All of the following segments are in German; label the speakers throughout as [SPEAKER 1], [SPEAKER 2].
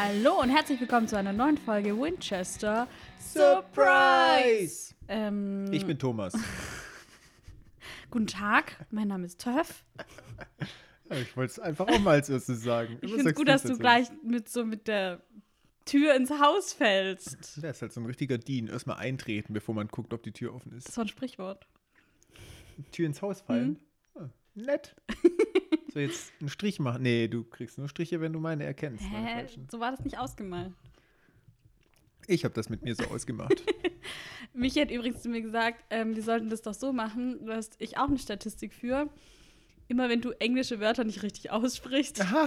[SPEAKER 1] Hallo und herzlich willkommen zu einer neuen Folge Winchester
[SPEAKER 2] Surprise! Ich bin Thomas.
[SPEAKER 1] Guten Tag, mein Name ist Töff.
[SPEAKER 2] Ja, ich wollte es einfach auch mal als erstes sagen.
[SPEAKER 1] Ich finde es gut, dass du gleich mit der Tür ins Haus fällst.
[SPEAKER 2] Das ist halt so ein richtiger Dean. Erstmal eintreten, bevor man guckt, ob die Tür offen ist.
[SPEAKER 1] Das war ein Sprichwort.
[SPEAKER 2] Tür ins Haus fallen? Nett. So, jetzt einen Strich machen. Nee, du kriegst nur Striche, wenn du meine erkennst.
[SPEAKER 1] Hä? So war das nicht ausgemalt.
[SPEAKER 2] Ich habe das mit mir so ausgemacht.
[SPEAKER 1] Michi hat übrigens zu mir gesagt, wir sollten das doch so machen, da hast ich auch eine Statistik für. Immer wenn du englische Wörter nicht richtig aussprichst, darf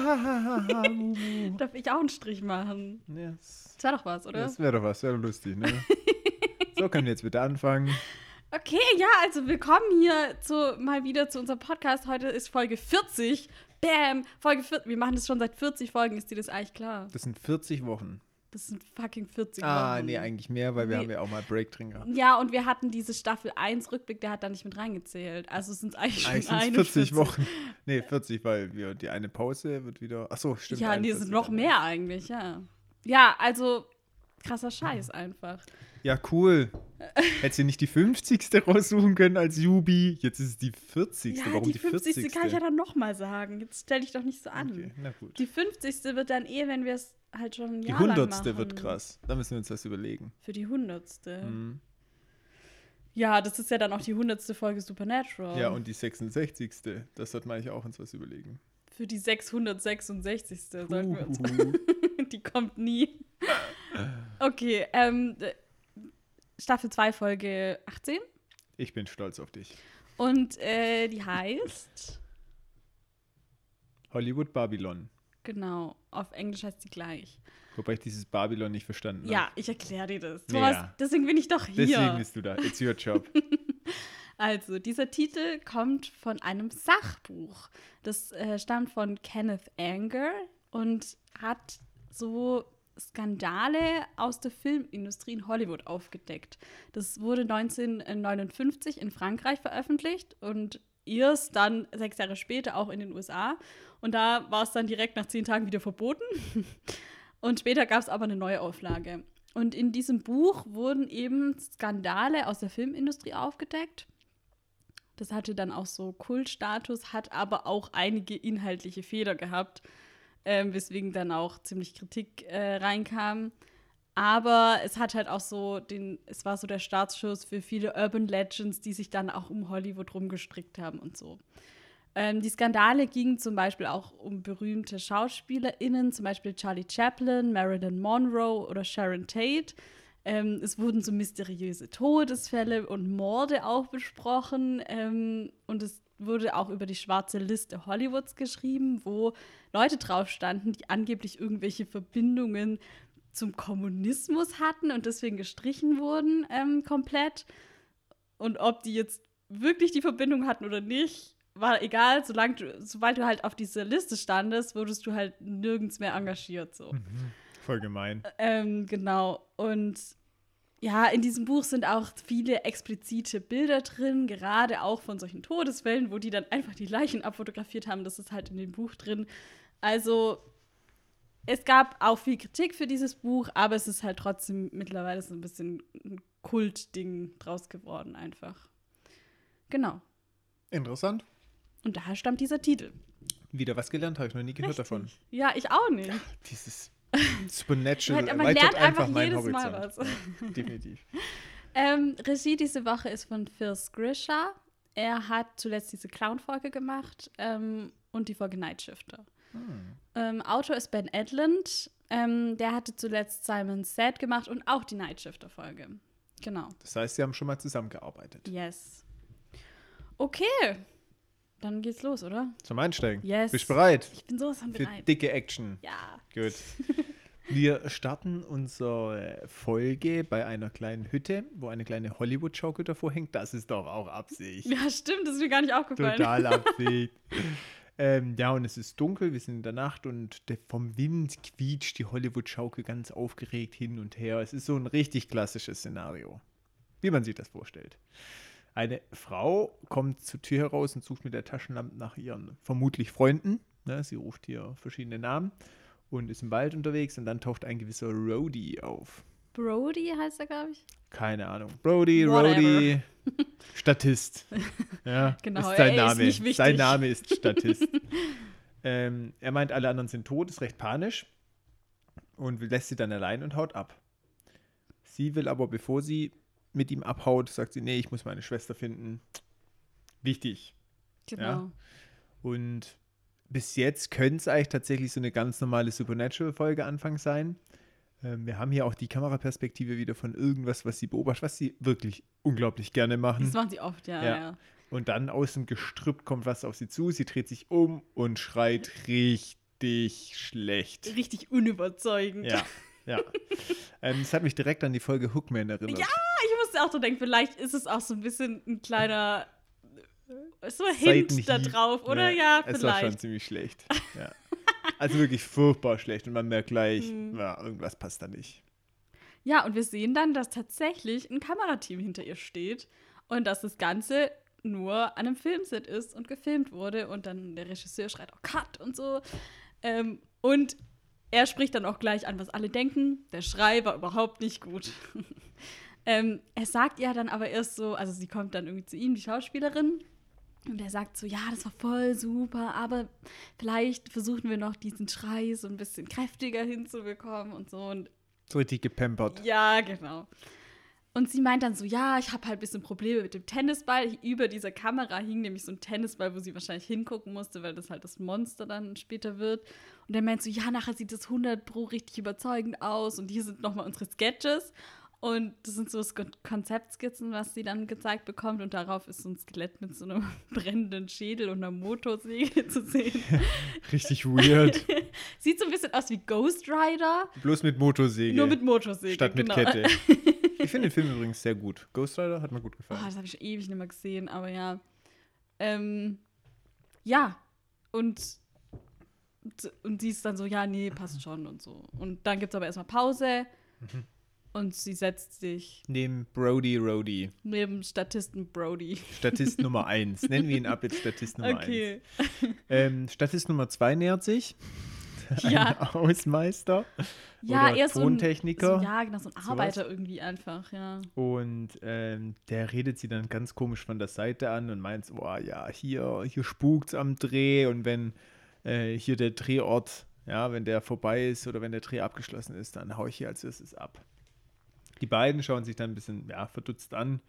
[SPEAKER 1] ich auch einen Strich machen.
[SPEAKER 2] Yes.
[SPEAKER 1] Das wäre doch was, oder?
[SPEAKER 2] Das wäre doch was, wäre doch lustig, ne? So, können wir jetzt bitte anfangen.
[SPEAKER 1] Okay, ja, also willkommen hier mal wieder zu unserem Podcast. Heute ist Folge 40. Bam! Folge 40. Wir machen das schon seit 40 Folgen, ist dir das eigentlich klar?
[SPEAKER 2] Das sind 40 Wochen.
[SPEAKER 1] Das sind fucking 40 Wochen.
[SPEAKER 2] Ah, nee, eigentlich mehr, weil wir haben ja auch mal Break drin gehabt.
[SPEAKER 1] Ja, und wir hatten diese Staffel 1 Rückblick, der hat da nicht mit reingezählt. Also sind es eigentlich schon
[SPEAKER 2] 40 Wochen. Nee, 40, weil wir die eine Pause wird wieder. Achso, stimmt.
[SPEAKER 1] Ja, nee, es sind noch mehr eigentlich, ja. Ja, also krasser Scheiß einfach.
[SPEAKER 2] Ja, cool. Hättest du nicht die 50. raussuchen können als Jubi? Jetzt ist es die 40.
[SPEAKER 1] Ja,
[SPEAKER 2] Warum
[SPEAKER 1] die 50. kann ich ja dann nochmal sagen. Jetzt stell dich doch nicht so an.
[SPEAKER 2] Okay, na gut.
[SPEAKER 1] Die 50. wird dann wenn wir es halt schon ein
[SPEAKER 2] Die
[SPEAKER 1] Jahr lang
[SPEAKER 2] 100.
[SPEAKER 1] machen.
[SPEAKER 2] wird krass. Da müssen wir uns das überlegen.
[SPEAKER 1] Für die 100.
[SPEAKER 2] Mhm.
[SPEAKER 1] Ja, das ist ja dann auch die 100. Folge Supernatural.
[SPEAKER 2] Ja, und die 66. Das sollte man eigentlich auch uns was überlegen.
[SPEAKER 1] Für die 666. sollten wir uns. Die kommt nie. Okay, Staffel 2, Folge 18.
[SPEAKER 2] Ich bin stolz auf dich.
[SPEAKER 1] Und die heißt
[SPEAKER 2] Hollywood Babylon.
[SPEAKER 1] Genau, auf Englisch heißt sie gleich.
[SPEAKER 2] Wobei ich dieses Babylon nicht verstanden habe.
[SPEAKER 1] Ja, ich erkläre dir das. Thomas,
[SPEAKER 2] ja.
[SPEAKER 1] Deswegen bin ich doch hier.
[SPEAKER 2] Deswegen bist du da. It's your job.
[SPEAKER 1] Also, dieser Titel kommt von einem Sachbuch. Das stammt von Kenneth Anger und hat so Skandale aus der Filmindustrie in Hollywood aufgedeckt. Das wurde 1959 in Frankreich veröffentlicht und erst dann 6 Jahre später auch in den USA. Und da war es dann direkt nach 10 Tagen wieder verboten. Und später gab es aber eine Neuauflage. Und in diesem Buch wurden eben Skandale aus der Filmindustrie aufgedeckt. Das hatte dann auch so Kultstatus, hat aber auch einige inhaltliche Fehler gehabt, weswegen dann auch ziemlich Kritik reinkam. Aber es hat halt auch es war so der Startschuss für viele Urban Legends, die sich dann auch um Hollywood rumgestrickt haben und so. Die Skandale gingen zum Beispiel auch um berühmte SchauspielerInnen, zum Beispiel Charlie Chaplin, Marilyn Monroe oder Sharon Tate. Es wurden so mysteriöse Todesfälle und Morde auch besprochen. Und es wurde auch über die schwarze Liste Hollywoods geschrieben, wo Leute drauf standen, die angeblich irgendwelche Verbindungen zum Kommunismus hatten und deswegen gestrichen wurden komplett. Und ob die jetzt wirklich die Verbindung hatten oder nicht, war egal, sobald du halt auf dieser Liste standest, wurdest du halt nirgends mehr engagiert. So.
[SPEAKER 2] Voll gemein.
[SPEAKER 1] Genau. Und ja, in diesem Buch sind auch viele explizite Bilder drin, gerade auch von solchen Todesfällen, wo die dann einfach die Leichen abfotografiert haben. Das ist halt in dem Buch drin. Also es gab auch viel Kritik für dieses Buch, aber es ist halt trotzdem mittlerweile so ein bisschen ein Kultding draus geworden einfach. Genau.
[SPEAKER 2] Interessant.
[SPEAKER 1] Und daher stammt dieser Titel.
[SPEAKER 2] Wieder was gelernt, habe ich noch nie gehört davon.
[SPEAKER 1] Ja, ich auch nicht.
[SPEAKER 2] Dieses Supernatural
[SPEAKER 1] man lernt einfach jedes
[SPEAKER 2] Horizont.
[SPEAKER 1] Mal was.
[SPEAKER 2] Ja, definitiv.
[SPEAKER 1] Regie diese Woche ist von Phil Grisha. Er hat zuletzt diese Clown-Folge gemacht und die Folge Night Shifter. Autor ist Ben Edlund. Der hatte zuletzt Simon Said gemacht und auch die Night Shifter-Folge. Genau.
[SPEAKER 2] Das heißt, sie haben schon mal zusammengearbeitet.
[SPEAKER 1] Yes. Okay. Dann geht's los, oder?
[SPEAKER 2] Zum Einsteigen.
[SPEAKER 1] Yes.
[SPEAKER 2] Bist du bereit?
[SPEAKER 1] Ich bin sowas von
[SPEAKER 2] Für
[SPEAKER 1] bereit.
[SPEAKER 2] dicke Action.
[SPEAKER 1] Ja.
[SPEAKER 2] Gut. Wir starten unsere Folge bei einer kleinen Hütte, wo eine kleine Hollywood-Schaukel davor hängt. Das ist doch auch Absicht.
[SPEAKER 1] Ja, stimmt. Das ist mir gar nicht aufgefallen.
[SPEAKER 2] Total Absicht. Ja, und es ist dunkel, wir sind in der Nacht und vom Wind quietscht die Hollywood-Schaukel ganz aufgeregt hin und her. Es ist so ein richtig klassisches Szenario, wie man sich das vorstellt. Eine Frau kommt zur Tür heraus und sucht mit der Taschenlampe nach ihren vermutlich Freunden. Ne, sie ruft hier verschiedene Namen. und ist im Wald unterwegs und dann taucht ein gewisser Rhodey auf.
[SPEAKER 1] Brody heißt er, glaube ich.
[SPEAKER 2] Keine Ahnung. Brody,
[SPEAKER 1] Whatever.
[SPEAKER 2] Rhodey, Statist. Ja,
[SPEAKER 1] Genau,
[SPEAKER 2] ist sein
[SPEAKER 1] er ist
[SPEAKER 2] Name.
[SPEAKER 1] nicht wichtig.
[SPEAKER 2] Sein Name ist Statist. Er meint, alle anderen sind tot, ist recht panisch und lässt sie dann allein und haut ab. Sie will aber, bevor sie mit ihm abhaut, sagt sie, nee, ich muss meine Schwester finden. Wichtig.
[SPEAKER 1] Genau.
[SPEAKER 2] Ja. Und bis jetzt könnte es eigentlich tatsächlich so eine ganz normale Supernatural-Folge Anfang sein. Wir haben hier auch die Kameraperspektive wieder von irgendwas, was sie beobachtet, was sie wirklich unglaublich gerne machen.
[SPEAKER 1] Das machen sie oft, ja.
[SPEAKER 2] Und dann aus dem Gestrüpp kommt was auf sie zu, sie dreht sich um und schreit richtig schlecht.
[SPEAKER 1] Richtig unüberzeugend.
[SPEAKER 2] Ja. Das hat mich direkt an die Folge Hookman erinnert.
[SPEAKER 1] Ja, ich musste auch so denken, vielleicht ist es auch so ein bisschen ein kleiner so Hint da drauf, oder? Ja, vielleicht.
[SPEAKER 2] Es war schon ziemlich schlecht. Ja. Also wirklich furchtbar schlecht und man merkt gleich, irgendwas passt da nicht.
[SPEAKER 1] Ja, und wir sehen dann, dass tatsächlich ein Kamerateam hinter ihr steht und dass das Ganze nur an einem Filmset ist und gefilmt wurde und dann der Regisseur schreit auch Cut und so. Und er spricht dann auch gleich an, was alle denken. Der Schrei war überhaupt nicht gut. Er sagt ja dann aber erst so, also sie kommt dann irgendwie zu ihm, die Schauspielerin, und er sagt so, ja, das war voll super, aber vielleicht versuchen wir noch diesen Schrei so ein bisschen kräftiger hinzubekommen und so. Und
[SPEAKER 2] so richtig gepampert.
[SPEAKER 1] ja, genau. Und sie meint dann so, ja, ich habe halt ein bisschen Probleme mit dem Tennisball. Über dieser Kamera hing nämlich so ein Tennisball, wo sie wahrscheinlich hingucken musste, weil das halt das Monster dann später wird. Und er meint so, ja, nachher sieht das 100% richtig überzeugend aus. Und hier sind nochmal unsere Sketches. Und das sind so Konzeptskizzen, was sie dann gezeigt bekommt. Und darauf ist so ein Skelett mit so einem brennenden Schädel und einer Motorsäge zu sehen.
[SPEAKER 2] Richtig weird.
[SPEAKER 1] Sieht so ein bisschen aus wie Ghost Rider.
[SPEAKER 2] Bloß mit Motorsäge.
[SPEAKER 1] Nur mit Motorsäge,
[SPEAKER 2] statt mit
[SPEAKER 1] genau.
[SPEAKER 2] Kette. Ich finde den Film übrigens sehr gut. Ghost Rider hat mir gut
[SPEAKER 1] Oh,
[SPEAKER 2] gefallen.
[SPEAKER 1] das habe ich schon ewig nicht mehr gesehen, aber ja. Ja, und sie ist dann so, ja, nee, passt schon und so. Und dann gibt es aber erstmal Pause und sie setzt sich
[SPEAKER 2] Neben Brody Rhodey.
[SPEAKER 1] neben Statisten Brody.
[SPEAKER 2] Statist Nummer 1. Nennen wir ihn ab jetzt Statist Nummer 1.
[SPEAKER 1] Okay.
[SPEAKER 2] Statist Nummer 2 nähert sich.
[SPEAKER 1] Ja.
[SPEAKER 2] Ein Hausmeister.
[SPEAKER 1] Ja,
[SPEAKER 2] oder
[SPEAKER 1] eher so ein
[SPEAKER 2] Tontechniker.
[SPEAKER 1] ja, genau, so ein Arbeiter irgendwie einfach, ja.
[SPEAKER 2] Und der redet sie dann ganz komisch von der Seite an und meint, oh ja, hier spukt's am Dreh und wenn hier der Drehort, ja, wenn der vorbei ist oder wenn der Dreh abgeschlossen ist, dann hau ich hier als erstes ab. Die beiden schauen sich dann ein bisschen, verdutzt an.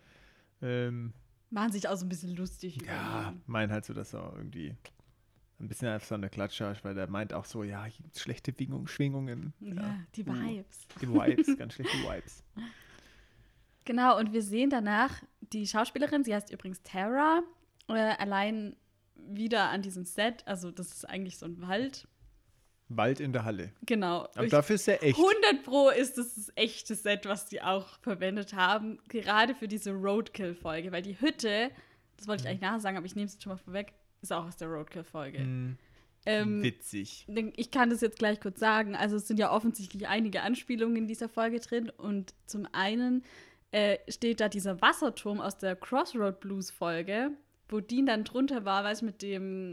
[SPEAKER 1] Machen sich auch so ein bisschen lustig. über
[SPEAKER 2] Ja,
[SPEAKER 1] ihn.
[SPEAKER 2] meinen halt so, dass er irgendwie ein bisschen einfach so an der Klatsche ist, weil der meint auch so, ja, hier gibt's schlechte Schwingungen.
[SPEAKER 1] Ja, die Vibes.
[SPEAKER 2] Die Vibes, ganz schlechte Vibes.
[SPEAKER 1] Genau, und wir sehen danach die Schauspielerin, sie heißt übrigens Tara, allein wieder an diesem Set, also das ist eigentlich so ein Wald.
[SPEAKER 2] Wald in der Halle.
[SPEAKER 1] Genau.
[SPEAKER 2] Aber dafür ist er echt.
[SPEAKER 1] 100% ist das echte Set, was die auch verwendet haben, gerade für diese Roadkill-Folge, weil die Hütte, das wollte ich eigentlich nachher sagen, aber ich nehme es jetzt schon mal vorweg, ist auch aus der Roadkill-Folge.
[SPEAKER 2] Witzig.
[SPEAKER 1] Ich kann das jetzt gleich kurz sagen. Also es sind ja offensichtlich einige Anspielungen in dieser Folge drin. Und zum einen steht da dieser Wasserturm aus der Crossroad Blues-Folge, wo Dean dann drunter war, weißt du, mit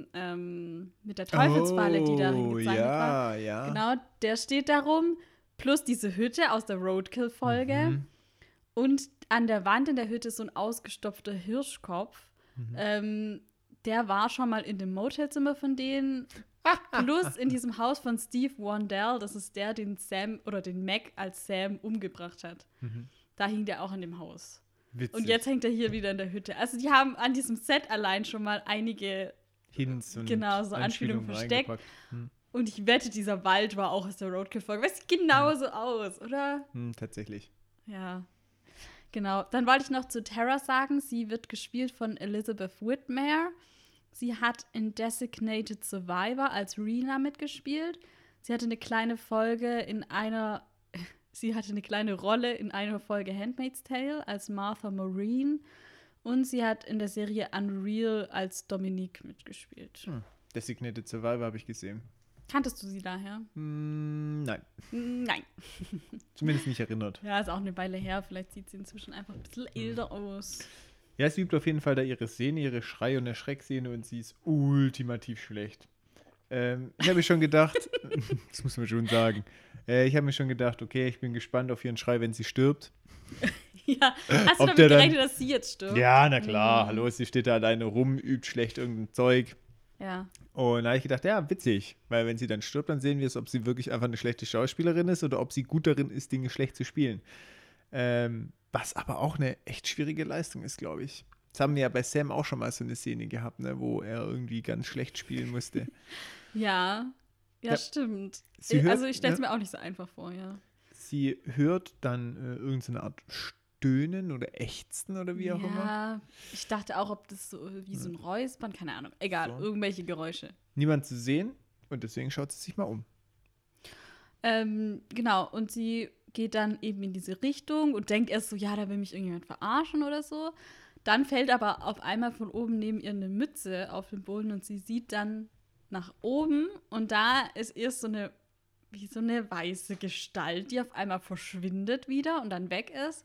[SPEAKER 1] der Teufelsfalle, die da gezeichnet war.
[SPEAKER 2] Ja.
[SPEAKER 1] Genau, der steht darum. Plus diese Hütte aus der Roadkill-Folge. Und an der Wand in der Hütte ist so ein ausgestopfter Hirschkopf. Der war schon mal in dem Motelzimmer von denen. Plus in diesem Haus von Steve Wandell, das ist der, den Sam oder den Mac als Sam umgebracht hat. Da hing der auch in dem Haus.
[SPEAKER 2] Witzig.
[SPEAKER 1] Und jetzt hängt er hier wieder in der Hütte. Also die haben an diesem Set allein schon mal einige
[SPEAKER 2] Hints und
[SPEAKER 1] genau, so Anspielungen versteckt.
[SPEAKER 2] reingepackt.
[SPEAKER 1] Und ich wette, dieser Wald war auch aus der Roadkill-Folge. Weil es sieht genauso aus, oder?
[SPEAKER 2] Tatsächlich.
[SPEAKER 1] Ja. Genau. Dann wollte ich noch zu Tara sagen, sie wird gespielt von Elizabeth Whitmire. Sie hat in Designated Survivor als Rena mitgespielt. Sie hatte eine kleine Rolle in einer Folge Handmaid's Tale als Martha Marine. Und sie hat in der Serie Unreal als Dominique mitgespielt.
[SPEAKER 2] Designated Survivor habe ich gesehen.
[SPEAKER 1] Kanntest du sie daher?
[SPEAKER 2] Nein.
[SPEAKER 1] Nein.
[SPEAKER 2] Zumindest nicht erinnert.
[SPEAKER 1] Ja, ist auch eine Weile her. Vielleicht sieht sie inzwischen einfach ein bisschen älter aus.
[SPEAKER 2] Ja, sie übt auf jeden Fall da ihre Szene, ihre Schrei- und Erschreckszene und sie ist ultimativ schlecht. Ich habe mir schon gedacht, das muss man schon sagen, ich habe mir schon gedacht, okay, ich bin gespannt auf ihren Schrei, wenn sie stirbt.
[SPEAKER 1] Ja, hast du
[SPEAKER 2] Ob
[SPEAKER 1] damit
[SPEAKER 2] der dann-
[SPEAKER 1] gerechnet, dass sie jetzt stirbt?
[SPEAKER 2] Ja, na klar, hallo, sie steht da alleine rum, übt schlecht irgendein Zeug.
[SPEAKER 1] Ja.
[SPEAKER 2] Und da habe ich gedacht, ja, witzig, weil wenn sie dann stirbt, dann sehen wir es, ob sie wirklich einfach eine schlechte Schauspielerin ist oder ob sie gut darin ist, Dinge schlecht zu spielen. Was aber auch eine echt schwierige Leistung ist, glaube ich. Das haben wir ja bei Sam auch schon mal so eine Szene gehabt, ne, wo er irgendwie ganz schlecht spielen musste.
[SPEAKER 1] Ja,
[SPEAKER 2] Ja.
[SPEAKER 1] stimmt.
[SPEAKER 2] Sie hört-
[SPEAKER 1] Also ich stelle es
[SPEAKER 2] ja.
[SPEAKER 1] mir auch nicht so einfach vor, ja.
[SPEAKER 2] Sie hört dann irgendeine Art Stöhnen oder Ächzen oder wie auch immer.
[SPEAKER 1] Ja, ich dachte auch, ob das so wie so ein Räuspern, keine Ahnung. Egal,
[SPEAKER 2] So.
[SPEAKER 1] irgendwelche Geräusche.
[SPEAKER 2] Niemand zu sehen und deswegen schaut sie sich mal um.
[SPEAKER 1] Genau, und sie geht dann eben in diese Richtung und denkt erst so, ja, da will mich irgendjemand verarschen oder so. Dann fällt aber auf einmal von oben neben ihr eine Mütze auf den Boden und sie sieht dann nach oben und da ist erst wie so eine weiße Gestalt, die auf einmal verschwindet wieder und dann weg ist.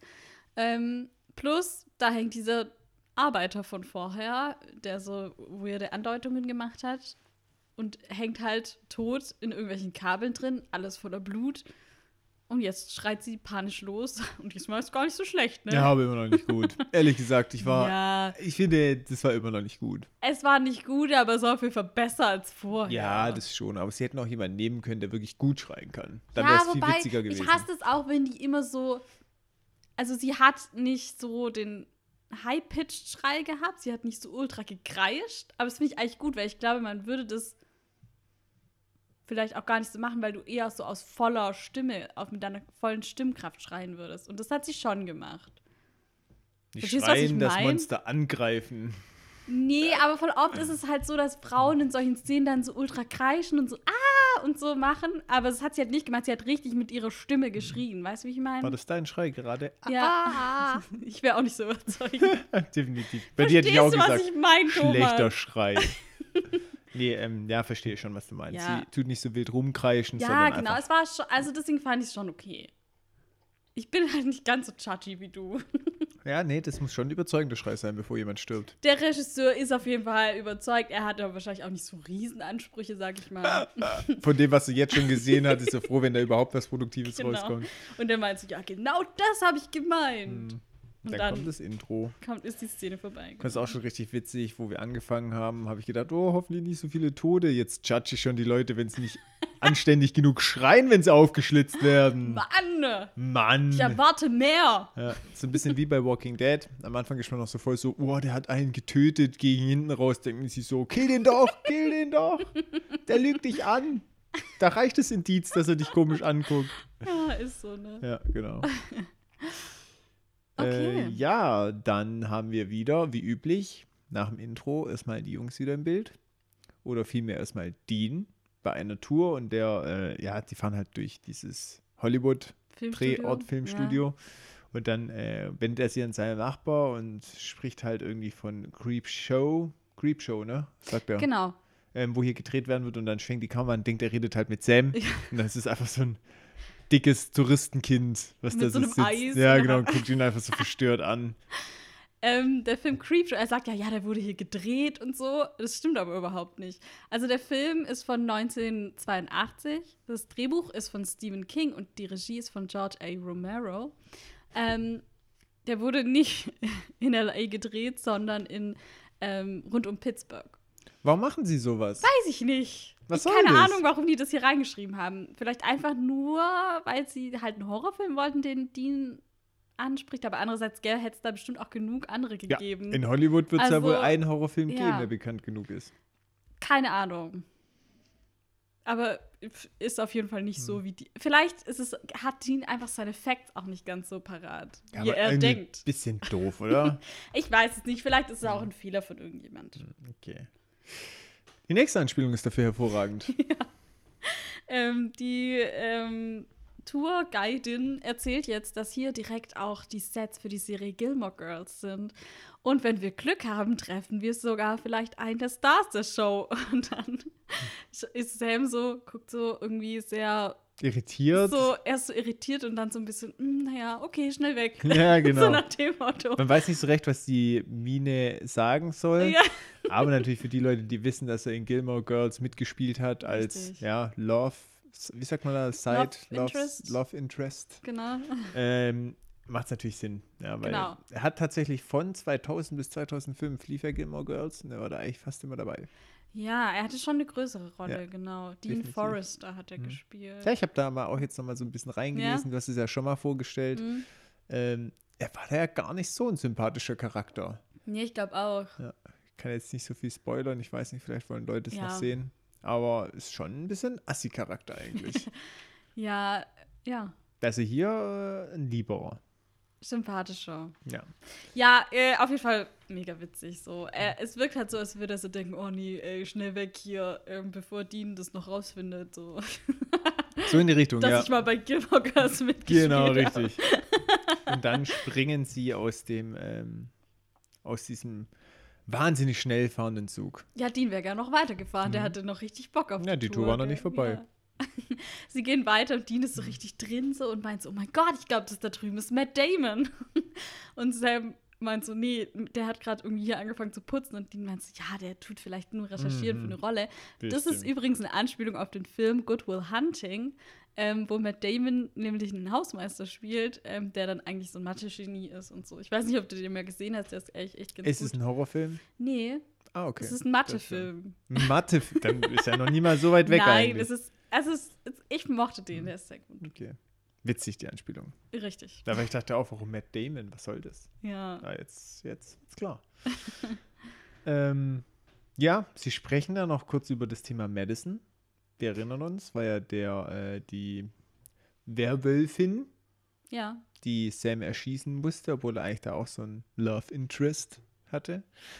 [SPEAKER 1] Plus, da hängt dieser Arbeiter von vorher, der so weirde Andeutungen gemacht hat und hängt halt tot in irgendwelchen Kabeln drin, alles voller Blut. Und jetzt schreit sie panisch los. Und diesmal ist gar nicht so schlecht, ne?
[SPEAKER 2] Ja, aber immer noch nicht gut. Ehrlich gesagt, ich
[SPEAKER 1] Ja,
[SPEAKER 2] finde, das war immer noch nicht gut.
[SPEAKER 1] es war nicht gut, aber es war auf jeden Fall besser als vorher.
[SPEAKER 2] Ja, das schon. Aber sie hätten auch jemanden nehmen können, der wirklich gut schreien kann. Dann
[SPEAKER 1] Ja,
[SPEAKER 2] wäre es viel
[SPEAKER 1] wobei,
[SPEAKER 2] witziger gewesen.
[SPEAKER 1] ich hasse es auch, wenn die immer so. Also, sie hat nicht so den High-Pitched-Schrei gehabt. Sie hat nicht so ultra gekreischt. Aber das finde ich eigentlich gut, weil ich glaube, man würde das vielleicht auch gar nicht so machen, weil du eher so aus voller Stimme, mit deiner vollen Stimmkraft schreien würdest. Und das hat sie schon gemacht.
[SPEAKER 2] Die
[SPEAKER 1] Verstehst du, was ich
[SPEAKER 2] schreien, das
[SPEAKER 1] mein?
[SPEAKER 2] Monster angreifen.
[SPEAKER 1] Nee, aber voll oft ist es halt so, dass Frauen in solchen Szenen dann so ultra kreischen und so und so machen. Aber das hat sie halt nicht gemacht. Sie hat richtig mit ihrer Stimme geschrien. Weißt du, wie ich meine?
[SPEAKER 2] War das dein Schrei gerade?
[SPEAKER 1] Ja. Ich wäre auch nicht so überzeugt.
[SPEAKER 2] Definitiv. Bei dir hätte ich auch
[SPEAKER 1] Verstehst du, was
[SPEAKER 2] gesagt,
[SPEAKER 1] ich meine,
[SPEAKER 2] schlechter
[SPEAKER 1] Thomas?
[SPEAKER 2] Schrei. Nee, ja, verstehe schon, was du meinst.
[SPEAKER 1] Ja.
[SPEAKER 2] Sie tut nicht so wild rumkreischen,
[SPEAKER 1] Ja,
[SPEAKER 2] sondern
[SPEAKER 1] genau.
[SPEAKER 2] einfach
[SPEAKER 1] Es war schon, also deswegen fand ich es schon okay. Ich bin halt nicht ganz so judgy wie du.
[SPEAKER 2] Ja, nee, das muss schon ein überzeugender Schrei sein, bevor jemand stirbt.
[SPEAKER 1] Der Regisseur ist auf jeden Fall überzeugt. Er hat aber wahrscheinlich auch nicht so Riesenansprüche, sag ich mal.
[SPEAKER 2] Von dem, was du jetzt schon gesehen hast, ist er froh, wenn da überhaupt was Produktives
[SPEAKER 1] Genau.
[SPEAKER 2] rauskommt.
[SPEAKER 1] Und er meint so, ja, genau das habe ich gemeint. Und
[SPEAKER 2] Dann
[SPEAKER 1] dann
[SPEAKER 2] kommt das Intro.
[SPEAKER 1] ist die Szene vorbei.
[SPEAKER 2] Das ist auch schon richtig witzig, wo wir angefangen haben, habe ich gedacht, oh, hoffentlich nicht so viele Tote. Jetzt judge ich schon die Leute, wenn sie nicht anständig genug schreien, wenn sie aufgeschlitzt werden.
[SPEAKER 1] Mann!
[SPEAKER 2] Mann!
[SPEAKER 1] Ich erwarte mehr!
[SPEAKER 2] Ja, so ein bisschen wie bei Walking Dead. Am Anfang ist man noch so voll so, oh, der hat einen getötet, gegen hinten raus, denken sie so, kill den doch, der lügt dich an. Da reicht das Indiz, dass er dich komisch anguckt.
[SPEAKER 1] Ja, ist so, ne?
[SPEAKER 2] Ja, genau.
[SPEAKER 1] Okay.
[SPEAKER 2] Ja, dann haben wir wieder, wie üblich, nach dem Intro erstmal die Jungs wieder im Bild. Oder vielmehr erstmal Dean bei einer Tour und die fahren halt durch dieses Hollywood-Drehort, Filmstudio. Und dann wendet er sich an seinen Nachbar und spricht halt irgendwie von Creepshow, ne? Sagt er.
[SPEAKER 1] Genau.
[SPEAKER 2] Wo hier gedreht werden wird und dann schwenkt die Kamera und denkt, er redet halt mit Sam. Und dann ist es einfach so ein dickes Touristenkind, was
[SPEAKER 1] Mit
[SPEAKER 2] da
[SPEAKER 1] so einem
[SPEAKER 2] sitzt.
[SPEAKER 1] Eis
[SPEAKER 2] Ja,
[SPEAKER 1] in der
[SPEAKER 2] genau,
[SPEAKER 1] Hand.
[SPEAKER 2] und guckt ihn einfach so verstört an.
[SPEAKER 1] Der Film Creepshow, er sagt ja, der wurde hier gedreht und so. Das stimmt aber überhaupt nicht. Also der Film ist von 1982, das Drehbuch ist von Stephen King und die Regie ist von George A. Romero. Der wurde nicht in L.A. gedreht, sondern rund um Pittsburgh.
[SPEAKER 2] Warum machen sie sowas?
[SPEAKER 1] Weiß ich nicht.
[SPEAKER 2] Was
[SPEAKER 1] Ich
[SPEAKER 2] soll
[SPEAKER 1] keine
[SPEAKER 2] das?
[SPEAKER 1] Ahnung, warum die das hier reingeschrieben haben. Vielleicht einfach nur, weil sie halt einen Horrorfilm wollten, den Dean anspricht. Aber andererseits hätte es da bestimmt auch genug andere
[SPEAKER 2] Ja,
[SPEAKER 1] gegeben.
[SPEAKER 2] in Hollywood wird es ja
[SPEAKER 1] Also,
[SPEAKER 2] wohl einen Horrorfilm
[SPEAKER 1] ja.
[SPEAKER 2] geben, der bekannt genug ist.
[SPEAKER 1] Keine Ahnung. Aber ist auf jeden Fall nicht so wie die. Vielleicht hat Dean einfach seine Facts auch nicht ganz so parat, wie
[SPEAKER 2] aber
[SPEAKER 1] er
[SPEAKER 2] irgendwie
[SPEAKER 1] denkt.
[SPEAKER 2] ein bisschen doof, oder?
[SPEAKER 1] Ich weiß es nicht. Vielleicht ist es auch ein Fehler von irgendjemand.
[SPEAKER 2] Okay. Die nächste Anspielung ist dafür hervorragend.
[SPEAKER 1] Die Tourguidin erzählt jetzt, dass hier direkt auch die Sets für die Serie Gilmore Girls sind. Und wenn wir Glück haben, treffen wir sogar vielleicht einen der Stars der Show. Und dann ist Sam guckt so irgendwie sehr
[SPEAKER 2] Irritiert.
[SPEAKER 1] er ist so irritiert und dann so ein bisschen, naja, okay, schnell weg.
[SPEAKER 2] Ja, genau.
[SPEAKER 1] So nach dem Motto.
[SPEAKER 2] Man weiß nicht so recht, was die Mine sagen soll.
[SPEAKER 1] Ja.
[SPEAKER 2] Aber natürlich für die Leute, die wissen, dass er in Gilmore Girls mitgespielt hat als,
[SPEAKER 1] Richtig.
[SPEAKER 2] ja, Love, wie sagt man da, Love Interest.
[SPEAKER 1] Genau.
[SPEAKER 2] Macht es natürlich Sinn. Ja, weil
[SPEAKER 1] Genau.
[SPEAKER 2] er hat tatsächlich von 2000 bis 2005 lief er Gilmore Girls und er war da eigentlich fast immer dabei.
[SPEAKER 1] Ja, er hatte schon eine größere Rolle,
[SPEAKER 2] Ja,
[SPEAKER 1] genau. Dean
[SPEAKER 2] definitiv.
[SPEAKER 1] Forrester hat er gespielt.
[SPEAKER 2] Ja, ich habe da mal auch jetzt nochmal so ein bisschen reingelesen. Du hast es ja schon mal vorgestellt. Er war da ja gar nicht so ein sympathischer Charakter.
[SPEAKER 1] Nee, ich glaube auch.
[SPEAKER 2] Ja, ich kann jetzt nicht so viel spoilern. Ich weiß nicht, vielleicht wollen Leute es
[SPEAKER 1] Ja.
[SPEAKER 2] noch sehen. Aber ist schon ein bisschen Assi-Charakter eigentlich.
[SPEAKER 1] Ja.
[SPEAKER 2] Also hier ein lieberer.
[SPEAKER 1] Sympathischer.
[SPEAKER 2] Ja.
[SPEAKER 1] Ja, auf jeden Fall mega witzig. So. Es wirkt halt so, als würde er so denken, oh nee, schnell weg hier, bevor Dean das noch rausfindet. So.
[SPEAKER 2] So in die Richtung,
[SPEAKER 1] Dass
[SPEAKER 2] ja.
[SPEAKER 1] ich mal bei Gilmore Girls mitgespielt
[SPEAKER 2] Genau,
[SPEAKER 1] habe.
[SPEAKER 2] richtig. Und dann springen sie aus diesem wahnsinnig schnell fahrenden Zug.
[SPEAKER 1] Ja, Dean wäre gerne noch weitergefahren. Der hatte noch richtig Bock auf
[SPEAKER 2] Ja, die Tour war noch nicht vorbei.
[SPEAKER 1] Ja. Sie gehen weiter und Dean ist so richtig drin so und meint so, oh mein Gott, ich glaube, das da drüben ist Matt Damon. Und Sam meint so, nee, der hat gerade irgendwie hier angefangen zu putzen und Dean meint so, ja, der tut vielleicht nur recherchieren für eine Rolle. Das ist übrigens eine Anspielung auf den Film Good Will Hunting, wo Matt Damon nämlich einen Hausmeister spielt, der dann eigentlich so ein Mathe-Genie ist und so. Ich weiß nicht, ob du den mal gesehen hast, der ist echt ganz
[SPEAKER 2] Ist
[SPEAKER 1] gut.
[SPEAKER 2] es ein Horrorfilm?
[SPEAKER 1] Nee,
[SPEAKER 2] Ah, okay.
[SPEAKER 1] es ist ein Mathefilm.
[SPEAKER 2] Mathe-Film? Dann ist ja noch nie mal so weit weg
[SPEAKER 1] Nein,
[SPEAKER 2] eigentlich.
[SPEAKER 1] ich mochte den, der ist sehr gut.
[SPEAKER 2] Okay. Witzig, die Anspielung.
[SPEAKER 1] Richtig.
[SPEAKER 2] Aber ich dachte auch, warum Matt Damon? Was soll das?
[SPEAKER 1] Ja.
[SPEAKER 2] Ah, jetzt ist klar. Ja, sie sprechen dann noch kurz über das Thema Madison. Wir erinnern uns, war ja die Werwölfin,
[SPEAKER 1] Ja.
[SPEAKER 2] die Sam erschießen musste, obwohl er eigentlich da auch so ein Love Interest hatte.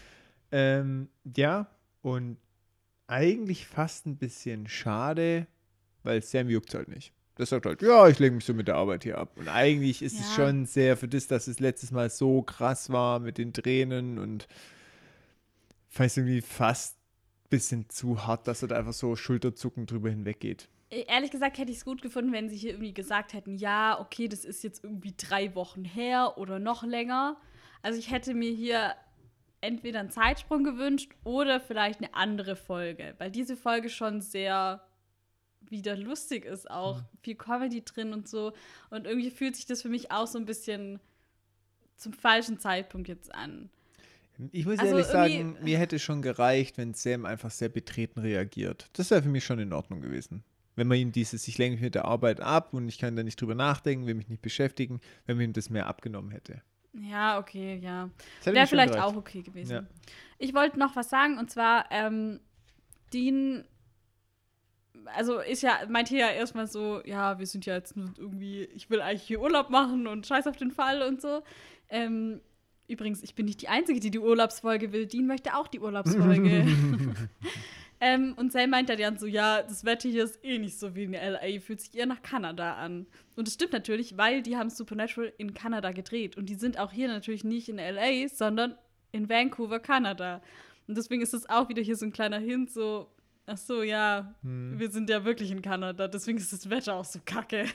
[SPEAKER 2] Ja, und eigentlich fast ein bisschen schade, weil Sam juckt halt nicht. Das sagt halt, ja, ich lege mich so mit der Arbeit hier ab. Und eigentlich ist es schon sehr für das, dass es letztes Mal so krass war mit den Tränen und fand ich irgendwie fast ein bisschen zu hart, dass er da einfach so schulterzuckend drüber hinweggeht.
[SPEAKER 1] Ehrlich gesagt hätte ich es gut gefunden, wenn sie hier irgendwie gesagt hätten, ja, okay, das ist jetzt irgendwie 3 Wochen her oder noch länger. Also ich hätte mir hier entweder einen Zeitsprung gewünscht oder vielleicht eine andere Folge, weil diese Folge schon sehr wieder lustig ist auch. Viel Comedy drin und so. Und irgendwie fühlt sich das für mich auch so ein bisschen zum falschen Zeitpunkt jetzt an.
[SPEAKER 2] Ich muss
[SPEAKER 1] Also
[SPEAKER 2] ehrlich sagen, mir hätte schon gereicht, wenn Sam einfach sehr betreten reagiert. Das wäre für mich schon in Ordnung gewesen. Wenn man ihm ich lenke mich mit der Arbeit ab und ich kann da nicht drüber nachdenken, will mich nicht beschäftigen, wenn man ihm das mehr abgenommen hätte.
[SPEAKER 1] Ja, okay, ja.
[SPEAKER 2] Das hätte
[SPEAKER 1] Wäre
[SPEAKER 2] mir schon
[SPEAKER 1] vielleicht
[SPEAKER 2] gereicht.
[SPEAKER 1] auch okay gewesen.
[SPEAKER 2] Ja.
[SPEAKER 1] Ich wollte noch was sagen, und zwar, Dean, also meinte ja erstmal so, ja, wir sind ja jetzt nur irgendwie, ich will eigentlich hier Urlaub machen und scheiß auf den Fall und so. Übrigens, ich bin nicht die Einzige, die Urlaubsfolge will. Dean möchte auch die Urlaubsfolge. Und Sam meint dann so, ja, das Wetter hier ist eh nicht so wie in L.A., fühlt sich eher nach Kanada an. Und das stimmt natürlich, weil die haben Supernatural in Kanada gedreht. Und die sind auch hier natürlich nicht in L.A., sondern in Vancouver, Kanada. Und deswegen ist es auch wieder hier so ein kleiner Hint, so, ach so, ja, wir sind ja wirklich in Kanada, deswegen ist das Wetter auch so kacke.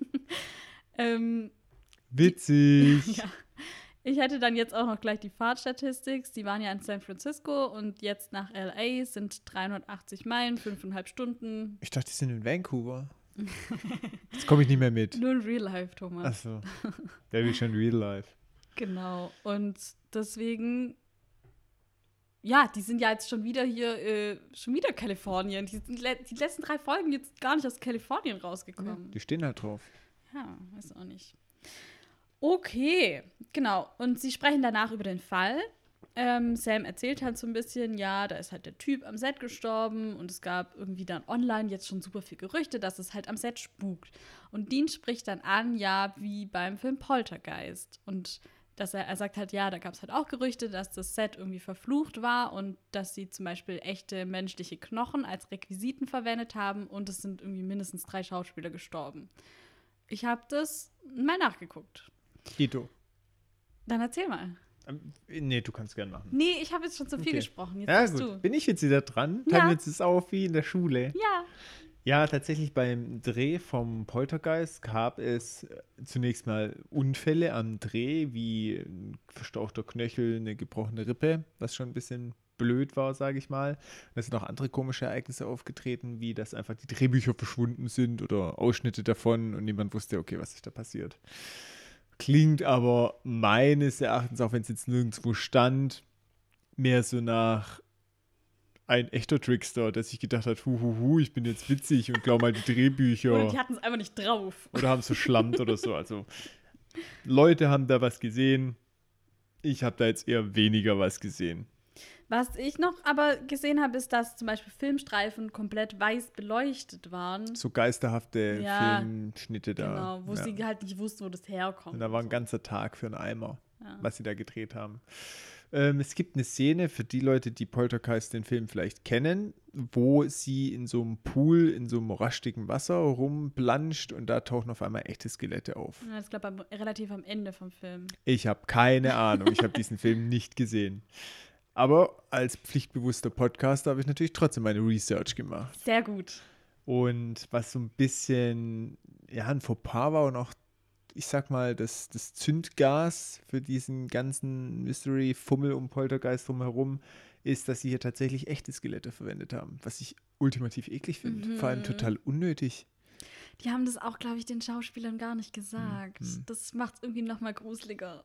[SPEAKER 2] Witzig.
[SPEAKER 1] Ja. Ich hätte dann jetzt auch noch gleich die Fahrtstatistik. Die waren ja in San Francisco und jetzt nach L.A. sind 380 Meilen, 5,5 Stunden.
[SPEAKER 2] Ich dachte, die sind in Vancouver. Jetzt komme ich nicht mehr mit.
[SPEAKER 1] Nur in Real Life, Thomas.
[SPEAKER 2] Achso. Der will schon Real Life.
[SPEAKER 1] Genau. Und deswegen, ja, die sind ja jetzt schon wieder hier, schon wieder Kalifornien. Die sind die letzten 3 Folgen jetzt gar nicht aus Kalifornien rausgekommen.
[SPEAKER 2] Die stehen halt drauf.
[SPEAKER 1] Ja, weiß auch nicht. Okay, genau. Und sie sprechen danach über den Fall. Sam erzählt halt so ein bisschen, ja, da ist halt der Typ am Set gestorben und es gab irgendwie dann online jetzt schon super viel Gerüchte, dass es halt am Set spukt. Und Dean spricht dann an, ja, wie beim Film Poltergeist. Und dass er sagt halt, ja, da gab es halt auch Gerüchte, dass das Set irgendwie verflucht war und dass sie zum Beispiel echte menschliche Knochen als Requisiten verwendet haben und es sind irgendwie mindestens 3 Schauspieler gestorben. Ich habe das mal nachgeguckt.
[SPEAKER 2] Dito.
[SPEAKER 1] Dann erzähl mal.
[SPEAKER 2] Nee, du kannst gerne machen.
[SPEAKER 1] Nee, ich habe jetzt schon zu viel gesprochen. Jetzt
[SPEAKER 2] Ja,
[SPEAKER 1] bist
[SPEAKER 2] gut.
[SPEAKER 1] du.
[SPEAKER 2] Bin ich jetzt wieder dran?
[SPEAKER 1] Ja.
[SPEAKER 2] Teilen wir jetzt das auf wie in der Schule?
[SPEAKER 1] Ja.
[SPEAKER 2] Ja, tatsächlich beim Dreh vom Poltergeist gab es zunächst mal Unfälle am Dreh, wie ein verstauchter Knöchel, eine gebrochene Rippe, was schon ein bisschen blöd war, sage ich mal. Da sind auch andere komische Ereignisse aufgetreten, wie dass einfach die Drehbücher verschwunden sind oder Ausschnitte davon und niemand wusste, okay, was ist da passiert. Klingt aber meines Erachtens, auch wenn es jetzt nirgendwo stand, mehr so nach ein echter Trickster, der sich gedacht hat, ich bin jetzt witzig und glaube mal die Drehbücher.
[SPEAKER 1] Oder die hatten es einfach nicht drauf.
[SPEAKER 2] Oder haben es verschlammt oder so. Also Leute haben da was gesehen. Ich habe da jetzt eher weniger was gesehen.
[SPEAKER 1] Was ich noch aber gesehen habe, ist, dass zum Beispiel Filmstreifen komplett weiß beleuchtet waren.
[SPEAKER 2] So geisterhafte
[SPEAKER 1] Ja,
[SPEAKER 2] Filmschnitte da.
[SPEAKER 1] Genau, wo sie halt nicht wussten, wo das herkommt.
[SPEAKER 2] Und da war ein ganzer Tag für einen Eimer,
[SPEAKER 1] Ja.
[SPEAKER 2] was sie da gedreht haben. Es gibt eine Szene für die Leute, die Poltergeist den Film vielleicht kennen, wo sie in so einem Pool, in so einem morastigen Wasser rumplanscht und da tauchen auf einmal echte Skelette auf.
[SPEAKER 1] Ja, das glaube ich relativ am Ende vom Film.
[SPEAKER 2] Ich habe keine Ahnung, ich habe diesen Film nicht gesehen. Aber als pflichtbewusster Podcaster habe ich natürlich trotzdem meine Research gemacht.
[SPEAKER 1] Sehr gut.
[SPEAKER 2] Und was so ein bisschen, ja, ein Fauxpas war und auch, ich sag mal, das Zündgas für diesen ganzen Mystery-Fummel um Poltergeist drumherum, ist, dass sie hier tatsächlich echte Skelette verwendet haben, was ich ultimativ eklig finde. Vor allem total unnötig.
[SPEAKER 1] Die haben das auch, glaube ich, den Schauspielern gar nicht gesagt. Das macht es irgendwie noch mal gruseliger.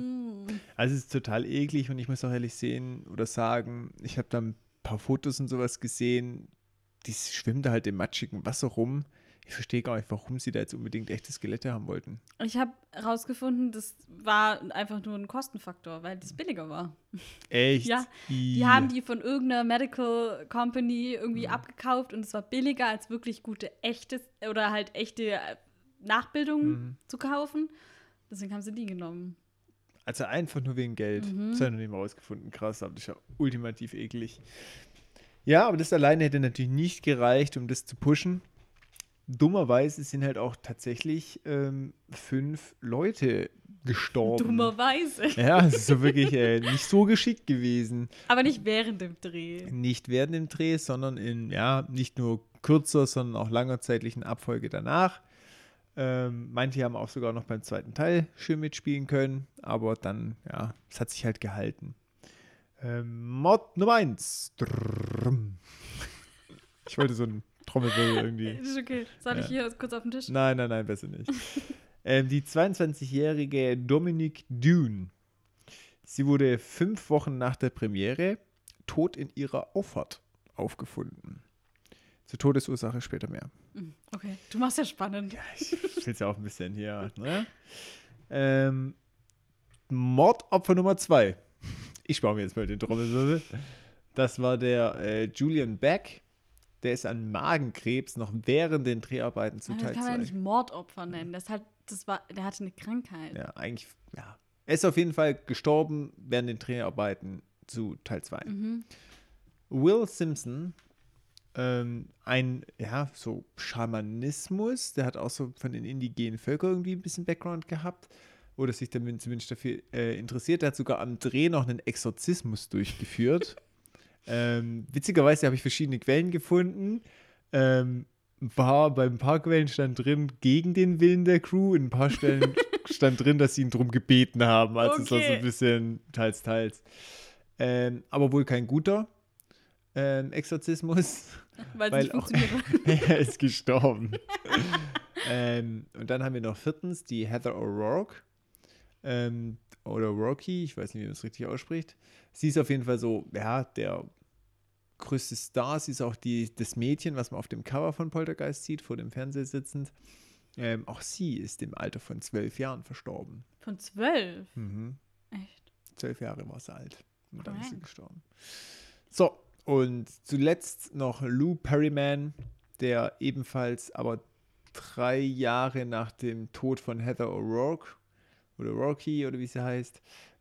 [SPEAKER 2] Also es ist total eklig und ich muss auch ehrlich sehen oder sagen, ich habe da ein paar Fotos und sowas gesehen, die schwimmen da halt im matschigen Wasser rum. Ich verstehe gar nicht, warum sie da jetzt unbedingt echte Skelette haben wollten.
[SPEAKER 1] Ich habe herausgefunden, das war einfach nur ein Kostenfaktor, weil das billiger war.
[SPEAKER 2] Echt?
[SPEAKER 1] Ja, die haben die von irgendeiner Medical Company irgendwie abgekauft und es war billiger als wirklich gute echte oder halt echte Nachbildungen zu kaufen. Deswegen haben sie die genommen.
[SPEAKER 2] Also einfach nur wegen Geld. Das habe ich noch nicht mal rausgefunden. Krass, aber das ist ja ultimativ eklig. Ja, aber das alleine hätte natürlich nicht gereicht, um das zu pushen. Dummerweise sind halt auch tatsächlich 5 Leute gestorben.
[SPEAKER 1] Dummerweise.
[SPEAKER 2] Ja, es ist so wirklich nicht so geschickt gewesen.
[SPEAKER 1] Aber nicht während dem Dreh.
[SPEAKER 2] Nicht während dem Dreh, sondern in, ja, nicht nur kürzer, sondern auch langer zeitlichen Abfolge danach. Manche haben auch sogar noch beim zweiten Teil schön mitspielen können, aber dann, ja, es hat sich halt gehalten. Mod Nummer 1. Ich wollte so ein Trommelwirbel irgendwie.
[SPEAKER 1] Ist okay. Soll ich hier kurz auf den Tisch?
[SPEAKER 2] Nein, besser nicht. Die 22-jährige Dominique Dune. Sie wurde 5 Wochen nach der Premiere tot in ihrer Auffahrt aufgefunden. Zur Todesursache später mehr.
[SPEAKER 1] Okay, du machst ja spannend.
[SPEAKER 2] Ja, ich will es ja auch ein bisschen hier. Ne? Mordopfer Nummer 2. Ich spare mir jetzt mal den Trommelwirbel. Das war der Julian Beck. Der ist an Magenkrebs noch während den Dreharbeiten zu Teil 2.
[SPEAKER 1] Das kann man ja nicht Mordopfer nennen. Der hatte eine Krankheit.
[SPEAKER 2] Ja, eigentlich, ja. Er ist auf jeden Fall gestorben während den Dreharbeiten zu Teil 2. Will Simpson, so Schamanismus, der hat auch so von den indigenen Völkern irgendwie ein bisschen Background gehabt oder sich damit zumindest dafür interessiert. Der hat sogar am Dreh noch einen Exorzismus durchgeführt. Witzigerweise habe ich verschiedene Quellen gefunden. Bei ein paar Quellen stand drin, gegen den Willen der Crew. In ein paar Stellen stand drin, dass sie ihn drum gebeten haben. Also es war so ein bisschen teils. Aber wohl kein guter Exorzismus. Weil auch er ist gestorben. Und dann haben wir noch 4. die Heather O'Rourke. Oder Rocky, ich weiß nicht, wie man das richtig ausspricht. Sie ist auf jeden Fall so, ja, der größte Star. Sie ist auch das Mädchen, was man auf dem Cover von Poltergeist sieht, vor dem Fernseher sitzend. Auch sie ist im Alter von 12 Jahren verstorben.
[SPEAKER 1] Von 12?
[SPEAKER 2] Echt? 12 Jahre war sie alt. Und dann ist sie gestorben. So, und zuletzt noch Lou Perryman, der ebenfalls aber 3 Jahre nach dem Tod von Heather O'Rourke oder Rocky oder wie sie heißt,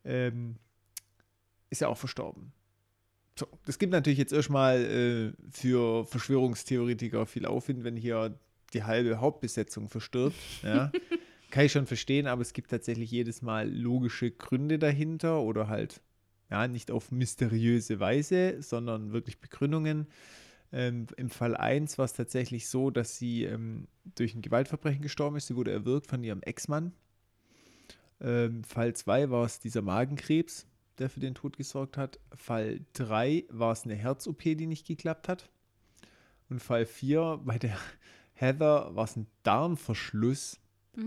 [SPEAKER 2] ist ja auch verstorben. So, das gibt natürlich jetzt erstmal für Verschwörungstheoretiker viel Aufwind, wenn hier die halbe Hauptbesetzung verstirbt. Ja. Kann ich schon verstehen, aber es gibt tatsächlich jedes Mal logische Gründe dahinter oder halt, ja, nicht auf mysteriöse Weise, sondern wirklich Begründungen. Im Fall 1 war es tatsächlich so, dass sie durch ein Gewaltverbrechen gestorben ist. Sie wurde erwürgt von ihrem Ex-Mann. Fall 2 war es dieser Magenkrebs. der für den Tod gesorgt hat. Fall 3 war es eine Herz-OP, die nicht geklappt hat. Und Fall 4 bei der Heather war es ein Darmverschluss,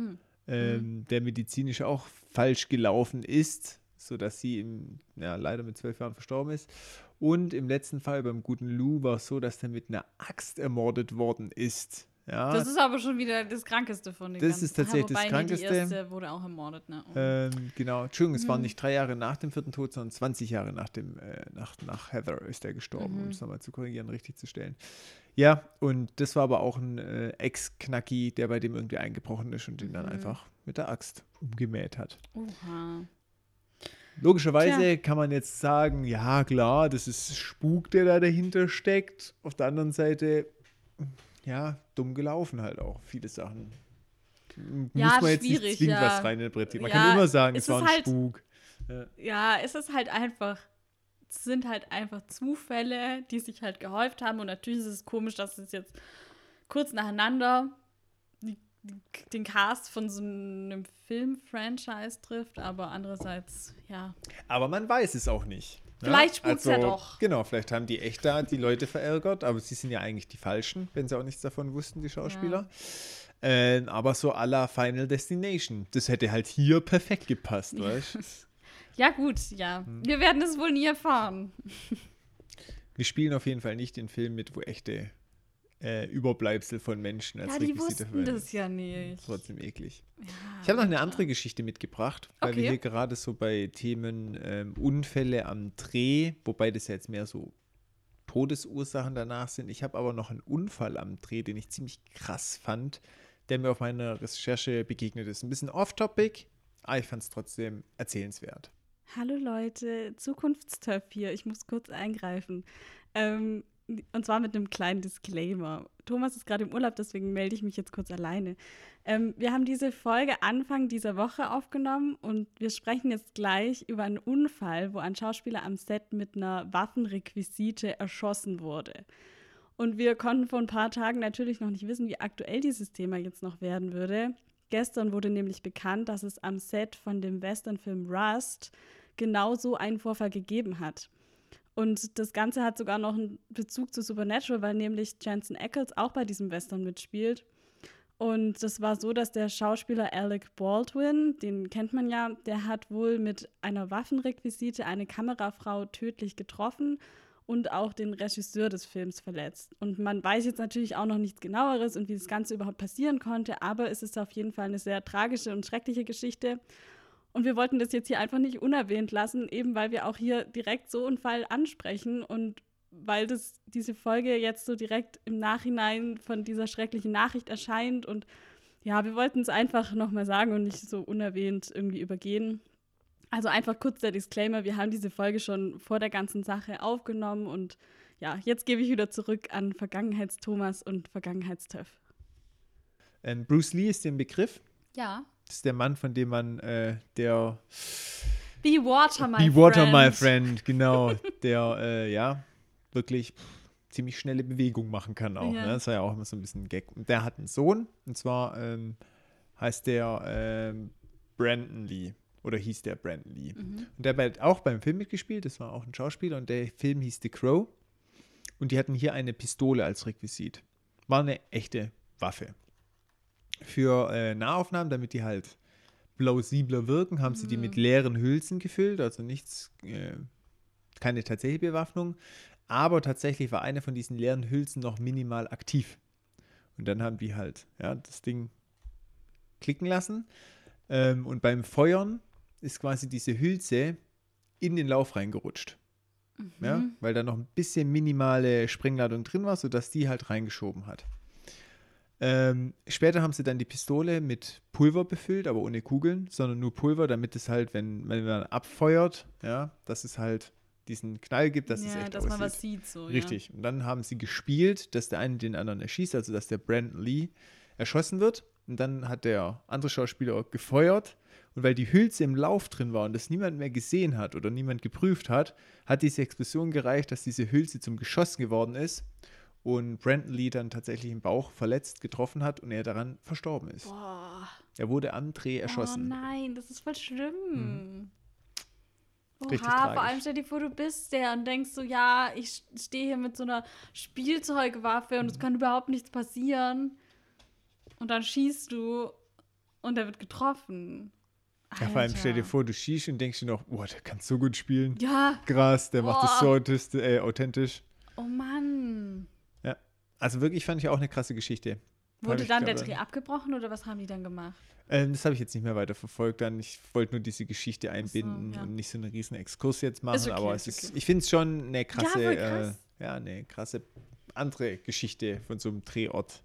[SPEAKER 2] der medizinisch auch falsch gelaufen ist, sodass sie leider mit 12 Jahren verstorben ist. Und im letzten Fall beim guten Lou war es so, dass der mit einer Axt ermordet worden ist. Ja,
[SPEAKER 1] das ist aber schon wieder das Krankeste von den
[SPEAKER 2] das ist tatsächlich das Krankeste.
[SPEAKER 1] Die erste wurde auch ermordet, ne?
[SPEAKER 2] Genau, Entschuldigung, es waren nicht 3 Jahre nach dem 4. Tod, sondern 20 Jahre nach Heather ist er gestorben, um es nochmal zu korrigieren, richtig zu stellen. Ja, und das war aber auch ein Ex-Knacki, der bei dem irgendwie eingebrochen ist und ihn dann einfach mit der Axt umgemäht hat.
[SPEAKER 1] Oha.
[SPEAKER 2] Logischerweise kann man jetzt sagen, ja klar, das ist Spuk, der da dahinter steckt. Auf der anderen Seite, ja, dumm gelaufen halt auch, viele Sachen. Muss man jetzt nicht zwingend was reininterpretieren. Man kann immer sagen, es war ein Spuk.
[SPEAKER 1] Ja, es ist halt einfach, es sind halt einfach Zufälle, die sich halt gehäuft haben. Und natürlich ist es komisch, dass es jetzt kurz nacheinander den Cast von so einem Film-Franchise trifft, aber andererseits, ja.
[SPEAKER 2] Aber man weiß es auch nicht.
[SPEAKER 1] Vielleicht sput's ja doch.
[SPEAKER 2] Genau, vielleicht haben die echt da die Leute verärgert, aber sie sind ja eigentlich die Falschen, wenn sie auch nichts davon wussten, die Schauspieler. Ja. Aber so à la Final Destination. Das hätte halt hier perfekt gepasst, weißt du?
[SPEAKER 1] Ja gut, ja. Wir werden es wohl nie erfahren. Wir
[SPEAKER 2] spielen auf jeden Fall nicht den Film mit, wo echte Überbleibsel von Menschen als Requisite verwenden.
[SPEAKER 1] Die wussten das ja nicht.
[SPEAKER 2] Trotzdem eklig. Ja, ich habe noch eine andere Geschichte mitgebracht, weil wir hier gerade so bei Themen Unfälle am Dreh, wobei das ja jetzt mehr so Todesursachen danach sind. Ich habe aber noch einen Unfall am Dreh, den ich ziemlich krass fand, der mir auf meiner Recherche begegnet ist. Ein bisschen off-topic, aber ich fand es trotzdem erzählenswert.
[SPEAKER 1] Hallo Leute, Zukunftstöpf hier. Ich muss kurz eingreifen. Und zwar mit einem kleinen Disclaimer. Thomas ist gerade im Urlaub, deswegen melde ich mich jetzt kurz alleine. Wir haben diese Folge Anfang dieser Woche aufgenommen und wir sprechen jetzt gleich über einen Unfall, wo ein Schauspieler am Set mit einer Waffenrequisite erschossen wurde. Und wir konnten vor ein paar Tagen natürlich noch nicht wissen, wie aktuell dieses Thema jetzt noch werden würde. Gestern wurde nämlich bekannt, dass es am Set von dem Westernfilm Rust genau so einen Vorfall gegeben hat. Und das Ganze hat sogar noch einen Bezug zu Supernatural, weil nämlich Jensen Ackles auch bei diesem Western mitspielt. Und das war so, dass der Schauspieler Alec Baldwin, den kennt man ja, der hat wohl mit einer Waffenrequisite eine Kamerafrau tödlich getroffen und auch den Regisseur des Films verletzt. Und man weiß jetzt natürlich auch noch nichts Genaueres und wie das Ganze überhaupt passieren konnte, aber es ist auf jeden Fall eine sehr tragische und schreckliche Geschichte. Und wir wollten das jetzt hier einfach nicht unerwähnt lassen, eben weil wir auch hier direkt so einen Fall ansprechen und weil diese Folge jetzt so direkt im Nachhinein von dieser schrecklichen Nachricht erscheint. Und ja, wir wollten es einfach nochmal sagen und nicht so unerwähnt irgendwie übergehen. Also einfach kurz der Disclaimer, wir haben diese Folge schon vor der ganzen Sache aufgenommen und ja, jetzt gebe ich wieder zurück an Vergangenheits-Thomas und Vergangenheitstöff.
[SPEAKER 2] Bruce Lee ist der Begriff.
[SPEAKER 1] Ja.
[SPEAKER 2] Das ist der Mann, von dem man der
[SPEAKER 1] Be Water,
[SPEAKER 2] my friend, genau, der wirklich ziemlich schnelle Bewegungen machen kann auch. Ja. Ne? Das war ja auch immer so ein bisschen ein Gag. Und der hat einen Sohn, und zwar heißt der Brandon Lee. Oder hieß der Brandon Lee. Und der hat auch beim Film mitgespielt, das war auch ein Schauspieler, und der Film hieß The Crow. Und die hatten hier eine Pistole als Requisit. War eine echte Waffe. Für Nahaufnahmen, damit die halt plausibler wirken, haben sie die mit leeren Hülsen gefüllt, also keine tatsächliche Bewaffnung, aber tatsächlich war eine von diesen leeren Hülsen noch minimal aktiv. Und dann haben die halt das Ding klicken lassen und beim Feuern ist quasi diese Hülse in den Lauf reingerutscht. Ja, weil da noch ein bisschen minimale Sprengladung drin war, sodass die halt reingeschoben hat. Später haben sie dann die Pistole mit Pulver befüllt, aber ohne Kugeln, sondern nur Pulver, damit es halt, wenn man abfeuert, dass es halt diesen Knall gibt, dass es echt
[SPEAKER 1] dass
[SPEAKER 2] aussieht.
[SPEAKER 1] Man was sieht. So,
[SPEAKER 2] richtig.
[SPEAKER 1] Ja.
[SPEAKER 2] Und dann haben sie gespielt, dass der eine den anderen erschießt, also dass der Brandon Lee erschossen wird. Und dann hat der andere Schauspieler gefeuert. Und weil die Hülse im Lauf drin war und das niemand mehr gesehen hat oder niemand geprüft hat, hat diese Explosion gereicht, dass diese Hülse zum Geschoss geworden ist. Und Brandon Lee dann tatsächlich im Bauch verletzt getroffen hat und er daran verstorben ist.
[SPEAKER 1] Boah.
[SPEAKER 2] Er wurde am Dreh erschossen.
[SPEAKER 1] Oh nein, das ist voll schlimm.
[SPEAKER 2] Richtig
[SPEAKER 1] Oha, vor
[SPEAKER 2] tragisch.
[SPEAKER 1] allem stell dir vor, du bist der und denkst so, ja, ich stehe hier mit so einer Spielzeugwaffe und es kann überhaupt nichts passieren. Und dann schießt du und er wird getroffen.
[SPEAKER 2] Ja, vor allem stell dir
[SPEAKER 1] Alter.
[SPEAKER 2] vor, du schießt und denkst dir noch, boah, der kann so gut spielen.
[SPEAKER 1] Ja,
[SPEAKER 2] Krass, der macht das so
[SPEAKER 1] Boah.
[SPEAKER 2] authentisch.
[SPEAKER 1] oh Mann.
[SPEAKER 2] Ja, also wirklich fand ich auch eine krasse Geschichte. Vor allem,
[SPEAKER 1] Wurde
[SPEAKER 2] ich
[SPEAKER 1] dann der
[SPEAKER 2] glaube,
[SPEAKER 1] Dreh abgebrochen oder was haben die dann gemacht?
[SPEAKER 2] das habe ich jetzt nicht mehr weiter verfolgt. Dann. Ich wollte nur diese Geschichte einbinden
[SPEAKER 1] ja.
[SPEAKER 2] und nicht so einen riesen Exkurs jetzt machen.
[SPEAKER 1] Ist okay,
[SPEAKER 2] aber
[SPEAKER 1] ist okay.
[SPEAKER 2] ich finde es schon eine krasse,
[SPEAKER 1] voll krass.
[SPEAKER 2] eine krasse andere Geschichte von so einem Drehort.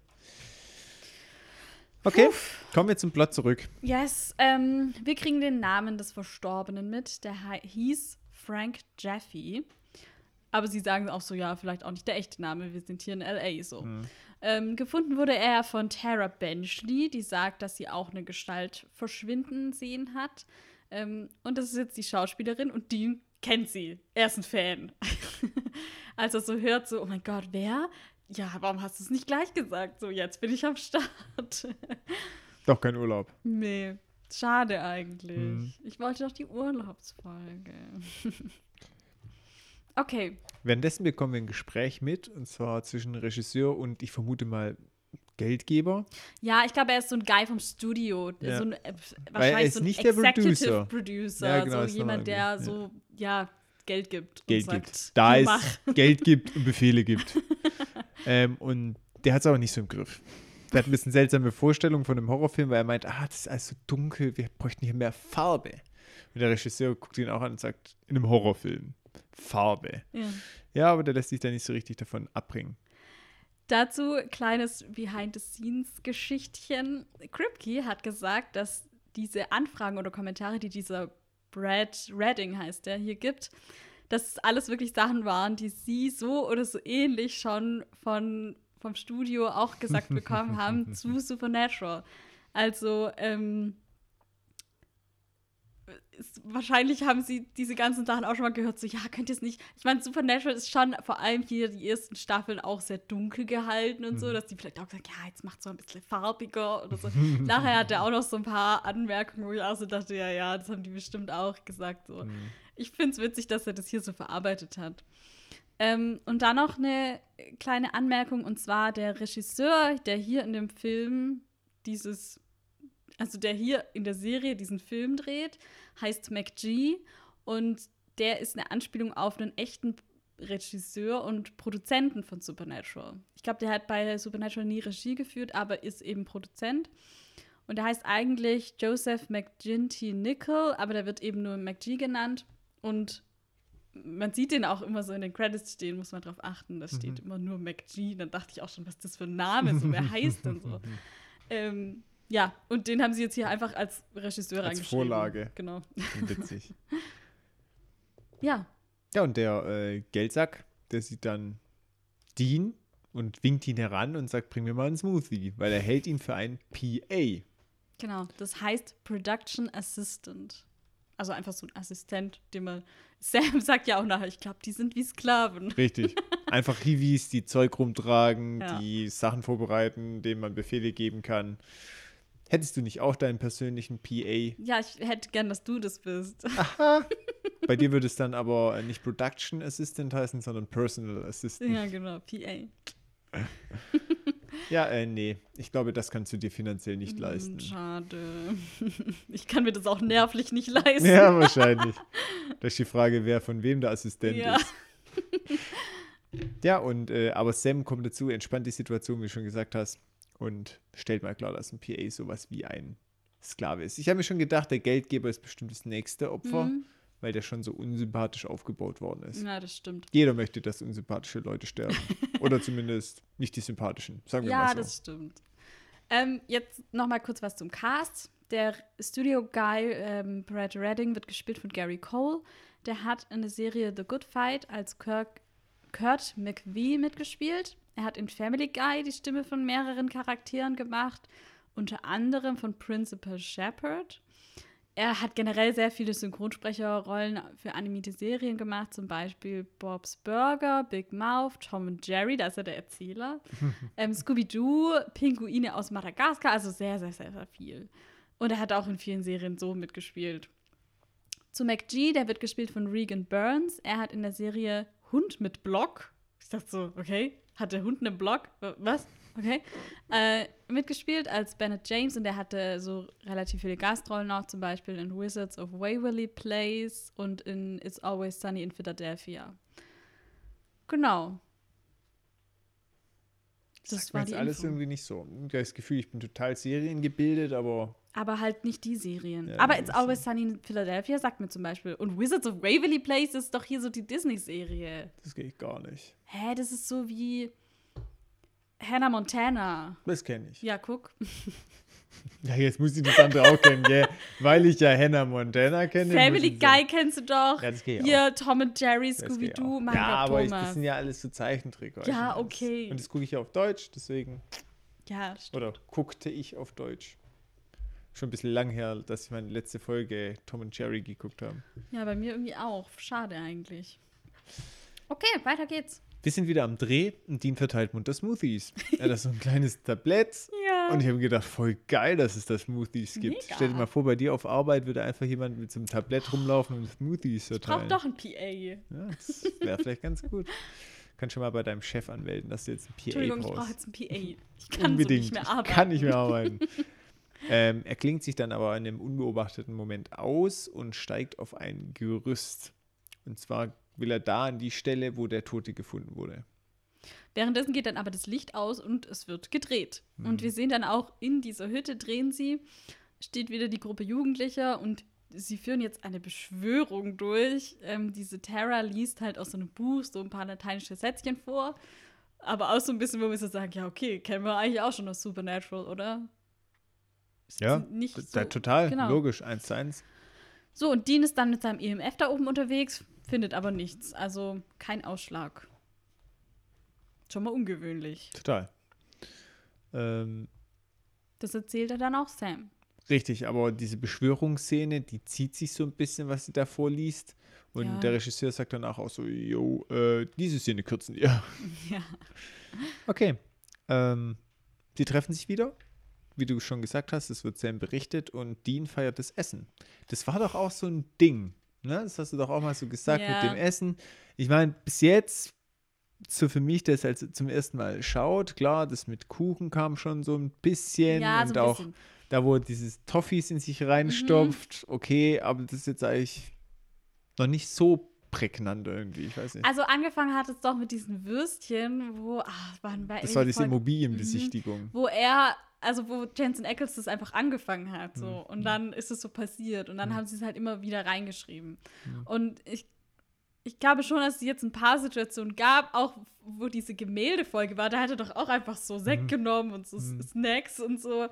[SPEAKER 2] Okay, kommen wir zum Plot zurück.
[SPEAKER 1] Yes, wir kriegen den Namen des Verstorbenen mit. Der hieß Frank Jaffe. Aber sie sagen auch so, ja, vielleicht auch nicht der echte Name. Wir sind hier in L.A. so. Gefunden wurde er von Tara Benchley, die sagt, dass sie auch eine Gestalt verschwinden sehen hat. Und das ist jetzt die Schauspielerin und Dean kennt sie. Er ist ein Fan. Als er so hört, so, oh mein Gott, wer? Ja, warum hast du es nicht gleich gesagt? So, jetzt bin ich am Start.
[SPEAKER 2] Doch kein Urlaub.
[SPEAKER 1] Nee, schade eigentlich.
[SPEAKER 2] Hm.
[SPEAKER 1] Ich wollte doch die Urlaubsfolge. Okay,
[SPEAKER 2] Währenddessen bekommen wir ein Gespräch mit, und zwar zwischen Regisseur und ich vermute mal Geldgeber.
[SPEAKER 1] ja, ich glaube, er ist so ein Guy vom Studio.
[SPEAKER 2] Ja.
[SPEAKER 1] So ein,
[SPEAKER 2] er
[SPEAKER 1] wahrscheinlich
[SPEAKER 2] ist
[SPEAKER 1] so ein
[SPEAKER 2] nicht der
[SPEAKER 1] Executive
[SPEAKER 2] Producer.
[SPEAKER 1] Producer.
[SPEAKER 2] Ja, genau,
[SPEAKER 1] so
[SPEAKER 2] ist nochmal
[SPEAKER 1] jemand, der
[SPEAKER 2] irgendwie,
[SPEAKER 1] so, ja, Geld gibt.
[SPEAKER 2] Geld
[SPEAKER 1] und sagt,
[SPEAKER 2] gibt. Da
[SPEAKER 1] hier,
[SPEAKER 2] ist
[SPEAKER 1] mach.
[SPEAKER 2] Geld gibt und Befehle gibt. Und der hat es auch nicht so im Griff. Der hat ein bisschen seltsame Vorstellungen von einem Horrorfilm, weil er meint, das ist alles so dunkel, wir bräuchten hier mehr Farbe. Und der Regisseur guckt ihn auch an und sagt, in einem Horrorfilm, Farbe.
[SPEAKER 1] Ja.
[SPEAKER 2] Ja, aber der lässt sich da nicht so richtig davon abbringen.
[SPEAKER 1] Dazu kleines Behind-the-Scenes-Geschichtchen. Kripke hat gesagt, dass diese Anfragen oder Kommentare, die dieser Brad Redding heißt, der hier gibt, dass es alles wirklich Sachen waren, die sie so oder so ähnlich schon vom Studio auch gesagt bekommen haben zu Supernatural. Also, wahrscheinlich haben sie diese ganzen Sachen auch schon mal gehört, so, ja, könnt ihr es nicht. Ich meine, Supernatural ist schon vor allem hier die ersten Staffeln auch sehr dunkel gehalten und so, dass die vielleicht auch gesagt, ja, jetzt macht es so ein bisschen farbiger oder so. Nachher hat er auch noch so ein paar Anmerkungen, wo ich auch so dachte, ja, das haben die bestimmt auch gesagt. So. Ich finde es witzig, dass er das hier so verarbeitet hat. Und dann noch eine kleine Anmerkung, und zwar der Regisseur, der hier in dem Film der hier in der Serie diesen Film dreht, heißt McG und der ist eine Anspielung auf einen echten Regisseur und Produzenten von Supernatural. Ich glaube, der hat bei Supernatural nie Regie geführt, aber ist eben Produzent. Und der heißt eigentlich Joseph McGinty Nicol, aber der wird eben nur McG genannt. Und man sieht den auch immer so in den Credits stehen, muss man drauf achten. Da steht immer nur McG. Dann dachte ich auch schon, was ist das für ein Name? So, wer heißt denn so? Ja, und den haben sie jetzt hier einfach als Regisseur
[SPEAKER 2] Als
[SPEAKER 1] reingeschrieben.
[SPEAKER 2] Vorlage.
[SPEAKER 1] Genau.
[SPEAKER 2] Witzig.
[SPEAKER 1] Ja.
[SPEAKER 2] Ja, und der Geldsack, der sieht dann Dean und winkt ihn heran und sagt, bring mir mal einen Smoothie, weil er hält ihn für einen PA.
[SPEAKER 1] Genau, das heißt Production Assistant. Also einfach so ein Assistent, den man. Sam sagt ja auch nachher, ich glaube, die sind wie Sklaven.
[SPEAKER 2] Richtig. Einfach Hiwis, die Zeug rumtragen,
[SPEAKER 1] Ja.
[SPEAKER 2] die Sachen vorbereiten, denen man Befehle geben kann. Hättest du nicht auch deinen persönlichen PA?
[SPEAKER 1] Ja, ich hätte gern, dass du das bist.
[SPEAKER 2] Bei dir würde es dann aber nicht Production Assistant heißen, sondern Personal Assistant.
[SPEAKER 1] Ja, genau, PA.
[SPEAKER 2] Ja, nee. Ich glaube, das kannst du dir finanziell nicht leisten.
[SPEAKER 1] Schade. Ich kann mir das auch nervlich nicht leisten.
[SPEAKER 2] Ja, wahrscheinlich. Das ist die Frage, wer von wem der Assistent
[SPEAKER 1] Ja.
[SPEAKER 2] ist. Ja, und aber Sam kommt dazu, entspannt die Situation, wie du schon gesagt hast, und stellt mal klar, dass ein PA sowas wie ein Sklave ist. Ich habe mir schon gedacht, der Geldgeber ist bestimmt das nächste Opfer, weil der schon so unsympathisch aufgebaut worden ist.
[SPEAKER 1] Ja, das stimmt.
[SPEAKER 2] Jeder möchte, dass unsympathische Leute sterben. Oder zumindest nicht die sympathischen, sagen wir
[SPEAKER 1] Ja,
[SPEAKER 2] mal so.
[SPEAKER 1] das stimmt. Jetzt noch mal kurz was zum Cast. Der Studio-Guy Brad Redding wird gespielt von Gary Cole. Der hat in der Serie The Good Fight als Kurt McVie mitgespielt. Er hat in Family Guy die Stimme von mehreren Charakteren gemacht, unter anderem von Principal Shepard. Er hat generell sehr viele Synchronsprecherrollen für animierte Serien gemacht, zum Beispiel Bob's Burger, Big Mouth, Tom und Jerry, da ist er der Erzähler, Scooby-Doo, Pinguine aus Madagaskar, also sehr, sehr, sehr, sehr viel. Und er hat auch in vielen Serien so mitgespielt. zu McG, der wird gespielt von Regan Burns. Er hat in der Serie Hund mit Block, ich dachte so, okay, hat der Hund einen Block? Was? Okay. Mitgespielt als Bennett James und der hatte so relativ viele Gastrollen auch, zum Beispiel in Wizards of Waverly Place und in It's Always Sunny in Philadelphia. Genau.
[SPEAKER 2] Das war jetzt alles irgendwie nicht so. Ich habe das Gefühl, ich bin total seriengebildet, aber
[SPEAKER 1] halt nicht die Serien.
[SPEAKER 2] Ja,
[SPEAKER 1] aber It's Always Sunny in Philadelphia sagt mir zum Beispiel. Und Wizards of Waverly Place ist doch hier so die Disney-Serie.
[SPEAKER 2] Das geht gar nicht.
[SPEAKER 1] Hä, das ist so wie Hannah Montana.
[SPEAKER 2] Das kenne ich.
[SPEAKER 1] Ja, guck.
[SPEAKER 2] Ja, jetzt muss ich das andere auch kennen, gell? Weil ich ja Hannah Montana kenne.
[SPEAKER 1] Family Guy kennst du doch.
[SPEAKER 2] Ja, das geht auch.
[SPEAKER 1] Hier Tom und Jerry, Scooby-Doo, mein
[SPEAKER 2] Ja,
[SPEAKER 1] Gott,
[SPEAKER 2] aber
[SPEAKER 1] Thomas.
[SPEAKER 2] das sind ja alles so Zeichentrick.
[SPEAKER 1] Ja, okay.
[SPEAKER 2] Und das gucke ich ja auf Deutsch, deswegen.
[SPEAKER 1] Ja, stimmt.
[SPEAKER 2] Oder guckte ich auf Deutsch. Schon ein bisschen lang her, dass ich meine letzte Folge Tom und Jerry geguckt habe.
[SPEAKER 1] Ja, bei mir irgendwie auch. Schade eigentlich. Okay, weiter geht's.
[SPEAKER 2] Wir sind wieder am Dreh und Dean verteilt munter Smoothies. Er hat da so ein kleines Tablett.
[SPEAKER 1] Ja.
[SPEAKER 2] Und ich habe mir gedacht, voll geil, dass es da Smoothies gibt.
[SPEAKER 1] Mega.
[SPEAKER 2] Stell dir mal vor, bei dir auf Arbeit würde einfach jemand mit so einem Tablett rumlaufen und Smoothies verteilen.
[SPEAKER 1] Braucht doch ein PA.
[SPEAKER 2] Ja, das wäre vielleicht ganz gut. Kannst schon mal bei deinem Chef anmelden, dass du jetzt ein PA
[SPEAKER 1] Entschuldigung,
[SPEAKER 2] brauchst.
[SPEAKER 1] ich brauche jetzt ein PA. Ich kann
[SPEAKER 2] Unbedingt.
[SPEAKER 1] so nicht mehr arbeiten.
[SPEAKER 2] Ich kann nicht mehr arbeiten. Er klingt sich dann aber in einem unbeobachteten Moment aus und steigt auf ein Gerüst. Und zwar will er da an die Stelle, wo der Tote gefunden wurde.
[SPEAKER 1] Währenddessen geht dann aber das Licht aus und es wird gedreht. Und wir sehen dann auch in dieser Hütte, drehen sie, steht wieder die Gruppe Jugendlicher und sie führen jetzt eine Beschwörung durch. Diese Tara liest halt aus so einem Buch so ein paar lateinische Sätzchen vor. Aber auch so ein bisschen, wo wir so sagen, ja okay, kennen wir eigentlich auch schon aus Supernatural, oder? Ist
[SPEAKER 2] Ja,
[SPEAKER 1] nicht so,
[SPEAKER 2] total,
[SPEAKER 1] genau.
[SPEAKER 2] logisch, 1:1.
[SPEAKER 1] So, und Dean ist dann mit seinem EMF da oben unterwegs, findet aber nichts. Also kein Ausschlag. Schon mal ungewöhnlich.
[SPEAKER 2] Total.
[SPEAKER 1] Das erzählt er dann auch Sam.
[SPEAKER 2] Richtig, aber diese Beschwörungsszene, die zieht sich so ein bisschen, was sie da vorliest. Und
[SPEAKER 1] Ja.
[SPEAKER 2] der Regisseur sagt danach auch so, jo, diese Szene kürzen wir.
[SPEAKER 1] Ja.
[SPEAKER 2] Okay. Sie treffen sich wieder. Wie du schon gesagt hast, es wird Sam berichtet und Dean feiert das Essen. Das war doch auch so ein Ding. Ne? Das hast du doch auch mal so gesagt
[SPEAKER 1] Ja.
[SPEAKER 2] mit dem Essen. Ich meine, bis jetzt, so für mich, der es halt zum ersten Mal schaut, klar, das mit Kuchen kam schon so ein bisschen.
[SPEAKER 1] Ja,
[SPEAKER 2] und
[SPEAKER 1] so ein
[SPEAKER 2] auch
[SPEAKER 1] bisschen.
[SPEAKER 2] da, wo er dieses Toffees in sich reinstopft, okay, aber das ist jetzt eigentlich noch nicht so prägnant irgendwie, ich weiß nicht.
[SPEAKER 1] Also angefangen hat es doch mit diesen Würstchen, wo,
[SPEAKER 2] Das war diese Immobilienbesichtigung.
[SPEAKER 1] wo Jensen Ackles das einfach angefangen hat. So. Und dann ist es so passiert. Und dann haben sie es halt immer wieder reingeschrieben. Und ich glaube schon, dass es jetzt ein paar Situationen gab, auch wo diese Gemäldefolge war, da hat er doch auch einfach so Sekt genommen und so Snacks und so.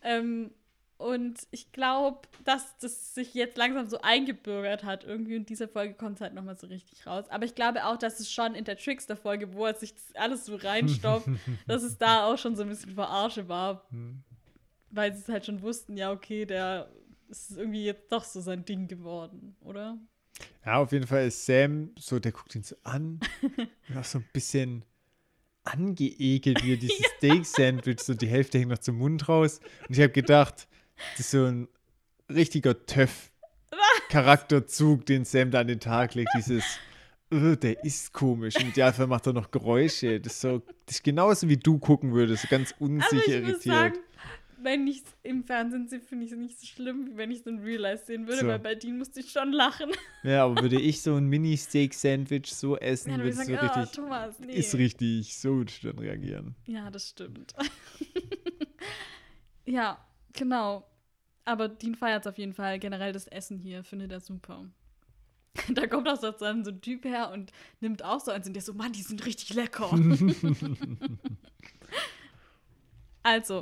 [SPEAKER 1] Und ich glaube, dass das sich jetzt langsam so eingebürgert hat. Irgendwie in dieser Folge kommt es halt nochmal so richtig raus. Aber ich glaube auch, dass es schon in der Trickster-Folge, wo er sich das alles so reinstopft, dass es da auch schon so ein bisschen Verarsche war. Weil sie es halt schon wussten, ja, okay, der ist irgendwie jetzt doch so sein Ding geworden, oder?
[SPEAKER 2] Ja, auf jeden Fall ist Sam so, der guckt ihn so an und auch so ein bisschen angeekelt, wie er dieses Steak-Sandwich, so die Hälfte hängt noch zum Mund raus. Und ich habe gedacht, das ist so ein richtiger Töff-Charakterzug, den Sam da an den Tag legt. Dieses, der ist komisch. Im Idealfall macht er noch Geräusche. Das ist genauso, wie du gucken würdest, so ganz unsicher,
[SPEAKER 1] Also ich
[SPEAKER 2] irritiert.
[SPEAKER 1] muss sagen, wenn ich es im Fernsehen sehe, finde ich es nicht so schlimm, wie wenn ich es in Real Life sehen würde,
[SPEAKER 2] So.
[SPEAKER 1] weil bei Dean musste ich schon lachen.
[SPEAKER 2] Ja, aber würde ich so ein Mini-Steak-Sandwich so essen,
[SPEAKER 1] Ja, dann
[SPEAKER 2] würde
[SPEAKER 1] würde
[SPEAKER 2] ich
[SPEAKER 1] ich
[SPEAKER 2] so
[SPEAKER 1] sagen,
[SPEAKER 2] richtig,
[SPEAKER 1] Thomas, nee.
[SPEAKER 2] ist richtig, so würde ich dann reagieren.
[SPEAKER 1] Ja, das stimmt. Ja, genau. Aber Dean feiert es auf jeden Fall. Generell das Essen hier findet er super. Da kommt auch so dann so ein Typ her und nimmt auch so eins und der so, Mann, die sind richtig lecker. Also,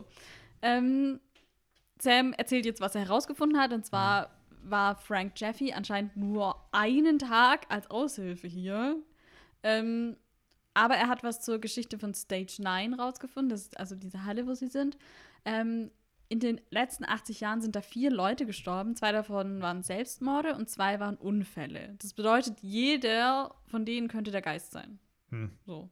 [SPEAKER 1] Sam erzählt jetzt, was er herausgefunden hat. Und zwar war Frank Jeffy anscheinend nur einen Tag als Aushilfe hier. Aber er hat was zur Geschichte von Stage 9 rausgefunden. Das ist also diese Halle, wo sie sind. In den letzten 80 Jahren sind da 4 Leute gestorben. 2 davon waren Selbstmorde und 2 waren Unfälle. Das bedeutet, jeder von denen könnte der Geist sein. So.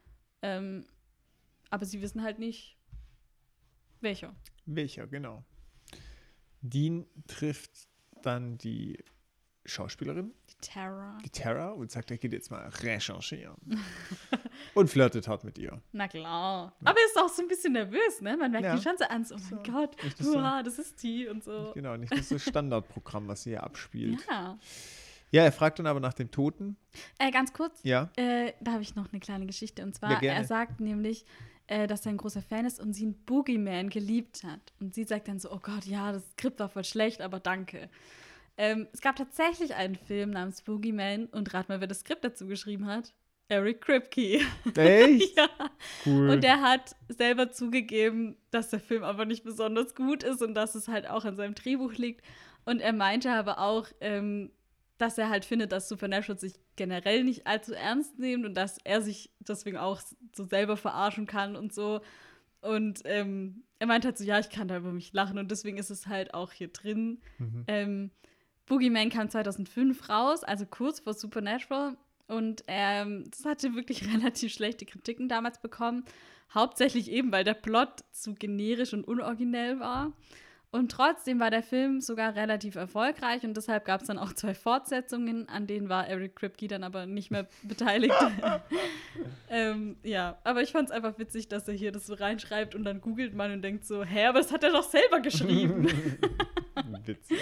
[SPEAKER 1] Aber sie wissen halt nicht, welcher.
[SPEAKER 2] Welcher, genau. Dean trifft dann die Schauspielerin,
[SPEAKER 1] Die
[SPEAKER 2] die Tara, und sagt, er geht jetzt mal recherchieren. Und flirtet hart mit ihr.
[SPEAKER 1] Na klar. Aber er ist auch so ein bisschen nervös, ne? Man merkt
[SPEAKER 2] Ja.
[SPEAKER 1] die schon so an, so, oh mein Gott,
[SPEAKER 2] Nicht, dass so-
[SPEAKER 1] das ist die und so.
[SPEAKER 2] Genau, nicht das Standardprogramm, was sie hier abspielt.
[SPEAKER 1] Ja.
[SPEAKER 2] Ja, er fragt dann aber nach dem Toten.
[SPEAKER 1] Ganz kurz,
[SPEAKER 2] Ja,
[SPEAKER 1] da habe ich noch eine kleine Geschichte. Und
[SPEAKER 2] Ja,
[SPEAKER 1] zwar,
[SPEAKER 2] gerne.
[SPEAKER 1] er sagt nämlich, dass er ein großer Fan ist und sie einen Boogeyman geliebt hat. Und sie sagt dann so, oh Gott, ja, das Skript war voll schlecht, aber danke. Es gab tatsächlich einen Film namens Boogeyman und rat mal, wer das Skript dazu geschrieben hat. Eric Kripke.
[SPEAKER 2] echt?
[SPEAKER 1] Ja.
[SPEAKER 2] Cool.
[SPEAKER 1] Und er hat selber zugegeben, dass der Film aber nicht besonders gut ist und dass es halt auch an seinem Drehbuch liegt. Und er meinte aber auch, dass er halt findet, dass Supernatural sich generell nicht allzu ernst nimmt und dass er sich deswegen auch so selber verarschen kann und so. Und er meint halt so, ja, ich kann da über mich lachen und deswegen ist es halt auch hier drin. Boogeyman kam 2005 raus, also kurz vor Supernatural. Und das hatte wirklich relativ schlechte Kritiken damals bekommen. Hauptsächlich eben, weil der Plot zu generisch und unoriginell war. Und trotzdem war der Film sogar relativ erfolgreich und deshalb gab es dann auch 2 Fortsetzungen, an denen war Eric Kripke dann aber nicht mehr beteiligt. Ja, aber ich fand es einfach witzig, dass er hier das so reinschreibt und dann googelt man und denkt so, hä, aber das hat er doch selber geschrieben.
[SPEAKER 2] Witzig.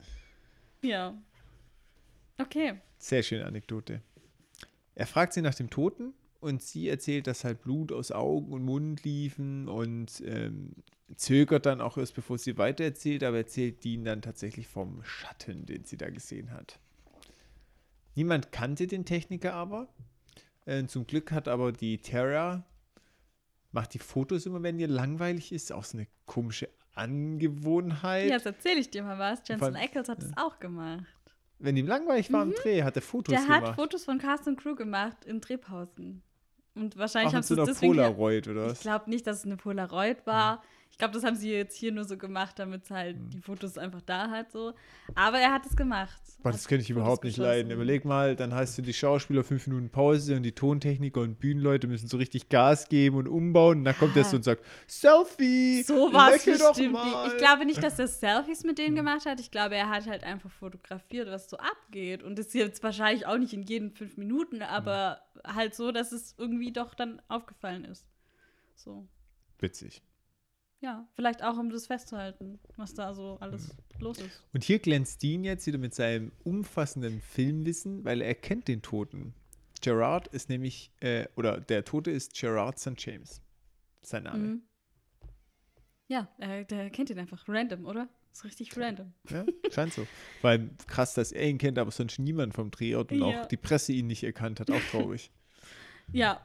[SPEAKER 1] Ja. Okay.
[SPEAKER 2] Sehr schöne Anekdote. Er fragt sie nach dem Toten und sie erzählt, dass halt Blut aus Augen und Mund liefen und zögert dann auch erst, bevor sie weitererzählt, aber erzählt Dean dann tatsächlich vom Schatten, den sie da gesehen hat. Niemand kannte den Techniker aber. Zum Glück hat aber die Tara, macht die Fotos immer, wenn ihr langweilig ist, auch so eine komische Angewohnheit.
[SPEAKER 1] Ja, jetzt erzähle ich dir mal was. Jensen
[SPEAKER 2] Vor-
[SPEAKER 1] Ackles hat das auch gemacht.
[SPEAKER 2] Wenn ihm langweilig war im Dreh, hat er Fotos
[SPEAKER 1] Der
[SPEAKER 2] gemacht.
[SPEAKER 1] hat Fotos von Cast und Crew gemacht in Drehpausen. Und wahrscheinlich
[SPEAKER 2] Auch
[SPEAKER 1] haben
[SPEAKER 2] mit
[SPEAKER 1] sie
[SPEAKER 2] so
[SPEAKER 1] es
[SPEAKER 2] einer
[SPEAKER 1] deswegen.
[SPEAKER 2] Polaroid, oder
[SPEAKER 1] Ich
[SPEAKER 2] was?
[SPEAKER 1] glaube nicht, dass es eine Polaroid war. Ich glaube, das haben sie jetzt hier nur so gemacht, damit es halt die Fotos einfach da hat. So. Aber er hat es gemacht.
[SPEAKER 2] Boah, das könnte ich überhaupt nicht leiden. Überleg mal, dann hast du die Schauspieler 5 Minuten Pause und die Tontechniker und Bühnenleute müssen so richtig Gas geben und umbauen. Und dann kommt der so und sagt, Selfie!
[SPEAKER 1] So war es
[SPEAKER 2] lächel doch
[SPEAKER 1] bestimmt
[SPEAKER 2] mal.
[SPEAKER 1] nicht. Ich glaube nicht, dass er Selfies mit denen gemacht hat. Ich glaube, er hat halt einfach fotografiert, was so abgeht. Und das ist jetzt wahrscheinlich auch nicht in jeden 5 Minuten, aber halt so, dass es irgendwie doch dann aufgefallen ist. So.
[SPEAKER 2] Witzig.
[SPEAKER 1] Ja, vielleicht auch, um das festzuhalten, was da so alles los ist.
[SPEAKER 2] Und hier glänzt Dean jetzt wieder mit seinem umfassenden Filmwissen, weil er kennt den Toten. Gerard ist nämlich, oder der Tote ist Gerard St. James. Sein Name.
[SPEAKER 1] Mhm. Ja, der kennt ihn einfach. Random, oder? Ist richtig random.
[SPEAKER 2] Ja, scheint so. Weil krass, dass er ihn kennt, aber sonst niemand vom Drehort und
[SPEAKER 1] Ja.
[SPEAKER 2] auch die Presse ihn nicht erkannt hat. Auch traurig.
[SPEAKER 1] Ja,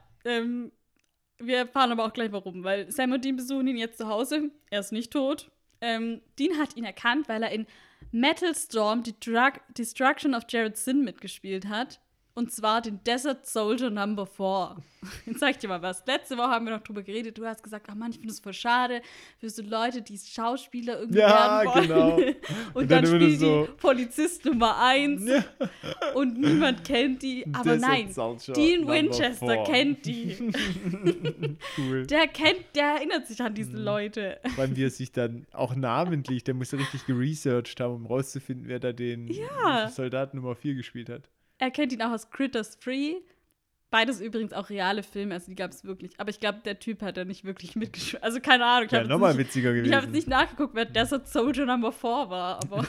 [SPEAKER 1] wir erfahren aber auch gleich warum, weil Sam und Dean besuchen ihn jetzt zu Hause. Er ist nicht tot. Dean hat ihn erkannt, weil er in Metal Storm Destruction of Jared Sin mitgespielt hat. Und zwar den Desert Soldier Number 4. Jetzt sag ich dir mal was. Letzte Woche haben wir noch drüber geredet. Du hast gesagt, ach Mann, ich finde es voll schade für so Leute, die Schauspieler irgendwie
[SPEAKER 2] Ja,
[SPEAKER 1] werden wollen.
[SPEAKER 2] genau.
[SPEAKER 1] Und dann
[SPEAKER 2] immer
[SPEAKER 1] spielt
[SPEAKER 2] so-
[SPEAKER 1] die Polizist Nummer 1 und niemand kennt die. Aber
[SPEAKER 2] Desert
[SPEAKER 1] nein,
[SPEAKER 2] Soldier
[SPEAKER 1] Dean
[SPEAKER 2] Number
[SPEAKER 1] Winchester
[SPEAKER 2] 4.
[SPEAKER 1] kennt die.
[SPEAKER 2] Cool.
[SPEAKER 1] Der erinnert sich an diese Leute.
[SPEAKER 2] Weil wir sich dann auch namentlich, der muss ja richtig geresearched haben, um rauszufinden, wer da den Soldaten Nummer 4 gespielt hat.
[SPEAKER 1] Er kennt ihn auch aus Critters 3. Beides übrigens auch reale Filme, also die gab es wirklich. Aber ich glaube, der Typ hat da nicht wirklich mitgespielt. Also keine Ahnung.
[SPEAKER 2] Ja, nochmal witziger
[SPEAKER 1] Ich habe
[SPEAKER 2] gewesen.
[SPEAKER 1] jetzt nicht nachgeguckt, wer Desert Soldier Number 4 war, aber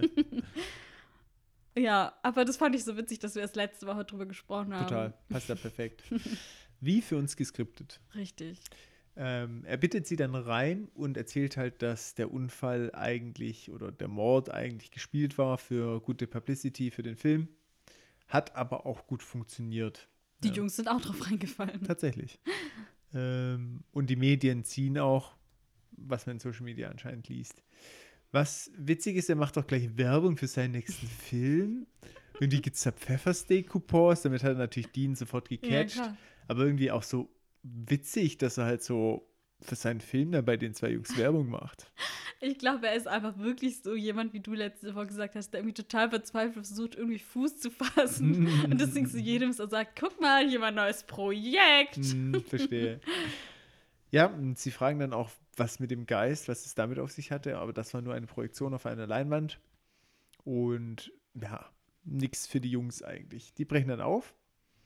[SPEAKER 1] ja, aber das fand ich so witzig, dass wir erst letzte Woche drüber gesprochen haben.
[SPEAKER 2] Total, passt da perfekt. Wie für uns geskriptet.
[SPEAKER 1] Richtig.
[SPEAKER 2] Er bittet sie dann rein und erzählt halt, dass der Unfall eigentlich oder der Mord eigentlich gespielt war für gute Publicity für den Film. Hat aber auch gut funktioniert.
[SPEAKER 1] Die Jungs sind auch drauf reingefallen.
[SPEAKER 2] Tatsächlich. Und die Medien ziehen auch, was man in Social Media anscheinend liest. Was witzig ist, er macht auch gleich Werbung für seinen nächsten Film. Irgendwie gibt es da Pfeffersteak-Coupons, damit hat er natürlich Dean sofort gecatcht.
[SPEAKER 1] klar.
[SPEAKER 2] Aber irgendwie auch so witzig, dass er halt so für seinen Film dann bei den 2 Jungs Werbung macht.
[SPEAKER 1] Ich glaube, er ist einfach wirklich so jemand, wie du letzte Woche gesagt hast, der irgendwie total verzweifelt versucht, irgendwie Fuß zu fassen. Und deswegen zu jedem so sagt, guck mal, hier mein neues Projekt.
[SPEAKER 2] Verstehe. Ja, und sie fragen dann auch, was mit dem Geist, was es damit auf sich hatte, aber das war nur eine Projektion auf einer Leinwand. Und ja, nichts für die Jungs eigentlich. Die brechen dann auf.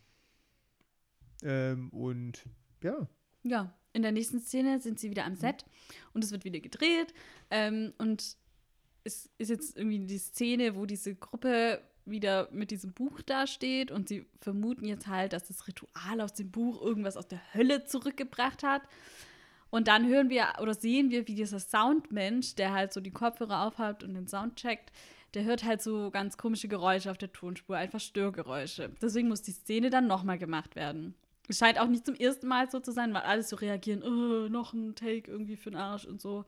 [SPEAKER 2] Und ja.
[SPEAKER 1] Ja, in der nächsten Szene sind sie wieder am Set und es wird wieder gedreht. Und es ist jetzt irgendwie die Szene, wo diese Gruppe wieder mit diesem Buch dasteht und sie vermuten jetzt halt, dass das Ritual aus dem Buch irgendwas aus der Hölle zurückgebracht hat. Und dann hören wir oder sehen wir, wie dieser Soundmensch, der halt so die Kopfhörer aufhat und den Sound checkt, der hört halt so ganz komische Geräusche auf der Tonspur, einfach Störgeräusche. Deswegen muss die Szene dann nochmal gemacht werden. Es scheint auch nicht zum ersten Mal so zu sein, weil alle so reagieren, oh, noch ein Take irgendwie für den Arsch und so.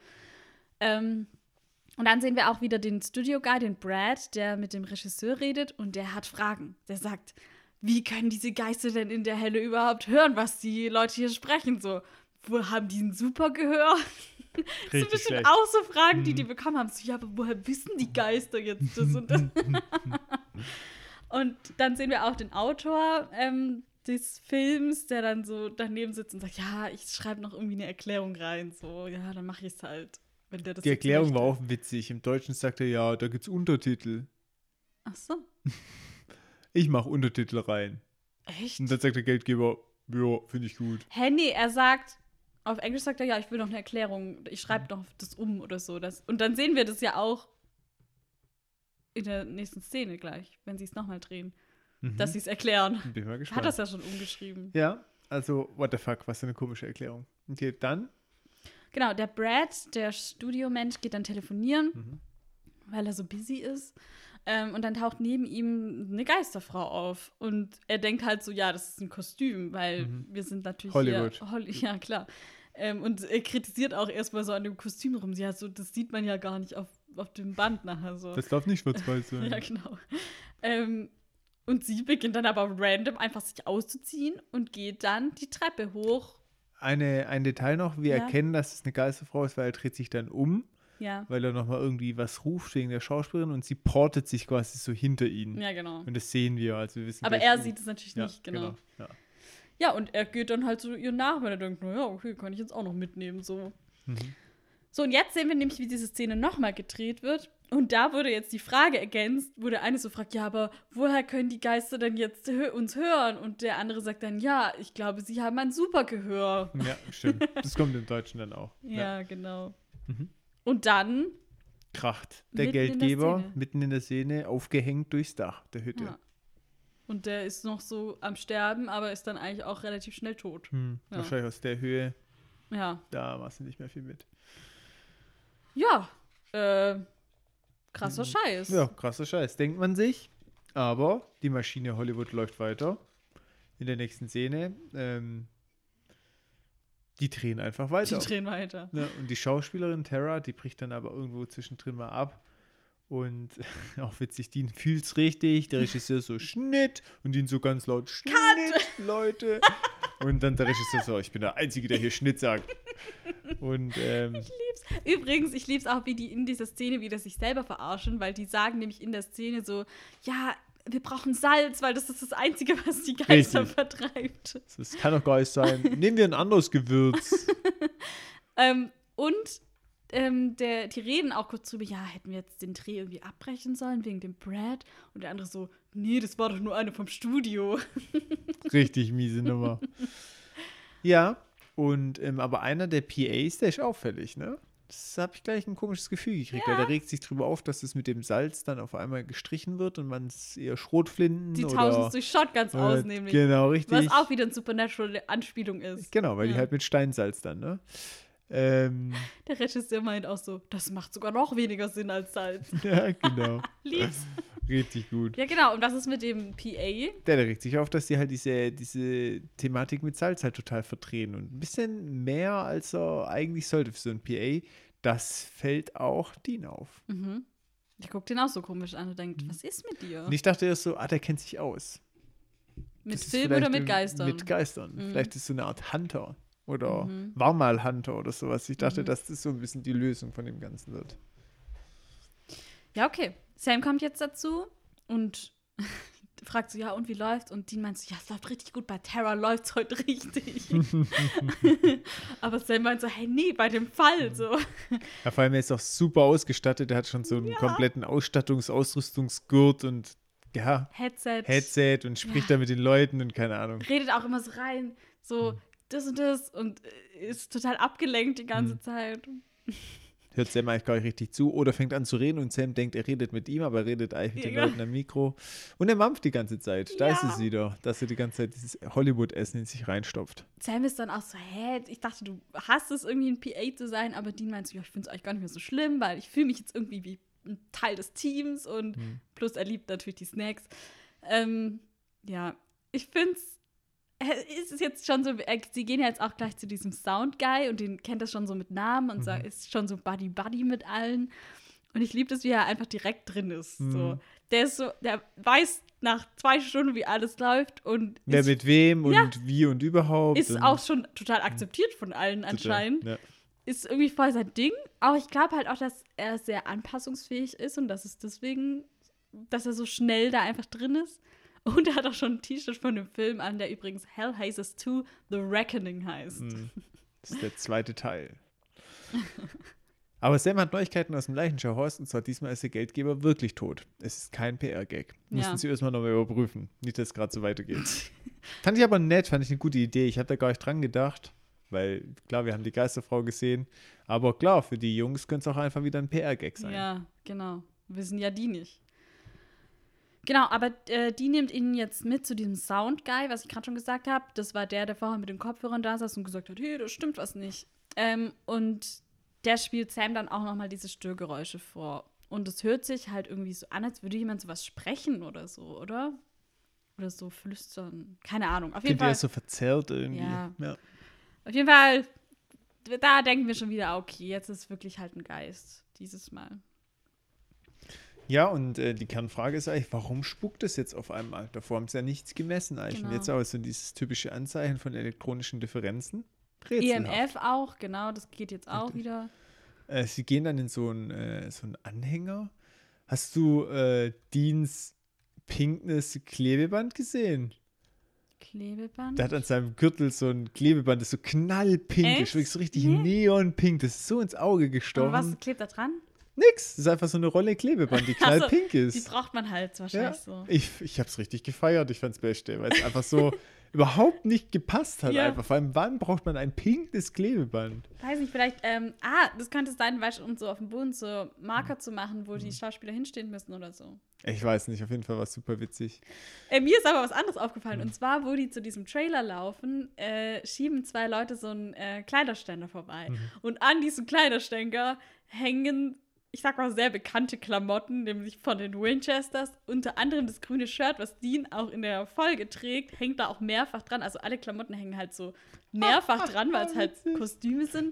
[SPEAKER 1] Und dann sehen wir auch wieder den Studio-Guy, den Brad, der mit dem Regisseur redet und der hat Fragen. Der sagt, wie können diese Geister denn in der Hölle überhaupt hören, was die Leute hier sprechen? So, wo haben die ein super Gehör? Das sind bestimmt auch so Fragen, die bekommen haben. So, ja, aber woher wissen die Geister jetzt das und das? Und dann sehen wir auch den Autor des Films, der dann so daneben sitzt und sagt, ja, ich schreibe noch irgendwie eine Erklärung rein. So, ja, dann mache ich es halt. Wenn der das
[SPEAKER 2] die Erklärung war auch witzig. Im Deutschen sagt er, ja, da gibt's Untertitel.
[SPEAKER 1] Ach so.
[SPEAKER 2] Ich mache Untertitel rein.
[SPEAKER 1] Echt?
[SPEAKER 2] Und dann sagt der Geldgeber, ja, finde ich gut.
[SPEAKER 1] Hä, nee, er sagt, auf Englisch sagt er, ja, ich will noch eine Erklärung. Ich schreibe noch das um oder so. Und dann sehen wir das ja auch in der nächsten Szene gleich, wenn sie es nochmal drehen. Dass sie es erklären.
[SPEAKER 2] Bin mal gespannt.
[SPEAKER 1] Hat das ja schon umgeschrieben.
[SPEAKER 2] Ja, also, what the fuck, was für eine komische Erklärung. Okay, dann?
[SPEAKER 1] Genau, der Brad, der Studiomensch, geht dann telefonieren, weil er so busy ist. Und dann taucht neben ihm eine Geisterfrau auf. Und er denkt halt so, ja, das ist ein Kostüm, weil wir sind natürlich
[SPEAKER 2] Hollywood.
[SPEAKER 1] Ja, klar. Und er kritisiert auch erstmal so an dem Kostüm rum. Ja, so, das sieht man ja gar nicht auf dem Band nachher so.
[SPEAKER 2] Das darf nicht schwarz-weiß sein.
[SPEAKER 1] Ja, genau. Und sie beginnt dann aber random einfach sich auszuziehen und geht dann die Treppe hoch.
[SPEAKER 2] Ein Detail noch, wir erkennen, dass es eine Geisterfrau ist, weil er dreht sich dann um, weil er nochmal irgendwie was ruft wegen der Schauspielerin und sie portet sich quasi so hinter ihn.
[SPEAKER 1] Ja, genau.
[SPEAKER 2] Und das sehen wir, also wir wissen.
[SPEAKER 1] Aber er sieht es natürlich nicht, genau. Ja, und er geht dann halt so ihr nach, weil er denkt, naja, okay, kann ich jetzt auch noch mitnehmen, so. So, und jetzt sehen wir nämlich, wie diese Szene nochmal gedreht wird. Und da wurde jetzt die Frage ergänzt, wo der eine so fragt, ja, aber woher können die Geister denn jetzt uns hören? Und der andere sagt dann, ja, ich glaube, sie haben ein super Gehör.
[SPEAKER 2] Ja, stimmt. Das kommt im Deutschen dann auch.
[SPEAKER 1] Ja, genau. Und dann
[SPEAKER 2] kracht der Geldgeber mitten in der Szene, aufgehängt durchs Dach der Hütte. Ja.
[SPEAKER 1] Und der ist noch so am Sterben, aber ist dann eigentlich auch relativ schnell tot.
[SPEAKER 2] Wahrscheinlich aus der Höhe.
[SPEAKER 1] Ja.
[SPEAKER 2] Da machst du nicht mehr viel mit.
[SPEAKER 1] Ja, krasser Scheiß.
[SPEAKER 2] Ja, krasser Scheiß, denkt man sich. Aber die Maschine Hollywood läuft weiter. In der nächsten Szene. Die drehen einfach weiter.
[SPEAKER 1] Die drehen weiter.
[SPEAKER 2] Ja, und die Schauspielerin Tara, die bricht dann aber irgendwo zwischendrin mal ab. Und auch witzig, die fühlt's richtig. Der Regisseur so Schnitt und ihn so ganz laut Schnitt,
[SPEAKER 1] Cut!
[SPEAKER 2] Leute. Und dann der Regisseur so, ich bin der Einzige, der hier Schnitt sagt. Und,
[SPEAKER 1] ich lieb's. Übrigens, ich lieb's auch, wie die in dieser Szene wieder sich selber verarschen, weil die sagen nämlich in der Szene so, ja, wir brauchen Salz, weil das ist das Einzige, was die Geister vertreibt.
[SPEAKER 2] Das kann doch gar nicht sein. Nehmen wir ein anderes Gewürz.
[SPEAKER 1] Die reden auch kurz drüber, ja, hätten wir jetzt den Dreh irgendwie abbrechen sollen wegen dem Brad? Und der andere so, nee, das war doch nur eine vom Studio.
[SPEAKER 2] Richtig miese Nummer. Ja, und aber einer der PAs, der ist auffällig, ne? Das habe ich gleich ein komisches Gefühl gekriegt, weil der regt sich drüber auf, dass es mit dem Salz dann auf einmal gestrichen wird und man es eher Schrotflinten
[SPEAKER 1] die tauschen es durch Shotguns aus, nämlich.
[SPEAKER 2] Genau, richtig.
[SPEAKER 1] Was auch wieder eine Supernatural-Anspielung ist.
[SPEAKER 2] Genau, weil die halt mit Steinsalz dann, ne?
[SPEAKER 1] Der Regisseur meint auch so, das macht sogar noch weniger Sinn als Salz.
[SPEAKER 2] Ja, genau.
[SPEAKER 1] Lieb's.
[SPEAKER 2] Richtig gut.
[SPEAKER 1] Ja, genau. Und was ist mit dem PA?
[SPEAKER 2] Der regt sich auf, dass die halt diese Thematik mit Salz halt total verdrehen. Und ein bisschen mehr, als er eigentlich sollte für so ein PA. Das fällt auch Dean auf.
[SPEAKER 1] Der guckt den auch so komisch an und denkt, was ist mit dir?
[SPEAKER 2] Und ich dachte erst so, der kennt sich aus.
[SPEAKER 1] Mit Film oder mit Geistern?
[SPEAKER 2] Mit Geistern. Vielleicht ist so eine Art Hunter. Oder war mal Hunter oder sowas. Ich dachte, dass das so ein bisschen die Lösung von dem Ganzen wird.
[SPEAKER 1] Ja, okay. Sam kommt jetzt dazu und fragt so, ja, und wie läuft's? Und Dean meint so, ja, es läuft richtig gut. Bei Tara läuft's heute richtig. Aber Sam meint so, hey, nee, bei dem Fall so.
[SPEAKER 2] Ja, vor allem, er ist auch super ausgestattet. Er hat schon so einen kompletten Ausrüstungsgurt und ja,
[SPEAKER 1] Headset.
[SPEAKER 2] Headset und spricht da mit den Leuten und keine Ahnung.
[SPEAKER 1] Redet auch immer so rein, so das und das und ist total abgelenkt die ganze Zeit.
[SPEAKER 2] Hört Sam eigentlich gar nicht richtig zu oder fängt an zu reden und Sam denkt, er redet mit ihm, aber er redet eigentlich mit den Leuten am Mikro. Und er mampft die ganze Zeit. Da ist es wieder, dass er die ganze Zeit dieses Hollywood-Essen in sich reinstopft.
[SPEAKER 1] Sam ist dann auch so, ich dachte, du hast es irgendwie ein PA zu sein, aber Dean meint so, ja, ich finde es eigentlich gar nicht mehr so schlimm, weil ich fühle mich jetzt irgendwie wie ein Teil des Teams und plus er liebt natürlich die Snacks. Ja, ich finde es ist jetzt schon so, sie gehen ja jetzt auch gleich zu diesem Sound-Guy und den kennt das schon so mit Namen und ist schon so Buddy-Buddy mit allen. Und ich liebe das, wie er einfach direkt drin ist. So. Der weiß nach 2 Stunden, wie alles läuft und
[SPEAKER 2] wer mit wem und wie und überhaupt.
[SPEAKER 1] Ist
[SPEAKER 2] und
[SPEAKER 1] auch schon total akzeptiert von allen anscheinend.
[SPEAKER 2] Ja.
[SPEAKER 1] Ist irgendwie voll sein Ding. Aber ich glaube halt auch, dass er sehr anpassungsfähig ist und dass es deswegen, dass er so schnell da einfach drin ist. Und er hat auch schon ein T-Shirt von dem Film an, der übrigens Hellhazer 2 The Reckoning heißt.
[SPEAKER 2] Das ist der 2. Teil. Aber Sam hat Neuigkeiten aus dem Leichenschauhaus und zwar diesmal ist der Geldgeber wirklich tot. Es ist kein PR-Gag. Mussten sie erstmal nochmal überprüfen. Nicht, dass es gerade so weitergeht. Fand ich aber nett, fand ich eine gute Idee. Ich habe da gar nicht dran gedacht, weil klar, wir haben die Geisterfrau gesehen. Aber klar, für die Jungs könnte es auch einfach wieder ein PR-Gag sein.
[SPEAKER 1] Ja, genau. Wissen ja die nicht. Genau, aber die nimmt ihn jetzt mit zu diesem Sound-Guy, was ich gerade schon gesagt habe. Das war der vorher mit den Kopfhörern da saß und gesagt hat, hey, da stimmt was nicht. Und der spielt Sam dann auch nochmal diese Störgeräusche vor. Und es hört sich halt irgendwie so an, als würde jemand sowas sprechen oder so, oder? Oder so flüstern. Keine Ahnung. Auf jeden Fall.
[SPEAKER 2] Ja so verzerrt irgendwie.
[SPEAKER 1] Ja.
[SPEAKER 2] Ja.
[SPEAKER 1] Auf jeden Fall, da denken wir schon wieder, okay, jetzt ist wirklich halt ein Geist dieses Mal.
[SPEAKER 2] Ja, und die Kernfrage ist eigentlich, warum spuckt es jetzt auf einmal? Davor haben sie ja nichts gemessen eigentlich.
[SPEAKER 1] Genau.
[SPEAKER 2] Und jetzt aber so dieses typische Anzeichen von elektronischen Differenzen.
[SPEAKER 1] EMF auch, genau, das geht jetzt auch wieder.
[SPEAKER 2] Sie gehen dann in so einen Anhänger. Hast du Deans pinkes Klebeband gesehen?
[SPEAKER 1] Klebeband?
[SPEAKER 2] Der hat an seinem Gürtel so ein Klebeband, das ist so knallpink ist, wirklich so richtig neonpink. Das ist so ins Auge gestochen.
[SPEAKER 1] Aber was klebt da dran?
[SPEAKER 2] Nix, das ist einfach so eine Rolle Klebeband, die knallpink ist.
[SPEAKER 1] Die braucht man halt wahrscheinlich so.
[SPEAKER 2] Ich hab's richtig gefeiert, ich fand's Beste, weil es einfach so überhaupt nicht gepasst hat einfach. Vor allem, wann braucht man ein pinkes Klebeband?
[SPEAKER 1] Weiß nicht, vielleicht, das könnte es sein, weißt du, um so auf dem Boden so Marker zu machen, wo die Schauspieler hinstehen müssen oder so.
[SPEAKER 2] Ich weiß nicht, auf jeden Fall war es super witzig.
[SPEAKER 1] Mir ist aber was anderes aufgefallen. Und zwar, wo die zu diesem Trailer laufen, schieben 2 Leute so einen Kleiderständer vorbei. Und an diesem Kleiderständer hängen, ich sag mal, sehr bekannte Klamotten, nämlich von den Winchesters. Unter anderem das grüne Shirt, was Dean auch in der Folge trägt, hängt da auch mehrfach dran. Also alle Klamotten hängen halt so mehrfach dran, weil es halt Kostüme sind.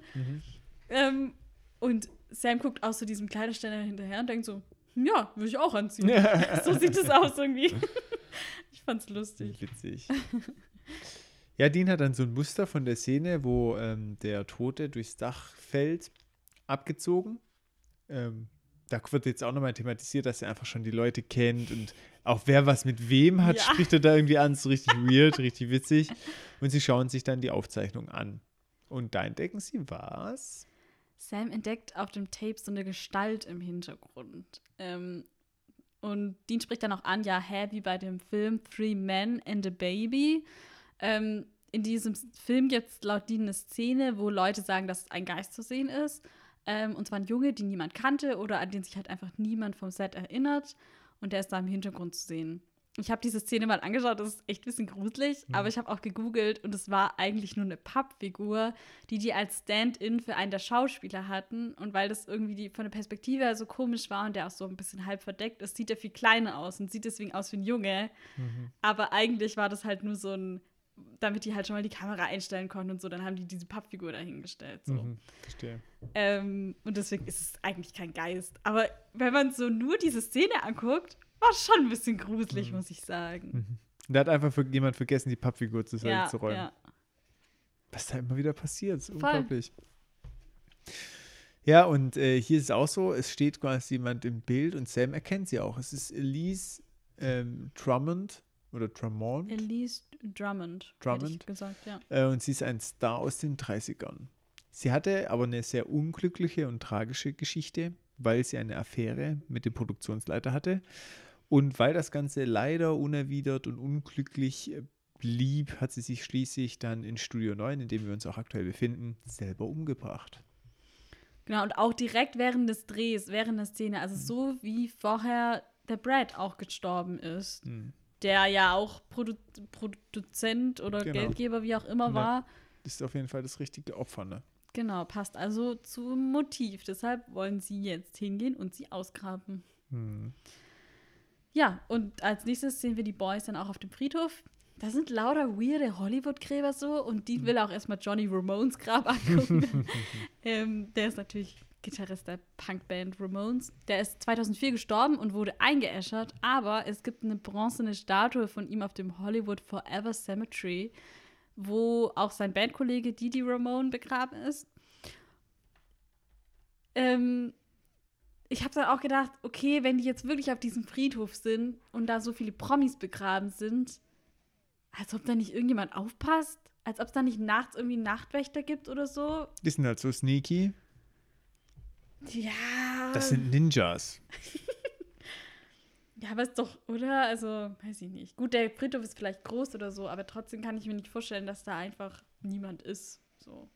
[SPEAKER 1] Und Sam guckt aus so diesem Kleiderständer hinterher und denkt so, ja, würde ich auch anziehen. So sieht es aus irgendwie. Ich fand's lustig.
[SPEAKER 2] Witzig. Ja, Dean hat dann so ein Muster von der Szene, wo der Tote durchs Dach fällt, abgezogen. Da wird jetzt auch nochmal thematisiert, dass er einfach schon die Leute kennt und auch wer was mit wem hat, spricht er da irgendwie an. So richtig weird, richtig witzig. Und sie schauen sich dann die Aufzeichnung an. Und da entdecken sie was?
[SPEAKER 1] Sam entdeckt auf dem Tape so eine Gestalt im Hintergrund. Und Dean spricht dann auch an, wie bei dem Film 3 Men and a Baby. In diesem Film gibt es laut Dean eine Szene, wo Leute sagen, dass ein Geist zu sehen ist. Und zwar ein Junge, den niemand kannte oder an den sich halt einfach niemand vom Set erinnert. Und der ist da im Hintergrund zu sehen. Ich habe diese Szene mal angeschaut, das ist echt ein bisschen gruselig, aber ich habe auch gegoogelt und es war eigentlich nur eine Pappfigur, die als Stand-in für einen der Schauspieler hatten. Und weil das irgendwie von der Perspektive her so komisch war und der auch so ein bisschen halb verdeckt ist, sieht er viel kleiner aus und sieht deswegen aus wie ein Junge. Aber eigentlich war das halt nur so ein, damit die halt schon mal die Kamera einstellen konnten und so, dann haben die diese Pappfigur dahingestellt. So.
[SPEAKER 2] Verstehe.
[SPEAKER 1] Und deswegen ist es eigentlich kein Geist. Aber wenn man so nur diese Szene anguckt, war schon ein bisschen gruselig, muss ich sagen.
[SPEAKER 2] Da hat einfach jemand vergessen, die Pappfigur zur Seite zu räumen.
[SPEAKER 1] Ja.
[SPEAKER 2] Was da immer wieder passiert, ist unglaublich. Ja, und hier ist es auch so, es steht quasi jemand im Bild und Sam erkennt sie auch. Es ist Elise Drummond oder Drummond.
[SPEAKER 1] Elise Drummond. Hätte ich gesagt,
[SPEAKER 2] und sie ist ein Star aus den 30ern. Sie hatte aber eine sehr unglückliche und tragische Geschichte, weil sie eine Affäre mit dem Produktionsleiter hatte. Und weil das Ganze leider unerwidert und unglücklich blieb, hat sie sich schließlich dann in Studio 9, in dem wir uns auch aktuell befinden, selber umgebracht.
[SPEAKER 1] Genau, und auch direkt während des Drehs, während der Szene, also so wie vorher der Brad auch gestorben ist, der ja auch Produzent oder Geldgeber, wie auch immer war.
[SPEAKER 2] Ist auf jeden Fall das richtige Opfer, ne?
[SPEAKER 1] Genau, passt also zum Motiv. Deshalb wollen sie jetzt hingehen und sie ausgraben. Ja, und als nächstes sehen wir die Boys dann auch auf dem Friedhof. Da sind lauter weirde Hollywood-Gräber so und die will auch erstmal Johnny Ramones Grab angucken. Der ist natürlich Gitarrist der Punkband Ramones. Der ist 2004 gestorben und wurde eingeäschert, aber es gibt eine bronzene Statue von ihm auf dem Hollywood Forever Cemetery, wo auch sein Bandkollege Didi Ramone begraben ist. Ich habe dann auch gedacht, okay, wenn die jetzt wirklich auf diesem Friedhof sind und da so viele Promis begraben sind, als ob da nicht irgendjemand aufpasst, als ob es da nicht nachts irgendwie einen Nachtwächter gibt oder so.
[SPEAKER 2] Die sind halt so sneaky.
[SPEAKER 1] Ja.
[SPEAKER 2] Das sind Ninjas.
[SPEAKER 1] Ja, aber ist doch, oder? Also, weiß ich nicht. Gut, der Friedhof ist vielleicht groß oder so, aber trotzdem kann ich mir nicht vorstellen, dass da einfach niemand ist. So.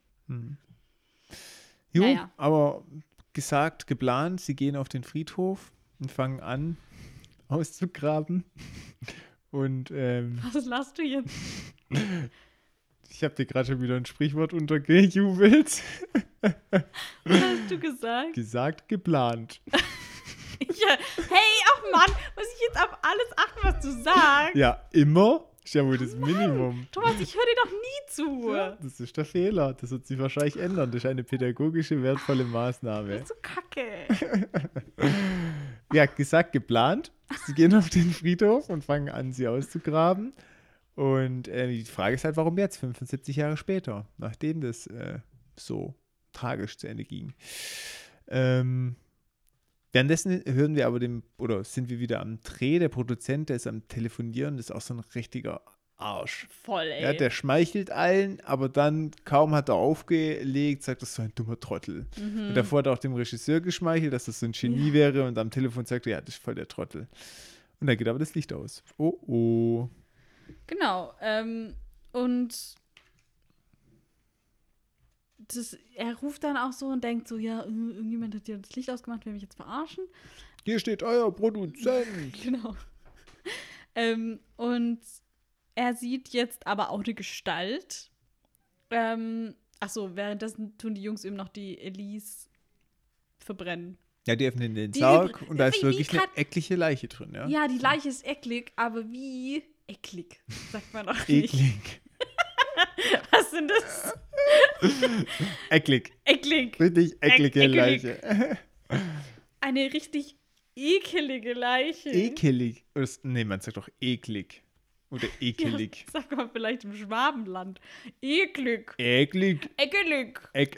[SPEAKER 2] Jo,
[SPEAKER 1] Naja.
[SPEAKER 2] aber gesagt, geplant, sie gehen auf den Friedhof und fangen an, auszugraben. Und
[SPEAKER 1] Was lachst du jetzt?
[SPEAKER 2] ich habe dir gerade schon wieder ein Sprichwort untergejubelt.
[SPEAKER 1] Was hast du gesagt?
[SPEAKER 2] Gesagt, geplant.
[SPEAKER 1] Ja, hey, ach Mann, muss ich jetzt auf alles achten, was du sagst?
[SPEAKER 2] Ja, immer. Ist ja wohl das Minimum.
[SPEAKER 1] Thomas, ich höre dir doch nie zu.
[SPEAKER 2] Ja, das ist der Fehler. Das wird sich wahrscheinlich ändern. Das ist eine pädagogische, wertvolle Maßnahme.
[SPEAKER 1] Das ist so kacke.
[SPEAKER 2] Ja, gesagt, geplant. Sie gehen auf den Friedhof und fangen an, sie auszugraben. Und die Frage ist halt, warum jetzt, 75 Jahre später, nachdem das so tragisch zu Ende ging. Währenddessen hören wir aber sind wir wieder am Dreh. Der Produzent, der ist am Telefonieren, das ist auch so ein richtiger Arsch.
[SPEAKER 1] Voll, ey.
[SPEAKER 2] Ja, der schmeichelt allen, aber dann, kaum hat er aufgelegt, sagt, das ist so ein dummer Trottel. Und davor hat er auch dem Regisseur geschmeichelt, dass das so ein Genie wäre und am Telefon sagt er, ja, das ist voll der Trottel. Und dann geht aber das Licht aus. Oh, oh.
[SPEAKER 1] Genau. Und er ruft dann auch so und denkt so, ja, irgendjemand hat ja das Licht ausgemacht, will mich jetzt verarschen.
[SPEAKER 2] Hier steht euer Produzent.
[SPEAKER 1] Genau. Und er sieht jetzt aber auch eine Gestalt. Währenddessen tun die Jungs eben noch die Elise verbrennen.
[SPEAKER 2] Ja, die öffnen den Sarg und da ist wirklich eine eklige Leiche drin, ja?
[SPEAKER 1] Ja, die Leiche ist eklig, aber wie eklig, sagt man doch nicht.
[SPEAKER 2] Eklig.
[SPEAKER 1] Was sind das?
[SPEAKER 2] Eklig.
[SPEAKER 1] Eklig.
[SPEAKER 2] Richtig eklige
[SPEAKER 1] Ekelig.
[SPEAKER 2] Leiche.
[SPEAKER 1] Eine richtig ekelige Leiche.
[SPEAKER 2] Ekelig. Nee, man sagt doch eklig. Oder ekelig.
[SPEAKER 1] Ja, sagt man vielleicht im Schwabenland. Eklig.
[SPEAKER 2] Eklig.
[SPEAKER 1] Ekelig.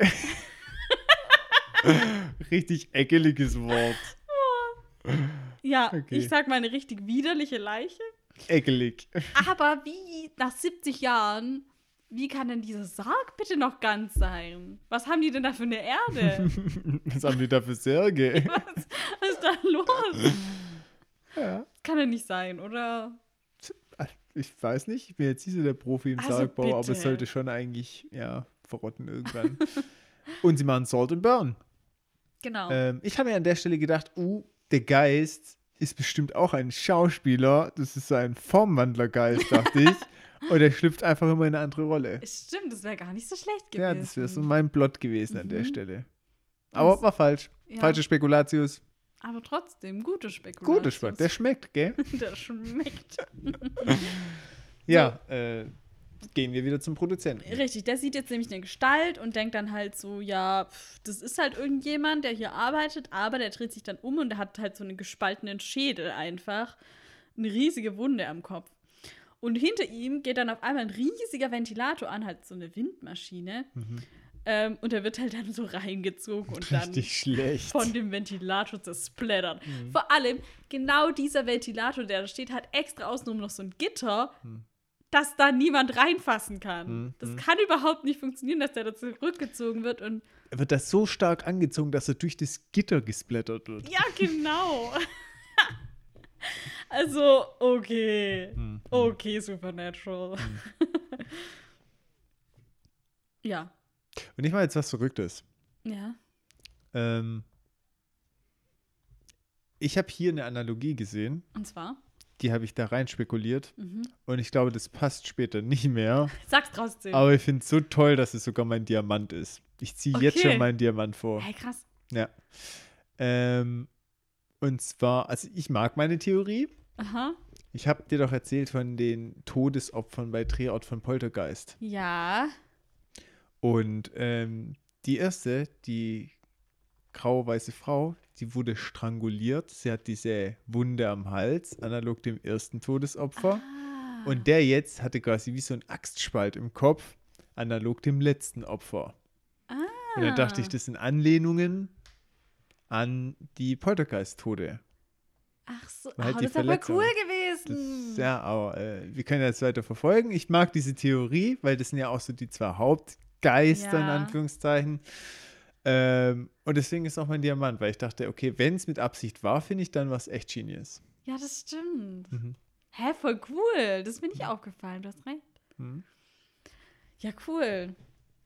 [SPEAKER 2] Richtig ekeliges Wort.
[SPEAKER 1] Ja,
[SPEAKER 2] Okay.
[SPEAKER 1] ich sag mal eine richtig widerliche Leiche.
[SPEAKER 2] Ekelig.
[SPEAKER 1] Aber wie nach 70 Jahren, wie kann denn dieser Sarg bitte noch ganz sein? Was haben die denn da für eine Erde?
[SPEAKER 2] Was haben die da für Särge?
[SPEAKER 1] Was ist da los?
[SPEAKER 2] Ja.
[SPEAKER 1] Kann ja nicht sein, oder?
[SPEAKER 2] Ich weiß nicht, ich bin jetzt nicht so der Profi im
[SPEAKER 1] Also
[SPEAKER 2] Sargbau, aber
[SPEAKER 1] bitte.
[SPEAKER 2] es sollte schon eigentlich, verrotten irgendwann. Und sie machen Salt and Burn.
[SPEAKER 1] Genau.
[SPEAKER 2] Ich habe mir an der Stelle gedacht, der Geist ist bestimmt auch ein Schauspieler. Das ist so ein Formwandlergeist, dachte ich. Und er schlüpft einfach immer in eine andere Rolle.
[SPEAKER 1] Stimmt, das wäre gar nicht so schlecht gewesen.
[SPEAKER 2] Ja, das wäre so mein Plot gewesen an der Stelle. Aber war falsch.
[SPEAKER 1] Ja.
[SPEAKER 2] Falsche Spekulatius.
[SPEAKER 1] Aber trotzdem, gute Spekulation.
[SPEAKER 2] Gutes Wort. Der schmeckt, gell?
[SPEAKER 1] Der schmeckt.
[SPEAKER 2] Ja, gehen wir wieder zum Produzenten.
[SPEAKER 1] Richtig, der sieht jetzt nämlich eine Gestalt und denkt dann halt so, ja, das ist halt irgendjemand, der hier arbeitet, aber der dreht sich dann um und der hat halt so einen gespaltenen Schädel einfach. Eine riesige Wunde am Kopf. Und hinter ihm geht dann auf einmal ein riesiger Ventilator an, halt so eine Windmaschine. Und er wird halt dann so reingezogen und dann
[SPEAKER 2] Richtig schlecht.
[SPEAKER 1] von dem Ventilator zersplattert. Vor allem, genau dieser Ventilator, der da steht, hat extra außenrum noch so ein Gitter, dass da niemand reinfassen kann. Das kann überhaupt nicht funktionieren, dass der da zurückgezogen wird. Und
[SPEAKER 2] Er wird da so stark angezogen, dass er durch das Gitter gesplattert wird.
[SPEAKER 1] ja, genau. Also, okay. Okay, Supernatural. Ja.
[SPEAKER 2] Und ich mache jetzt was Verrücktes.
[SPEAKER 1] Ja.
[SPEAKER 2] Ich habe hier eine Analogie gesehen,
[SPEAKER 1] Und zwar?
[SPEAKER 2] die habe ich da rein spekuliert. Und ich glaube, das passt später nicht mehr.
[SPEAKER 1] Sag's trotzdem.
[SPEAKER 2] Aber ich finde es so toll, dass es sogar mein Diamant ist. Ich ziehe jetzt
[SPEAKER 1] Okay.
[SPEAKER 2] schon meinen Diamant vor.
[SPEAKER 1] Hey, krass.
[SPEAKER 2] Ja. Und zwar, also ich mag meine Theorie.
[SPEAKER 1] Aha.
[SPEAKER 2] Ich habe dir doch erzählt von den Todesopfern bei Drehort von Poltergeist.
[SPEAKER 1] Ja.
[SPEAKER 2] Und die erste, die grau-weiße Frau, die wurde stranguliert. Sie hat diese Wunde am Hals, analog dem ersten Todesopfer.
[SPEAKER 1] Ah.
[SPEAKER 2] Und der jetzt hatte quasi wie so ein Axtspalt im Kopf, analog dem letzten Opfer. Und dann dachte ich, das sind Anlehnungen an die Poltergeist-Tode.
[SPEAKER 1] Ach so,
[SPEAKER 2] Weil halt die
[SPEAKER 1] das wäre voll
[SPEAKER 2] Verletzung.
[SPEAKER 1] cool gewesen.
[SPEAKER 2] Ja, aber wir können jetzt weiter verfolgen. Ich mag diese Theorie, weil das sind ja auch so die zwei Hauptgeister, in
[SPEAKER 1] Ja.
[SPEAKER 2] Anführungszeichen. Und deswegen ist auch mein Diamant, weil ich dachte, okay, wenn es mit Absicht war, finde ich dann was echt Genius.
[SPEAKER 1] Ja, das stimmt.
[SPEAKER 2] Mhm.
[SPEAKER 1] Hä, voll cool. Das ist mir nicht aufgefallen. Du hast recht.
[SPEAKER 2] Mhm.
[SPEAKER 1] Ja, cool.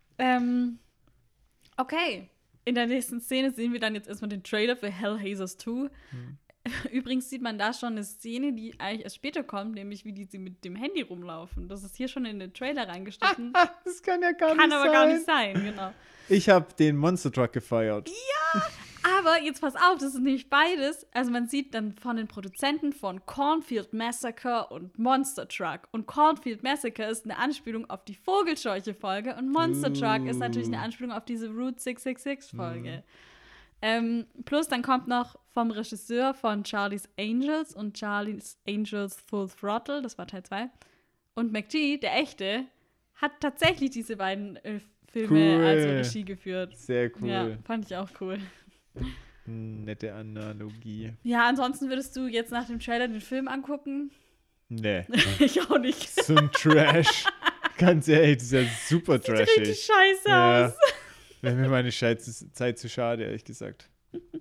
[SPEAKER 1] Okay. In der nächsten Szene sehen wir dann jetzt erstmal den Trailer für Hellhazers 2. Übrigens sieht man da schon eine Szene, die eigentlich erst später kommt, nämlich wie sie mit dem Handy rumlaufen. Das ist hier schon in den Trailer reingeschnitten.
[SPEAKER 2] Das kann ja gar
[SPEAKER 1] Kann
[SPEAKER 2] nicht
[SPEAKER 1] aber
[SPEAKER 2] sein.
[SPEAKER 1] gar nicht sein, genau.
[SPEAKER 2] Ich habe den Monster Truck gefeiert.
[SPEAKER 1] Aber jetzt pass auf, das ist nämlich beides. Also man sieht dann von den Produzenten von Cornfield Massacre und Monster Truck. Und Cornfield Massacre ist eine Anspielung auf die Vogelscheuche-Folge und Monster Truck ist natürlich eine Anspielung auf diese Route 666-Folge. Plus dann kommt noch vom Regisseur von Charlie's Angels und Charlie's Angels Full Throttle, das war Teil 2. Und McGee, der echte, hat tatsächlich diese beiden Filme
[SPEAKER 2] Cool.
[SPEAKER 1] also Regie geführt.
[SPEAKER 2] Sehr cool.
[SPEAKER 1] Ja, fand ich auch cool.
[SPEAKER 2] Nette Analogie.
[SPEAKER 1] Ja, ansonsten würdest du jetzt nach dem Trailer den Film angucken?
[SPEAKER 2] Nee,
[SPEAKER 1] Ich auch nicht.
[SPEAKER 2] so ein Trash. Ganz ehrlich, das ist ja super
[SPEAKER 1] Sieht richtig
[SPEAKER 2] trashig.
[SPEAKER 1] scheiße
[SPEAKER 2] Ja.
[SPEAKER 1] aus.
[SPEAKER 2] Wäre mir meine Zeit zu schade, ehrlich gesagt.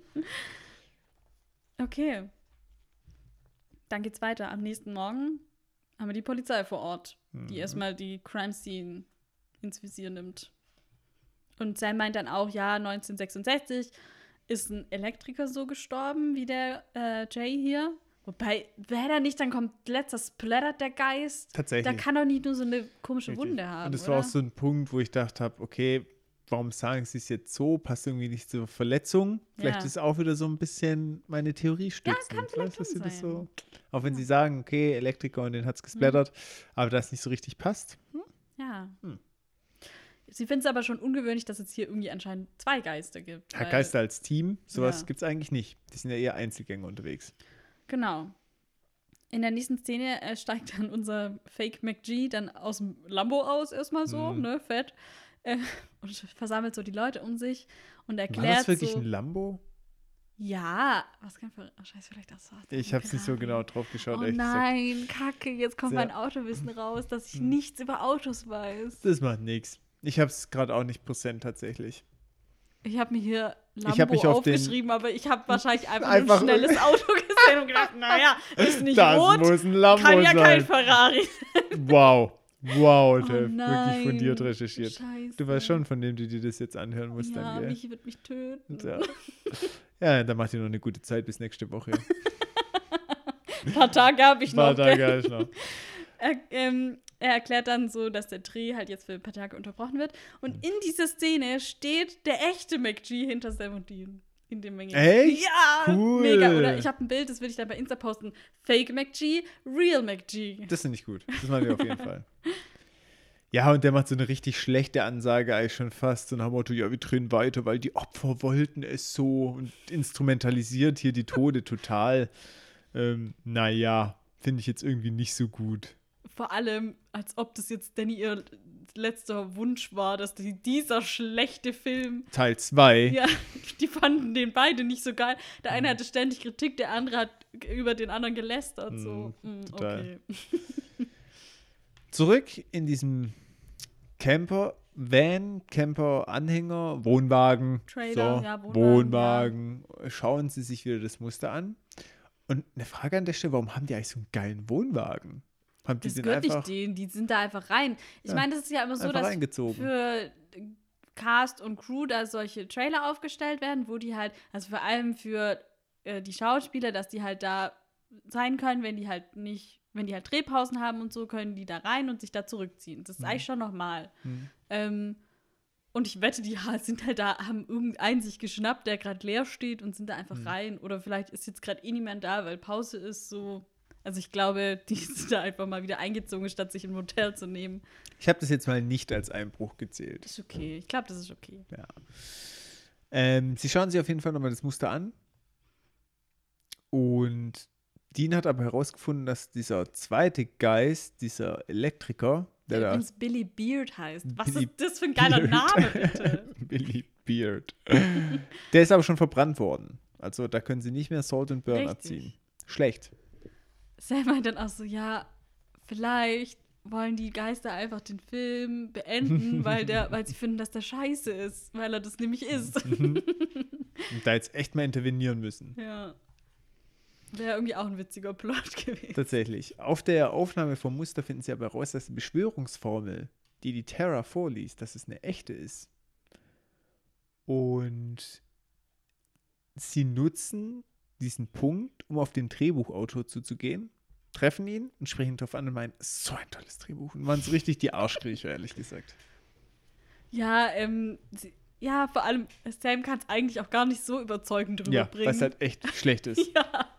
[SPEAKER 1] Okay. Dann geht's weiter. Am nächsten Morgen haben wir die Polizei vor Ort, die erstmal die Crime Scene ins Visier nimmt. Und Sam meint dann auch, ja, 1966 ist ein Elektriker so gestorben wie der Jay hier. Wobei, wäre da nicht, dann komplett zersplattert der Geist.
[SPEAKER 2] Tatsächlich.
[SPEAKER 1] Da kann doch nicht nur so eine komische
[SPEAKER 2] Richtig.
[SPEAKER 1] Wunde haben,
[SPEAKER 2] Und das
[SPEAKER 1] oder?
[SPEAKER 2] war auch so ein Punkt, wo ich dachte habe, okay, warum sagen sie es jetzt so? Passt irgendwie nicht zur Verletzung. Vielleicht
[SPEAKER 1] Ja.
[SPEAKER 2] ist auch wieder so ein bisschen meine Theorie stützend.
[SPEAKER 1] kann vielleicht
[SPEAKER 2] Weißt du, dass
[SPEAKER 1] schon
[SPEAKER 2] sie das
[SPEAKER 1] sein.
[SPEAKER 2] so, auch wenn sie sagen, okay, Elektriker und den hat es gesplattert, aber das nicht so richtig passt.
[SPEAKER 1] Ja. Sie finden es aber schon ungewöhnlich, dass es hier irgendwie anscheinend zwei Geister gibt.
[SPEAKER 2] Ja,
[SPEAKER 1] weil-
[SPEAKER 2] Geister als Team, sowas
[SPEAKER 1] Ja.
[SPEAKER 2] gibt es eigentlich nicht. Die sind ja eher Einzelgänger unterwegs.
[SPEAKER 1] Genau. In der nächsten Szene steigt dann unser Fake McGee dann aus dem Lambo aus, erstmal so, ne, fett. Und versammelt so die Leute um sich und
[SPEAKER 2] War
[SPEAKER 1] erklärt
[SPEAKER 2] das wirklich
[SPEAKER 1] so.
[SPEAKER 2] ein Lambo?
[SPEAKER 1] Ja, was kann für. Oh, scheiße, vielleicht das war.
[SPEAKER 2] Ich habe es nicht so genau drauf geschaut,
[SPEAKER 1] Oh
[SPEAKER 2] ehrlich gesagt.
[SPEAKER 1] nein, Kacke, jetzt kommt
[SPEAKER 2] Sehr-
[SPEAKER 1] mein Autowissen raus, dass ich nichts über Autos weiß.
[SPEAKER 2] Das macht nichts. Ich habe es gerade auch nicht präsent tatsächlich.
[SPEAKER 1] Ich habe mir hier
[SPEAKER 2] Ich
[SPEAKER 1] Lambo
[SPEAKER 2] hab mich auf den-
[SPEAKER 1] aufgeschrieben, aber ich habe wahrscheinlich einfach,
[SPEAKER 2] Einfach-
[SPEAKER 1] nur ein schnelles Auto gesehen und gedacht, naja, ist nicht
[SPEAKER 2] Das
[SPEAKER 1] rot,
[SPEAKER 2] muss ein Lambo
[SPEAKER 1] kann ja kein
[SPEAKER 2] sein.
[SPEAKER 1] Ferrari.
[SPEAKER 2] Wow. Wow,
[SPEAKER 1] Oh
[SPEAKER 2] Tev.
[SPEAKER 1] nein,
[SPEAKER 2] Wirklich fundiert recherchiert.
[SPEAKER 1] Scheiße.
[SPEAKER 2] Du weißt schon, von dem du dir das jetzt anhören musst,
[SPEAKER 1] Ja,
[SPEAKER 2] dann, gell?
[SPEAKER 1] Michi wird mich töten.
[SPEAKER 2] Ja. Ja, dann macht ihr noch eine gute Zeit bis nächste Woche.
[SPEAKER 1] Ein paar Tage habe ich
[SPEAKER 2] Ein paar
[SPEAKER 1] noch.
[SPEAKER 2] Tage
[SPEAKER 1] gell?
[SPEAKER 2] habe ich noch.
[SPEAKER 1] Er erklärt dann so, dass der Dreh halt jetzt für ein paar Tage unterbrochen wird. Und in dieser Szene steht der echte McGee hinter Sam und Dean. In dem Menge.
[SPEAKER 2] Echt?
[SPEAKER 1] Ja,
[SPEAKER 2] Cool.
[SPEAKER 1] mega. Oder ich habe ein Bild, das will ich dann bei Insta posten. Fake McGee, Real McGee.
[SPEAKER 2] Das finde ich gut. Das machen wir auf jeden Fall. Ja, und der macht so eine richtig schlechte Ansage eigentlich schon fast. So nach dem Motto, ja, wir drehen weiter, weil die Opfer wollten es so und instrumentalisiert hier die Tode total. Naja, finde ich jetzt irgendwie nicht so gut.
[SPEAKER 1] Vor allem, als ob das jetzt Danny ihr letzter Wunsch war, dass dieser schlechte Film.
[SPEAKER 2] Teil 2.
[SPEAKER 1] Ja, die fanden den beide nicht so geil. Der eine hatte ständig Kritik, der andere hat über den anderen gelästert. So,
[SPEAKER 2] total.
[SPEAKER 1] okay.
[SPEAKER 2] Zurück in diesem Camper, Anhänger,
[SPEAKER 1] Trailer,
[SPEAKER 2] Wohnwagen.
[SPEAKER 1] ja, Wohnwagen,
[SPEAKER 2] Wohnwagen. Schauen Sie sich wieder das Muster an. Und eine Frage an der Stelle, warum haben die eigentlich so einen geilen Wohnwagen? Haben die
[SPEAKER 1] Das
[SPEAKER 2] den
[SPEAKER 1] gehört
[SPEAKER 2] einfach
[SPEAKER 1] nicht denen, die sind da einfach rein. Ich meine, das ist ja immer so,
[SPEAKER 2] einfach
[SPEAKER 1] dass
[SPEAKER 2] reingezogen?
[SPEAKER 1] für Cast und Crew da solche Trailer aufgestellt werden, wo die halt, also vor allem für die Schauspieler, dass die halt da sein können, wenn die halt Drehpausen haben und so, können die da rein und sich da zurückziehen. Das ist eigentlich schon normal. Und ich wette, die sind halt da, haben irgendeinen sich geschnappt, der gerade leer steht und sind da einfach rein. Oder vielleicht ist jetzt gerade niemand da, weil Pause ist so. Also ich glaube, die sind da einfach mal wieder eingezogen, statt sich ein Hotel zu nehmen.
[SPEAKER 2] Ich habe das jetzt mal nicht als Einbruch gezählt.
[SPEAKER 1] Das ist okay. Ich glaube, das ist okay.
[SPEAKER 2] Ja. Sie schauen sich auf jeden Fall nochmal das Muster an. Und Dean hat aber herausgefunden, dass dieser zweite Geist, dieser Elektriker,
[SPEAKER 1] Der
[SPEAKER 2] da
[SPEAKER 1] übrigens Billy Beard heißt. Was
[SPEAKER 2] Billy
[SPEAKER 1] ist das für ein geiler
[SPEAKER 2] Beard.
[SPEAKER 1] Name, bitte?
[SPEAKER 2] Billy Beard. Der ist aber schon verbrannt worden. Also da können sie nicht mehr Salt and Burn
[SPEAKER 1] Richtig.
[SPEAKER 2] abziehen. Schlecht.
[SPEAKER 1] Sam meint dann auch so, ja, vielleicht wollen die Geister einfach den Film beenden, weil sie finden, dass der scheiße ist, weil er das nämlich ist.
[SPEAKER 2] Und da jetzt echt mal intervenieren müssen.
[SPEAKER 1] Ja. Wäre irgendwie auch ein witziger Plot gewesen.
[SPEAKER 2] Tatsächlich. Auf der Aufnahme vom Muster finden sie aber raus, dass die Beschwörungsformel, die Tara vorliest, dass es eine echte ist. Und sie nutzen diesen Punkt, um auf den Drehbuchautor zuzugehen, treffen ihn und sprechen ihn drauf an und meinen, so ein tolles Drehbuch. Und waren so richtig die Arschkriecher, ehrlich gesagt.
[SPEAKER 1] Ja, ja, vor allem Sam kann es eigentlich auch gar nicht so überzeugend drüber bringen.
[SPEAKER 2] Ja, was halt echt schlecht ist.
[SPEAKER 1] Ja.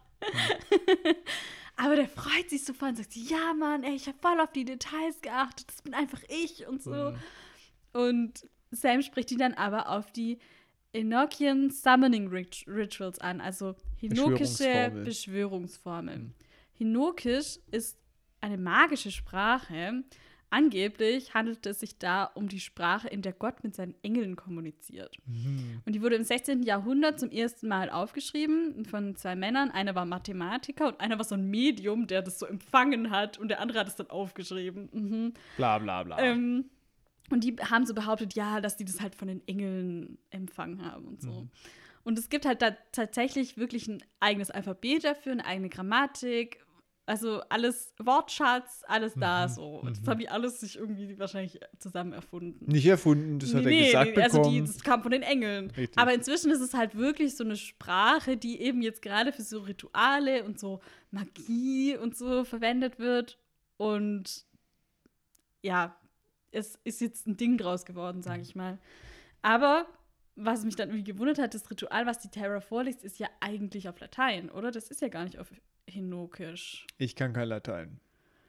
[SPEAKER 1] Aber der freut sich so voll und sagt, ja, Mann, ey, ich habe voll auf die Details geachtet, das bin einfach ich und so. Und Sam spricht ihn dann aber auf die Enochian Summoning Rituals an, also hinokische Beschwörungsformeln. Hinokisch ist eine magische Sprache. Angeblich handelt es sich da um die Sprache, in der Gott mit seinen Engeln kommuniziert. Und die wurde im 16. Jahrhundert zum ersten Mal aufgeschrieben von zwei Männern. Einer war Mathematiker und einer war so ein Medium, der das so empfangen hat und der andere hat es dann aufgeschrieben.
[SPEAKER 2] Bla bla bla.
[SPEAKER 1] Und die haben so behauptet, ja, dass die das halt von den Engeln empfangen haben und so. Und es gibt halt da tatsächlich wirklich ein eigenes Alphabet dafür, eine eigene Grammatik, also alles, Wortschatz, alles da so. Und das haben die alles sich irgendwie wahrscheinlich zusammen erfunden.
[SPEAKER 2] Nicht erfunden, das hat er gesagt bekommen.
[SPEAKER 1] Also das kam von den Engeln.
[SPEAKER 2] Richtig.
[SPEAKER 1] Aber inzwischen ist es halt wirklich so eine Sprache, die eben jetzt gerade für so Rituale und so Magie und so verwendet wird. Und ja, es ist jetzt ein Ding draus geworden, sage ich mal. Aber was mich dann irgendwie gewundert hat, das Ritual, was die Tara vorliest, ist ja eigentlich auf Latein, oder? Das ist ja gar nicht auf Hinokisch.
[SPEAKER 2] Ich kann kein Latein.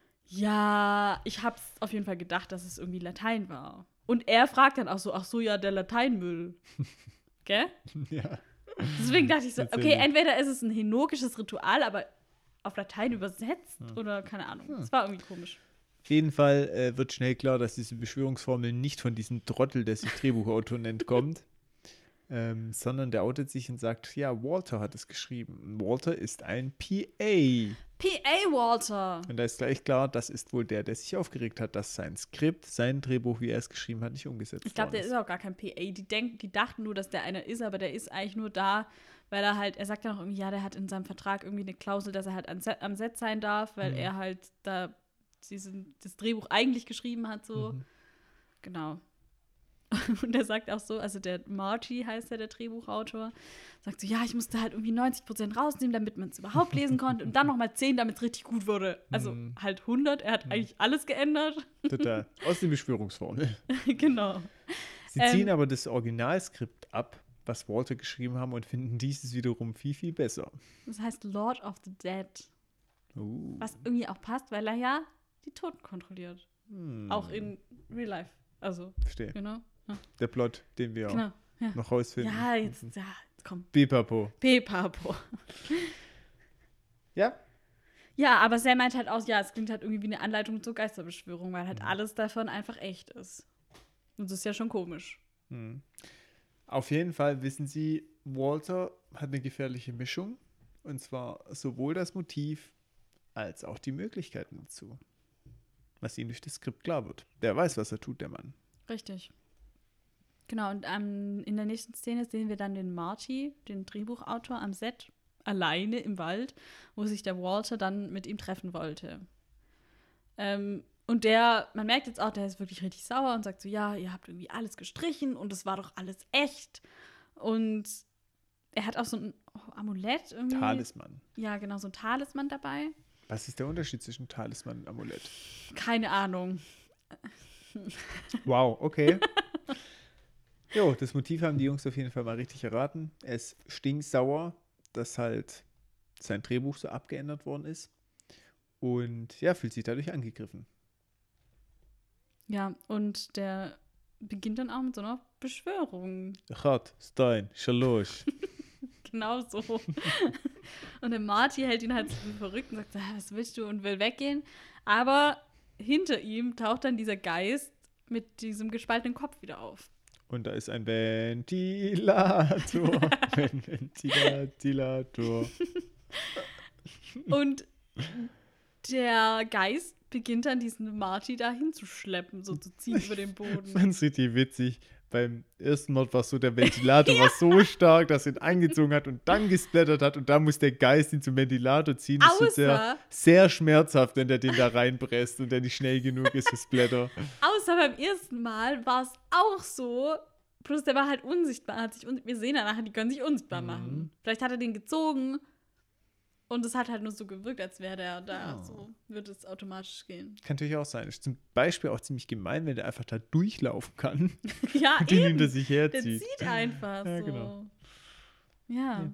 [SPEAKER 1] Ja, ich hab's auf jeden Fall gedacht, dass es irgendwie Latein war. Und er fragt dann auch so, ach so, ja, der Lateinmüll. Gell?
[SPEAKER 2] Ja.
[SPEAKER 1] Deswegen dachte ich so, okay, entweder ist es ein hinokisches Ritual, aber auf Latein übersetzt oder keine Ahnung. Das war irgendwie komisch.
[SPEAKER 2] Auf jeden Fall wird schnell klar, dass diese Beschwörungsformel nicht von diesem Trottel, der sich Drehbuchautor nennt, kommt, sondern der outet sich und sagt, ja, Walter hat es geschrieben. Walter ist ein PA.
[SPEAKER 1] PA Walter.
[SPEAKER 2] Und da ist gleich klar, das ist wohl der sich aufgeregt hat, dass sein Skript, sein Drehbuch, wie er es geschrieben hat, nicht umgesetzt
[SPEAKER 1] Ich glaube,
[SPEAKER 2] worden
[SPEAKER 1] der ist auch gar kein PA. Die dachten nur, dass der einer ist, aber der ist eigentlich nur da, weil er sagt ja noch irgendwie, ja, der hat in seinem Vertrag irgendwie eine Klausel, dass er halt am Set sein darf, weil er halt da das Drehbuch eigentlich geschrieben hat, so. Genau. Und er sagt auch so, also der Marty heißt ja der Drehbuchautor, sagt so, ja, ich musste halt irgendwie 90% rausnehmen, damit man es überhaupt lesen konnte und dann nochmal 10, damit es richtig gut wurde. Also halt 100, er hat eigentlich alles geändert.
[SPEAKER 2] Total. Aus der Beschwörungsformel.
[SPEAKER 1] Genau.
[SPEAKER 2] Sie ziehen aber das Originalskript ab, was Walter geschrieben haben, und finden dieses wiederum viel, viel besser.
[SPEAKER 1] Das heißt Lord of the Dead. Was irgendwie auch passt, weil er ja die Toten kontrolliert. Auch in Real Life. Also,
[SPEAKER 2] verstehe.
[SPEAKER 1] Genau. Ja.
[SPEAKER 2] Der Plot, den wir noch rausfinden.
[SPEAKER 1] Ja, jetzt komm.
[SPEAKER 2] Pipapo. Ja?
[SPEAKER 1] Ja, aber Sam meint halt auch, ja, es klingt halt irgendwie wie eine Anleitung zur Geisterbeschwörung, weil halt alles davon einfach echt ist. Und das ist ja schon komisch.
[SPEAKER 2] Auf jeden Fall wissen Sie, Walter hat eine gefährliche Mischung. Und zwar sowohl das Motiv als auch die Möglichkeiten dazu. Was ihm durch das Skript klar wird. Der weiß, was er tut, der Mann.
[SPEAKER 1] Richtig. Genau, und in der nächsten Szene sehen wir dann den Marty, den Drehbuchautor, am Set alleine im Wald, wo sich der Walter dann mit ihm treffen wollte. Und man merkt jetzt auch, der ist wirklich richtig sauer und sagt so, ja, ihr habt irgendwie alles gestrichen und es war doch alles echt. Und er hat auch so ein Amulett irgendwie.
[SPEAKER 2] Talisman.
[SPEAKER 1] Ja, genau, so ein Talisman dabei.
[SPEAKER 2] Was ist der Unterschied zwischen Talisman und Amulett?
[SPEAKER 1] Keine Ahnung.
[SPEAKER 2] Wow, okay. Jo, das Motiv haben die Jungs auf jeden Fall mal richtig erraten. Er ist stinksauer, dass halt sein Drehbuch so abgeändert worden ist. Und ja, fühlt sich dadurch angegriffen.
[SPEAKER 1] Ja, und der beginnt dann auch mit so einer Beschwörung.
[SPEAKER 2] Rat, Stein, Schalosch.
[SPEAKER 1] Genau so. Und der Marty hält ihn halt so für verrückt und sagt, was willst du, und will weggehen. Aber hinter ihm taucht dann dieser Geist mit diesem gespaltenen Kopf wieder auf.
[SPEAKER 2] Und da ist ein Ventilator. Ventilator.
[SPEAKER 1] Und der Geist beginnt dann diesen Marty da hinzuschleppen, so zu ziehen über den Boden.
[SPEAKER 2] Fand es richtig witzig. Beim ersten Mord war es so, der Ventilator war so stark, dass er ihn eingezogen hat und dann gesplattert hat. Und da muss der Geist ihn zum Ventilator ziehen. Das ist sehr, sehr schmerzhaft, wenn der den da reinpresst und der nicht schnell genug ist für Splatter.
[SPEAKER 1] Außer beim ersten Mal war es auch so. Plus der war halt unsichtbar. Wir sehen ja nachher, die können sich unsichtbar machen. Vielleicht hat er den gezogen. Und es hat halt nur so gewirkt, als wäre der da. Oh. So wird es automatisch gehen.
[SPEAKER 2] Kann natürlich auch sein. Ist zum Beispiel auch ziemlich gemein, wenn der einfach da durchlaufen kann.
[SPEAKER 1] Ja,
[SPEAKER 2] und den hinter sich herzieht.
[SPEAKER 1] Der zieht einfach
[SPEAKER 2] ja,
[SPEAKER 1] so.
[SPEAKER 2] Genau.
[SPEAKER 1] Ja.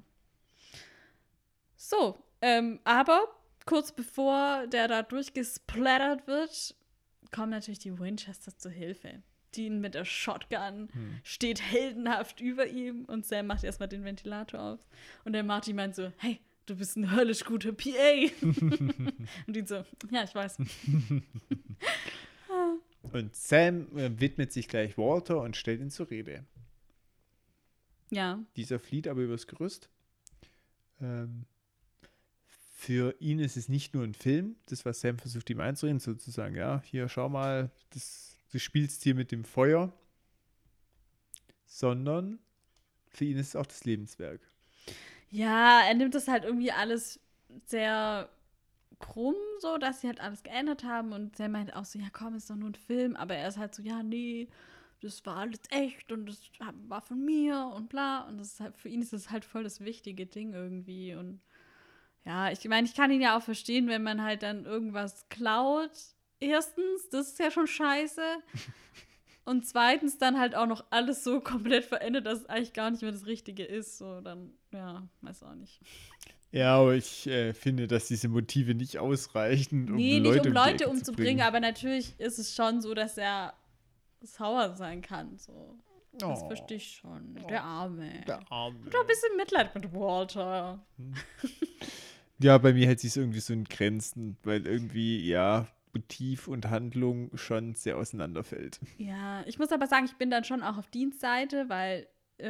[SPEAKER 1] So, aber kurz bevor der da durchgesplattert wird, kommen natürlich die Winchesters zur Hilfe. Dean mit der Shotgun steht heldenhaft über ihm und Sam macht erstmal den Ventilator auf. Und der Marty meint so, hey, du bist ein höllisch guter PA. Und ihn so, ja, ich weiß.
[SPEAKER 2] Und Sam widmet sich gleich Walter und stellt ihn zur Rede.
[SPEAKER 1] Ja.
[SPEAKER 2] Dieser flieht aber übers Gerüst. Für ihn ist es nicht nur ein Film, das, was Sam versucht, ihm einzureden, sozusagen, ja, hier, schau mal, du spielst hier mit dem Feuer, sondern für ihn ist es auch das Lebenswerk.
[SPEAKER 1] Ja, er nimmt das halt irgendwie alles sehr krumm, so, dass sie halt alles geändert haben. Und Sam meint auch so, ja komm, ist doch nur ein Film. Aber er ist halt so, ja, nee, das war alles echt und das war von mir und bla. Und das ist halt, für ihn ist das halt voll das wichtige Ding irgendwie. Und ja, ich meine, ich kann ihn ja auch verstehen, wenn man halt dann irgendwas klaut. Erstens, das ist ja schon scheiße. Und zweitens dann halt auch noch alles so komplett verändert, dass es eigentlich gar nicht mehr das Richtige ist. So, dann, ja, weiß auch nicht.
[SPEAKER 2] Ja, aber ich finde, dass diese Motive nicht ausreichen, um
[SPEAKER 1] Leute umzubringen. Aber natürlich ist es schon so, dass er sauer sein kann. So. Das verstehe ich schon. Der Arme.
[SPEAKER 2] Der Arme.
[SPEAKER 1] Und ein bisschen Mitleid mit Walter.
[SPEAKER 2] Ja, bei mir hält sich es irgendwie so in Grenzen, weil irgendwie, ja, Motiv und Handlung schon sehr auseinanderfällt.
[SPEAKER 1] Ja, ich muss aber sagen, ich bin dann schon auch auf Deans Seite, weil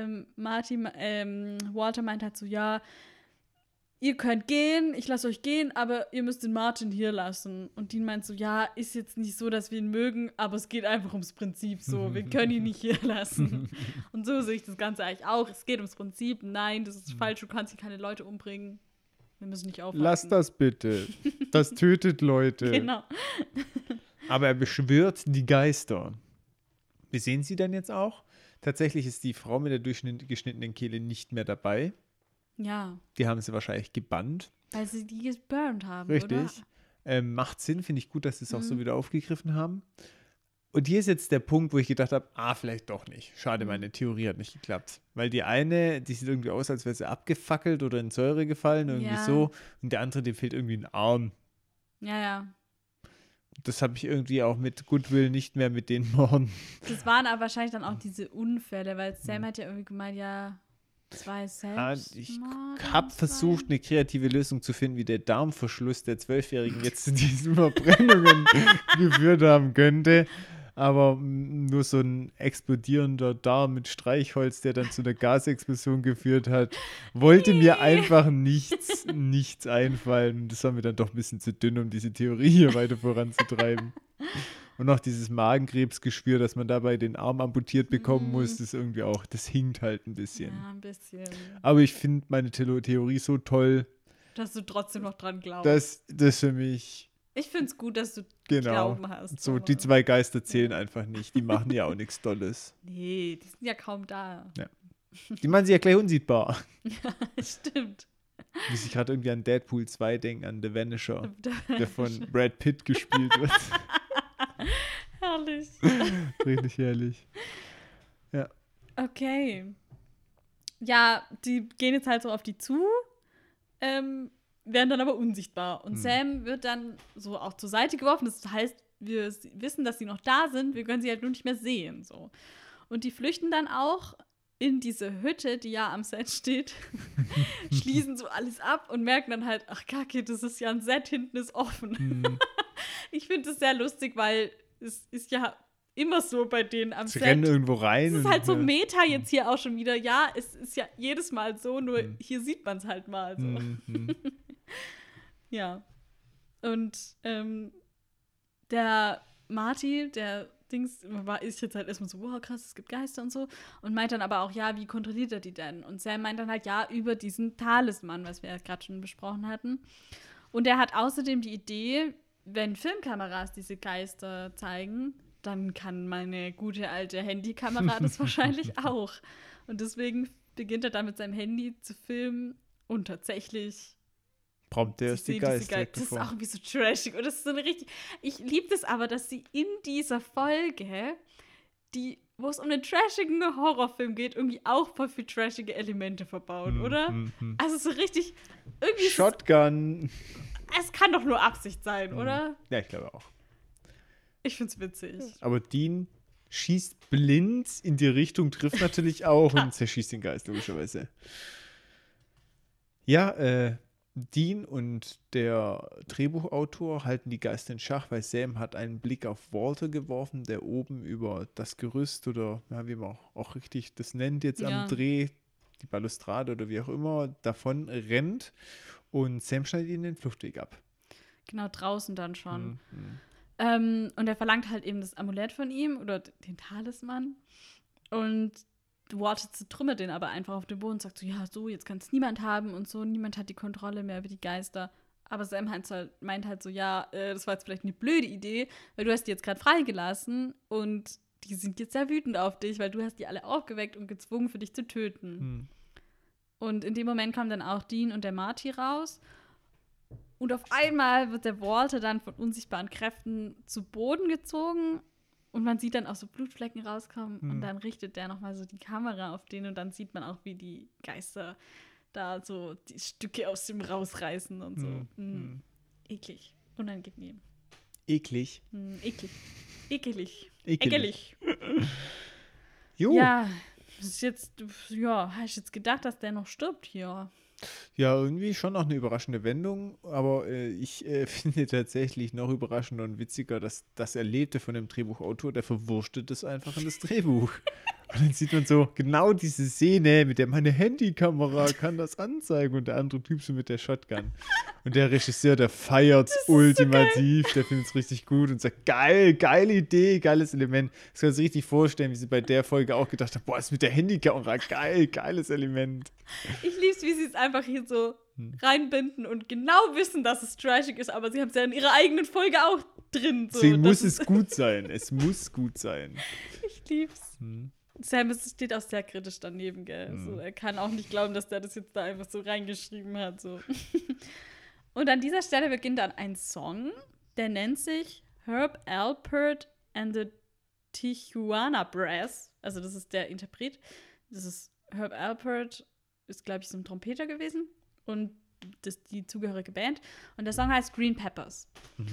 [SPEAKER 1] Walter meint halt so, ja, ihr könnt gehen, ich lasse euch gehen, aber ihr müsst den Martin hier lassen. Und Dean meint so, ja, ist jetzt nicht so, dass wir ihn mögen, aber es geht einfach ums Prinzip so, wir können ihn nicht hier lassen. Und so sehe ich das Ganze eigentlich auch. Es geht ums Prinzip, nein, das ist falsch, du kannst hier keine Leute umbringen. Wir müssen nicht aufpassen.
[SPEAKER 2] Lass das bitte. Das tötet Leute.
[SPEAKER 1] Genau.
[SPEAKER 2] Aber er beschwört die Geister. Wir sehen sie dann jetzt auch. Tatsächlich ist die Frau mit der durchgeschnittenen Kehle nicht mehr dabei.
[SPEAKER 1] Ja.
[SPEAKER 2] Die haben sie wahrscheinlich gebannt.
[SPEAKER 1] Weil sie die geburnt haben,
[SPEAKER 2] richtig.
[SPEAKER 1] Oder?
[SPEAKER 2] Macht Sinn, finde ich gut, dass sie es auch so wieder aufgegriffen haben. Und hier ist jetzt der Punkt, wo ich gedacht habe, vielleicht doch nicht. Schade, meine Theorie hat nicht geklappt. Weil die eine, die sieht irgendwie aus, als wäre sie abgefackelt oder in Säure gefallen, irgendwie so. Und der andere, dem fehlt irgendwie ein Arm.
[SPEAKER 1] Ja, ja.
[SPEAKER 2] Das habe ich irgendwie auch mit Goodwill nicht mehr mit den Morden.
[SPEAKER 1] Das waren aber wahrscheinlich dann auch diese Unfälle, weil Sam hat ja irgendwie gemeint, ja, 2 selbst.
[SPEAKER 2] Ich habe versucht, eine kreative Lösung zu finden, wie der Darmverschluss der 12-Jährigen jetzt zu diesen Verbrennungen geführt haben könnte. Aber nur so ein explodierender Darm mit Streichholz, der dann zu einer Gasexplosion geführt hat, wollte mir einfach nichts einfallen. Das war mir dann doch ein bisschen zu dünn, um diese Theorie hier weiter voranzutreiben. Und noch dieses Magenkrebsgeschwür, dass man dabei den Arm amputiert bekommen muss, ist irgendwie auch, das hinkt halt ein bisschen.
[SPEAKER 1] Ja, ein bisschen.
[SPEAKER 2] Aber ich finde meine Theorie so toll,
[SPEAKER 1] Dass du trotzdem noch dran glaubst.
[SPEAKER 2] dass das für mich,
[SPEAKER 1] Ich finde es gut, dass du
[SPEAKER 2] genau,
[SPEAKER 1] Glauben hast.
[SPEAKER 2] so
[SPEAKER 1] aber-
[SPEAKER 2] die zwei Geister zählen einfach nicht. Die machen ja auch nichts Dolles.
[SPEAKER 1] Nee, die sind ja kaum da.
[SPEAKER 2] Die machen sie ja gleich unsichtbar.
[SPEAKER 1] Stimmt.
[SPEAKER 2] Muss ich gerade irgendwie an Deadpool 2 denken, an The Vanisher, der von Brad Pitt gespielt wird.
[SPEAKER 1] Herrlich.
[SPEAKER 2] Richtig herrlich.
[SPEAKER 1] Okay. Ja, die gehen jetzt halt so auf die zu, werden dann aber unsichtbar. Und Sam wird dann so auch zur Seite geworfen. Das heißt, wir wissen, dass sie noch da sind, wir können sie halt nur nicht mehr sehen. So. Und die flüchten dann auch in diese Hütte, die ja am Set steht, schließen so alles ab und merken dann halt, ach kacke, das ist ja ein Set, hinten ist offen. Ich finde das sehr lustig, weil es ist ja immer so bei denen am
[SPEAKER 2] Sie
[SPEAKER 1] Set.
[SPEAKER 2] rennen irgendwo rein.
[SPEAKER 1] Es ist
[SPEAKER 2] und,
[SPEAKER 1] halt so Meta jetzt hier auch schon wieder. Ja, es ist ja jedes Mal so, nur hier sieht man es halt mal so. Ja. Und der Marty, der Dings, ist jetzt halt erstmal so, wow, krass, es gibt Geister und so. Und meint dann aber auch, ja, wie kontrolliert er die denn? Und Sam meint dann halt, ja, über diesen Talisman, was wir ja gerade schon besprochen hatten. Und er hat außerdem die Idee, wenn Filmkameras diese Geister zeigen, dann kann meine gute alte Handykamera das wahrscheinlich auch. Und deswegen beginnt er dann mit seinem Handy zu filmen und tatsächlich
[SPEAKER 2] prompt der ist die Geister.
[SPEAKER 1] Das ist auch irgendwie so trashig. Und das ist so eine richtig. Ich liebe das aber, dass sie in dieser Folge, wo es um einen trashigen Horrorfilm geht, irgendwie auch voll viel trashige Elemente verbauen, oder? Also so richtig. Irgendwie
[SPEAKER 2] Shotgun.
[SPEAKER 1] es kann doch nur Absicht sein, oder?
[SPEAKER 2] Ja, ich glaube auch.
[SPEAKER 1] Ich find's witzig.
[SPEAKER 2] Aber Dean schießt blind in die Richtung, trifft natürlich auch und zerschießt den Geist, logischerweise. Ja, Dean und der Drehbuchautor halten die Geister in Schach, weil Sam hat einen Blick auf Walter geworfen, der oben über das Gerüst oder ja, wie man auch richtig das nennt jetzt am Dreh, die Balustrade oder wie auch immer, davon rennt und Sam schneidet ihnen den Fluchtweg ab.
[SPEAKER 1] Genau, draußen dann schon. Und er verlangt halt eben das Amulett von ihm oder den Talisman. Und Walter zertrümmert den aber einfach auf den Boden und sagt so, ja, so, jetzt kann es niemand haben und so, niemand hat die Kontrolle mehr über die Geister. Aber Sam meint halt so, ja, das war jetzt vielleicht eine blöde Idee, weil du hast die jetzt gerade freigelassen und die sind jetzt sehr wütend auf dich, weil du hast die alle aufgeweckt und gezwungen, für dich zu töten. Und in dem Moment kommen dann auch Dean und der Marty raus. Und auf einmal wird der Walter dann von unsichtbaren Kräften zu Boden gezogen und man sieht dann auch so Blutflecken rauskommen und dann richtet der nochmal so die Kamera auf den und dann sieht man auch, wie die Geister da so die Stücke aus dem rausreißen und so. Eklig. Unangenehm.
[SPEAKER 2] Eklig.
[SPEAKER 1] Eklig. Ekelig.
[SPEAKER 2] Ekelig.
[SPEAKER 1] Ekelig.
[SPEAKER 2] Jo.
[SPEAKER 1] Ja, das ist jetzt, hast du jetzt gedacht, dass der noch stirbt hier?
[SPEAKER 2] Ja, irgendwie schon noch eine überraschende Wendung, aber ich finde tatsächlich noch überraschender und witziger, dass das Erlebte von dem Drehbuchautor, der verwurstet es einfach in das Drehbuch. Und dann sieht man so genau diese Szene, mit der meine Handykamera kann das anzeigen und der andere Typ so mit der Shotgun. Und der Regisseur, der feiert ultimativ, der findet es richtig gut und sagt, geil, geile Idee, geiles Element. Das kann man sich richtig vorstellen, wie sie bei der Folge auch gedacht haben, boah, ist mit der Handykamera geil, geiles Element.
[SPEAKER 1] Ich lieb's, wie sie es einfach hier so reinbinden und genau wissen, dass es trashig ist, aber sie haben es ja in ihrer eigenen Folge auch drin. So.
[SPEAKER 2] Deswegen muss es gut sein. Es muss gut sein.
[SPEAKER 1] Ich lieb's. Sam steht auch sehr kritisch daneben, gell? So, er kann auch nicht glauben, dass der das jetzt da einfach so reingeschrieben hat. So. Und an dieser Stelle beginnt dann ein Song, der nennt sich Herb Alpert and the Tijuana Brass. Also das ist der Interpret. Das ist Herb Alpert, ist, glaube ich, so ein Trompeter gewesen. Und das die zugehörige Band. Und der Song heißt Green Peppers.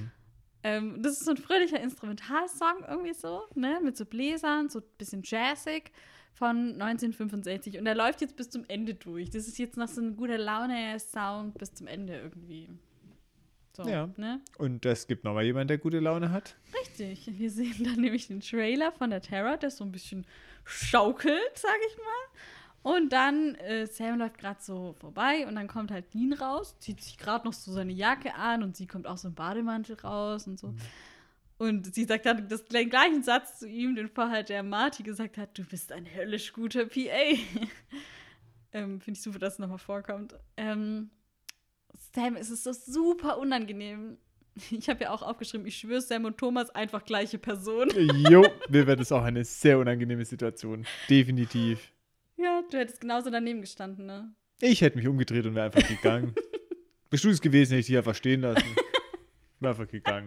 [SPEAKER 1] Das ist so ein fröhlicher Instrumentalsong irgendwie so, ne? Mit so Bläsern, so ein bisschen jazzig von 1965. Und der läuft jetzt bis zum Ende durch. Das ist jetzt noch so ein guter Laune-Sound bis zum Ende irgendwie. So,
[SPEAKER 2] ja.
[SPEAKER 1] Ne?
[SPEAKER 2] Und es gibt nochmal jemanden, der gute Laune hat.
[SPEAKER 1] Richtig. Wir sehen dann nämlich den Trailer von der Terror, der so ein bisschen schaukelt, sag ich mal. Und dann, Sam läuft gerade so vorbei und dann kommt halt Dean raus, zieht sich gerade noch so seine Jacke an und sie kommt auch so im Bademantel raus und so. Und sie sagt dann den gleichen Satz zu ihm, den vorher der Marty gesagt hat, du bist ein höllisch guter PA. Finde ich super, dass es nochmal vorkommt. Sam, es ist so super unangenehm. Ich habe ja auch aufgeschrieben, ich schwöre, Sam und Thomas einfach gleiche Person.
[SPEAKER 2] Jo, mir wäre das auch eine sehr unangenehme Situation. Definitiv.
[SPEAKER 1] Ja, du hättest genauso daneben gestanden, ne?
[SPEAKER 2] Ich hätte mich umgedreht und wäre einfach gegangen. Bist du es gewesen, hätte ich dich einfach stehen lassen. Wäre einfach gegangen.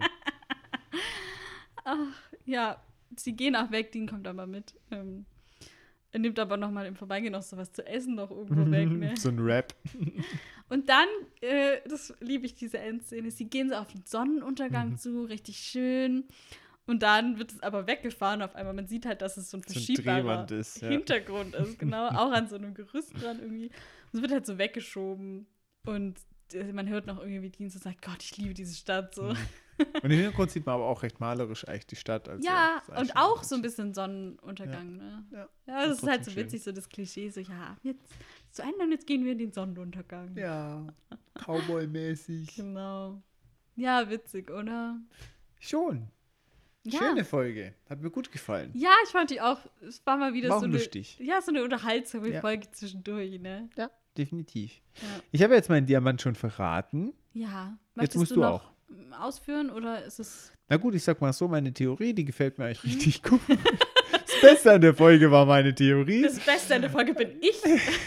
[SPEAKER 1] Ach, ja, sie gehen auch weg, Dean kommt aber mit. Er nimmt aber noch mal im Vorbeigehen noch so was zu essen noch irgendwo weg, ne?
[SPEAKER 2] So ein Rap.
[SPEAKER 1] Und dann, das liebe ich, diese Endszene, sie gehen so auf den Sonnenuntergang zu, richtig schön. Und dann wird es aber weggefahren auf einmal. Man sieht halt, dass es so ein verschiebbarer
[SPEAKER 2] Drehwand ist, ja.
[SPEAKER 1] Hintergrund ist, genau. Auch an so einem Gerüst dran irgendwie. Und es wird halt so weggeschoben. Und man hört noch irgendwie, wie Dean so sagt, Gott, ich liebe diese Stadt so.
[SPEAKER 2] Und im Hintergrund sieht man aber auch recht malerisch eigentlich die Stadt. Also
[SPEAKER 1] Ja,
[SPEAKER 2] ist
[SPEAKER 1] und auch so ein bisschen Sonnenuntergang,
[SPEAKER 2] Ja.
[SPEAKER 1] ne?
[SPEAKER 2] Ja,
[SPEAKER 1] Ja, das ist halt so
[SPEAKER 2] trotzdem
[SPEAKER 1] witzig, so das Klischee, so, ja, jetzt zu Ende und jetzt gehen wir in den Sonnenuntergang.
[SPEAKER 2] Ja, Cowboy-mäßig.
[SPEAKER 1] Genau. Ja, witzig, oder?
[SPEAKER 2] Schon.
[SPEAKER 1] Ja.
[SPEAKER 2] Schöne Folge. Hat mir gut gefallen.
[SPEAKER 1] Ja, ich fand die auch, es war mal wieder
[SPEAKER 2] War auch
[SPEAKER 1] so eine,
[SPEAKER 2] lustig.
[SPEAKER 1] ja, so eine unterhaltsame
[SPEAKER 2] Ja.
[SPEAKER 1] Folge zwischendurch, ne?
[SPEAKER 2] Ja, definitiv.
[SPEAKER 1] Ja.
[SPEAKER 2] Ich habe jetzt meinen Diamant schon verraten.
[SPEAKER 1] Ja.
[SPEAKER 2] Jetzt
[SPEAKER 1] Möchtest
[SPEAKER 2] musst
[SPEAKER 1] du
[SPEAKER 2] du
[SPEAKER 1] noch
[SPEAKER 2] auch.
[SPEAKER 1] ausführen oder ist es
[SPEAKER 2] Na gut, ich sag mal so, meine Theorie, die gefällt mir eigentlich richtig gut. Das Beste an der Folge war meine Theorie.
[SPEAKER 1] das Beste an der Folge bin ich?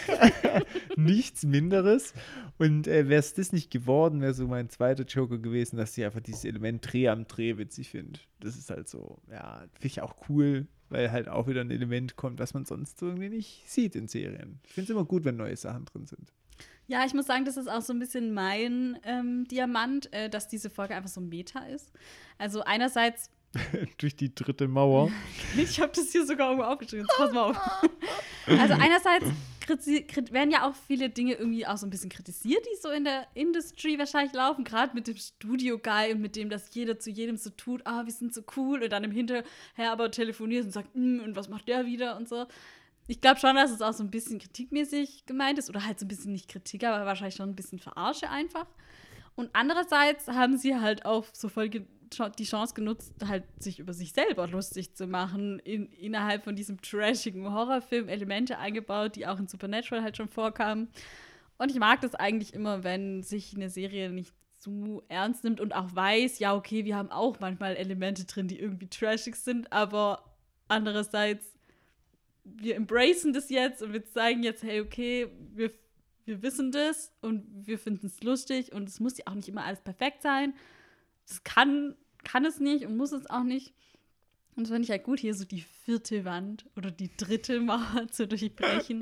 [SPEAKER 2] Nichts Minderes. Und wäre es das nicht geworden, wäre so mein zweiter Joker gewesen, dass ich einfach dieses Element Dreh am Dreh witzig finde. Das ist halt so, ja, finde ich auch cool, weil halt auch wieder ein Element kommt, was man sonst irgendwie nicht sieht in Serien. Ich finde es immer gut, wenn neue Sachen drin sind.
[SPEAKER 1] Ja, ich muss sagen, das ist auch so ein bisschen mein Diamant, dass diese Folge einfach so Meta ist. Also einerseits,
[SPEAKER 2] Durch die dritte Mauer.
[SPEAKER 1] ich habe das hier sogar irgendwo aufgeschrieben, jetzt pass mal auf. Also einerseits werden ja auch viele Dinge irgendwie auch so ein bisschen kritisiert, die so in der Industry wahrscheinlich laufen, gerade mit dem Studio-Guy und mit dem, dass jeder zu jedem so tut, wir sind so cool und dann im Hinterher aber telefoniert und sagt, und was macht der wieder und so. Ich glaube schon, dass es auch so ein bisschen kritikmäßig gemeint ist oder halt so ein bisschen nicht Kritik, aber wahrscheinlich schon ein bisschen Verarsche einfach. Und andererseits haben sie halt auch so voll die Chance genutzt, halt sich über sich selber lustig zu machen, innerhalb von diesem trashigen Horrorfilm Elemente eingebaut, die auch in Supernatural halt schon vorkamen. Und ich mag das eigentlich immer, wenn sich eine Serie nicht zu ernst nimmt und auch weiß, ja, okay, wir haben auch manchmal Elemente drin, die irgendwie trashig sind, aber andererseits wir embracen das jetzt und wir zeigen jetzt, hey, okay, wir wissen das und wir finden es lustig und es muss ja auch nicht immer alles perfekt sein. Das kann es nicht und muss es auch nicht. Und das finde ich halt gut, hier so die 4. Wand oder die 3. Mauer zu durchbrechen.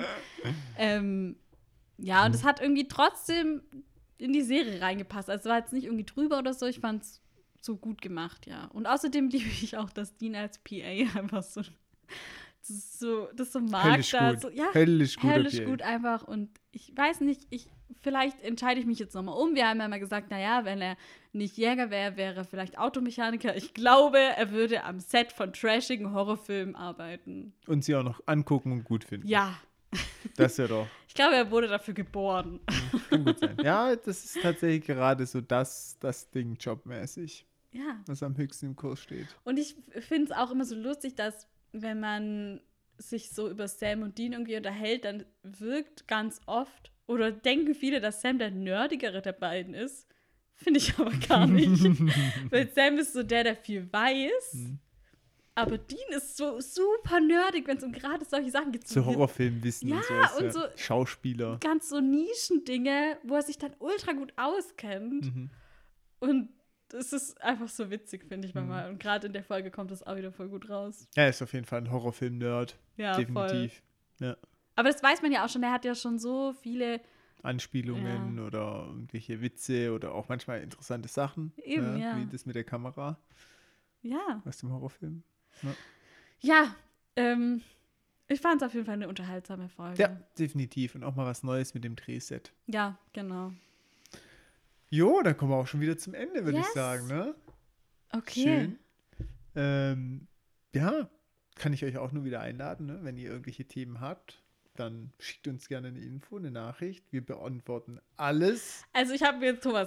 [SPEAKER 1] Ja, und es hat irgendwie trotzdem in die Serie reingepasst. Also es war jetzt nicht irgendwie drüber oder so, ich fand es so gut gemacht, ja. Und außerdem liebe ich auch, dass Dean als PA einfach so das so mag.
[SPEAKER 2] Höllisch
[SPEAKER 1] da
[SPEAKER 2] gut.
[SPEAKER 1] so, ja,
[SPEAKER 2] Höllisch
[SPEAKER 1] höllisch
[SPEAKER 2] PA.
[SPEAKER 1] gut einfach. Und ich weiß nicht, vielleicht entscheide ich mich jetzt nochmal um. Wir haben ja mal gesagt, naja, wenn er nicht Jäger wäre, wäre er vielleicht Automechaniker. Ich glaube, er würde am Set von trashigen Horrorfilmen arbeiten.
[SPEAKER 2] Und sie auch noch angucken und gut finden.
[SPEAKER 1] Ja.
[SPEAKER 2] Das ist ja doch.
[SPEAKER 1] Ich glaube, er wurde dafür geboren.
[SPEAKER 2] Kann gut sein. Ja, das ist tatsächlich gerade so das Ding jobmäßig,
[SPEAKER 1] Ja.
[SPEAKER 2] was am höchsten im Kurs steht.
[SPEAKER 1] Und ich finde es auch immer so lustig, dass, wenn man sich so über Sam und Dean irgendwie unterhält, dann wirkt ganz oft oder denken viele, dass Sam der Nerdigere der beiden ist. Finde ich aber gar nicht. Weil Sam ist so der viel weiß. Aber Dean ist so super nerdig, wenn es um gerade solche Sachen geht.
[SPEAKER 2] So Horrorfilmwissen
[SPEAKER 1] Ja,
[SPEAKER 2] und sowas.
[SPEAKER 1] und so
[SPEAKER 2] Schauspieler.
[SPEAKER 1] ganz so Nischendinge, wo er sich dann ultra gut auskennt. Und das ist einfach so witzig, finde ich manchmal. Und gerade in der Folge kommt das auch wieder voll gut raus.
[SPEAKER 2] Er ist auf jeden Fall ein Horrorfilm-Nerd.
[SPEAKER 1] Ja,
[SPEAKER 2] definitiv.
[SPEAKER 1] voll.
[SPEAKER 2] Ja.
[SPEAKER 1] Aber das weiß man ja auch schon, er hat ja schon so viele.
[SPEAKER 2] Anspielungen oder irgendwelche Witze oder auch manchmal interessante Sachen.
[SPEAKER 1] Eben, ja.
[SPEAKER 2] Wie das mit der Kamera
[SPEAKER 1] Ja.
[SPEAKER 2] aus dem Horrorfilm.
[SPEAKER 1] Ja, ich fand es auf jeden Fall eine unterhaltsame Folge.
[SPEAKER 2] Ja, definitiv. Und auch mal was Neues mit dem Drehset.
[SPEAKER 1] Ja, genau.
[SPEAKER 2] Jo, dann kommen wir auch schon wieder zum Ende, würde ich
[SPEAKER 1] Yes.
[SPEAKER 2] sagen, ne?
[SPEAKER 1] Okay.
[SPEAKER 2] Schön. Ja, kann ich euch auch nur wieder einladen, ne? Wenn ihr irgendwelche Themen habt, dann schickt uns gerne eine Info, eine Nachricht. Wir beantworten alles.
[SPEAKER 1] Also ich habe mir, Thomas,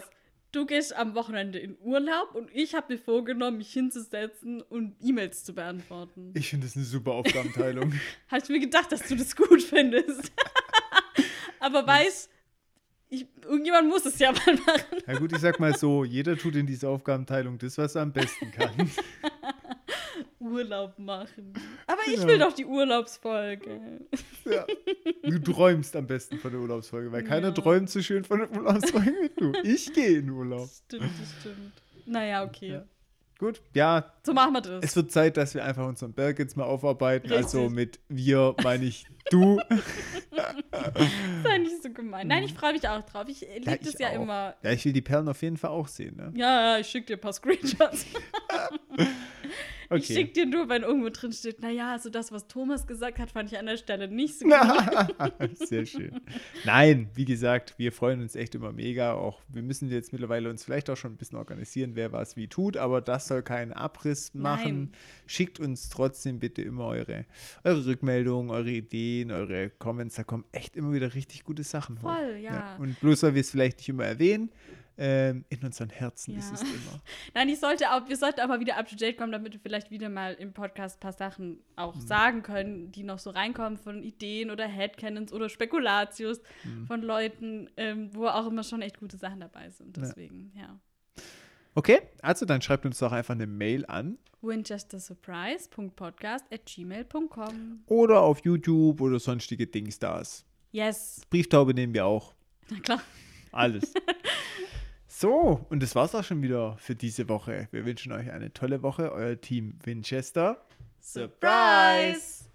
[SPEAKER 1] du gehst am Wochenende in Urlaub und ich habe mir vorgenommen, mich hinzusetzen und E-Mails zu beantworten.
[SPEAKER 2] Ich finde das eine super Aufgabenteilung.
[SPEAKER 1] Habe ich mir gedacht, dass du das gut findest. Aber irgendjemand muss es ja mal machen.
[SPEAKER 2] Ja gut, ich sag mal so, jeder tut in dieser Aufgabenteilung das, was er am besten kann.
[SPEAKER 1] Urlaub machen. Aber ich will doch die Urlaubsfolge.
[SPEAKER 2] Ja. Du träumst am besten von der Urlaubsfolge, weil keiner träumt so schön von der Urlaubsfolge wie du. Ich gehe in Urlaub.
[SPEAKER 1] Das stimmt. Naja, okay.
[SPEAKER 2] Ja. Gut, ja.
[SPEAKER 1] So machen wir das.
[SPEAKER 2] Es wird Zeit, dass wir einfach unseren Berg jetzt mal aufarbeiten.
[SPEAKER 1] Richtig.
[SPEAKER 2] Also mit wir meine ich du.
[SPEAKER 1] Sei nicht so gemein. Nein, ich freue mich auch drauf. Ich liebe das ja
[SPEAKER 2] auch.
[SPEAKER 1] immer.
[SPEAKER 2] Ja, ich will die Perlen auf jeden Fall auch sehen. Ne?
[SPEAKER 1] Ja, ich schicke dir ein paar Screenshots.
[SPEAKER 2] Okay.
[SPEAKER 1] Ich schicke dir nur, wenn irgendwo drin steht, naja, also das, was Thomas gesagt hat, fand ich an der Stelle nicht so gut.
[SPEAKER 2] Sehr schön. Nein, wie gesagt, wir freuen uns echt immer mega. Auch wir müssen jetzt mittlerweile uns vielleicht auch schon ein bisschen organisieren, wer was wie tut, aber das soll keinen Abriss machen.
[SPEAKER 1] Nein.
[SPEAKER 2] Schickt uns trotzdem bitte immer eure Rückmeldungen, eure Ideen, eure Comments. Da kommen echt immer wieder richtig gute Sachen hoch.
[SPEAKER 1] Voll, ja.
[SPEAKER 2] Und bloß, weil wir es vielleicht nicht immer erwähnen, in unseren Herzen
[SPEAKER 1] Ja.
[SPEAKER 2] ist es immer.
[SPEAKER 1] Nein, wir sollten aber wieder up to date kommen, damit wir vielleicht wieder mal im Podcast ein paar Sachen auch sagen können, die noch so reinkommen von Ideen oder Headcanons oder Spekulatius von Leuten, wo auch immer schon echt gute Sachen dabei sind. Deswegen, ja.
[SPEAKER 2] Okay, also dann schreibt uns doch einfach eine Mail an.
[SPEAKER 1] winchestersurprise.podcast@gmail.com.
[SPEAKER 2] Oder auf YouTube oder sonstige Dingstars.
[SPEAKER 1] Yes.
[SPEAKER 2] Brieftaube nehmen wir auch.
[SPEAKER 1] Na klar.
[SPEAKER 2] Alles. So, und das war's auch schon wieder für diese Woche. Wir wünschen euch eine tolle Woche. Euer Team Winchester.
[SPEAKER 1] Surprise!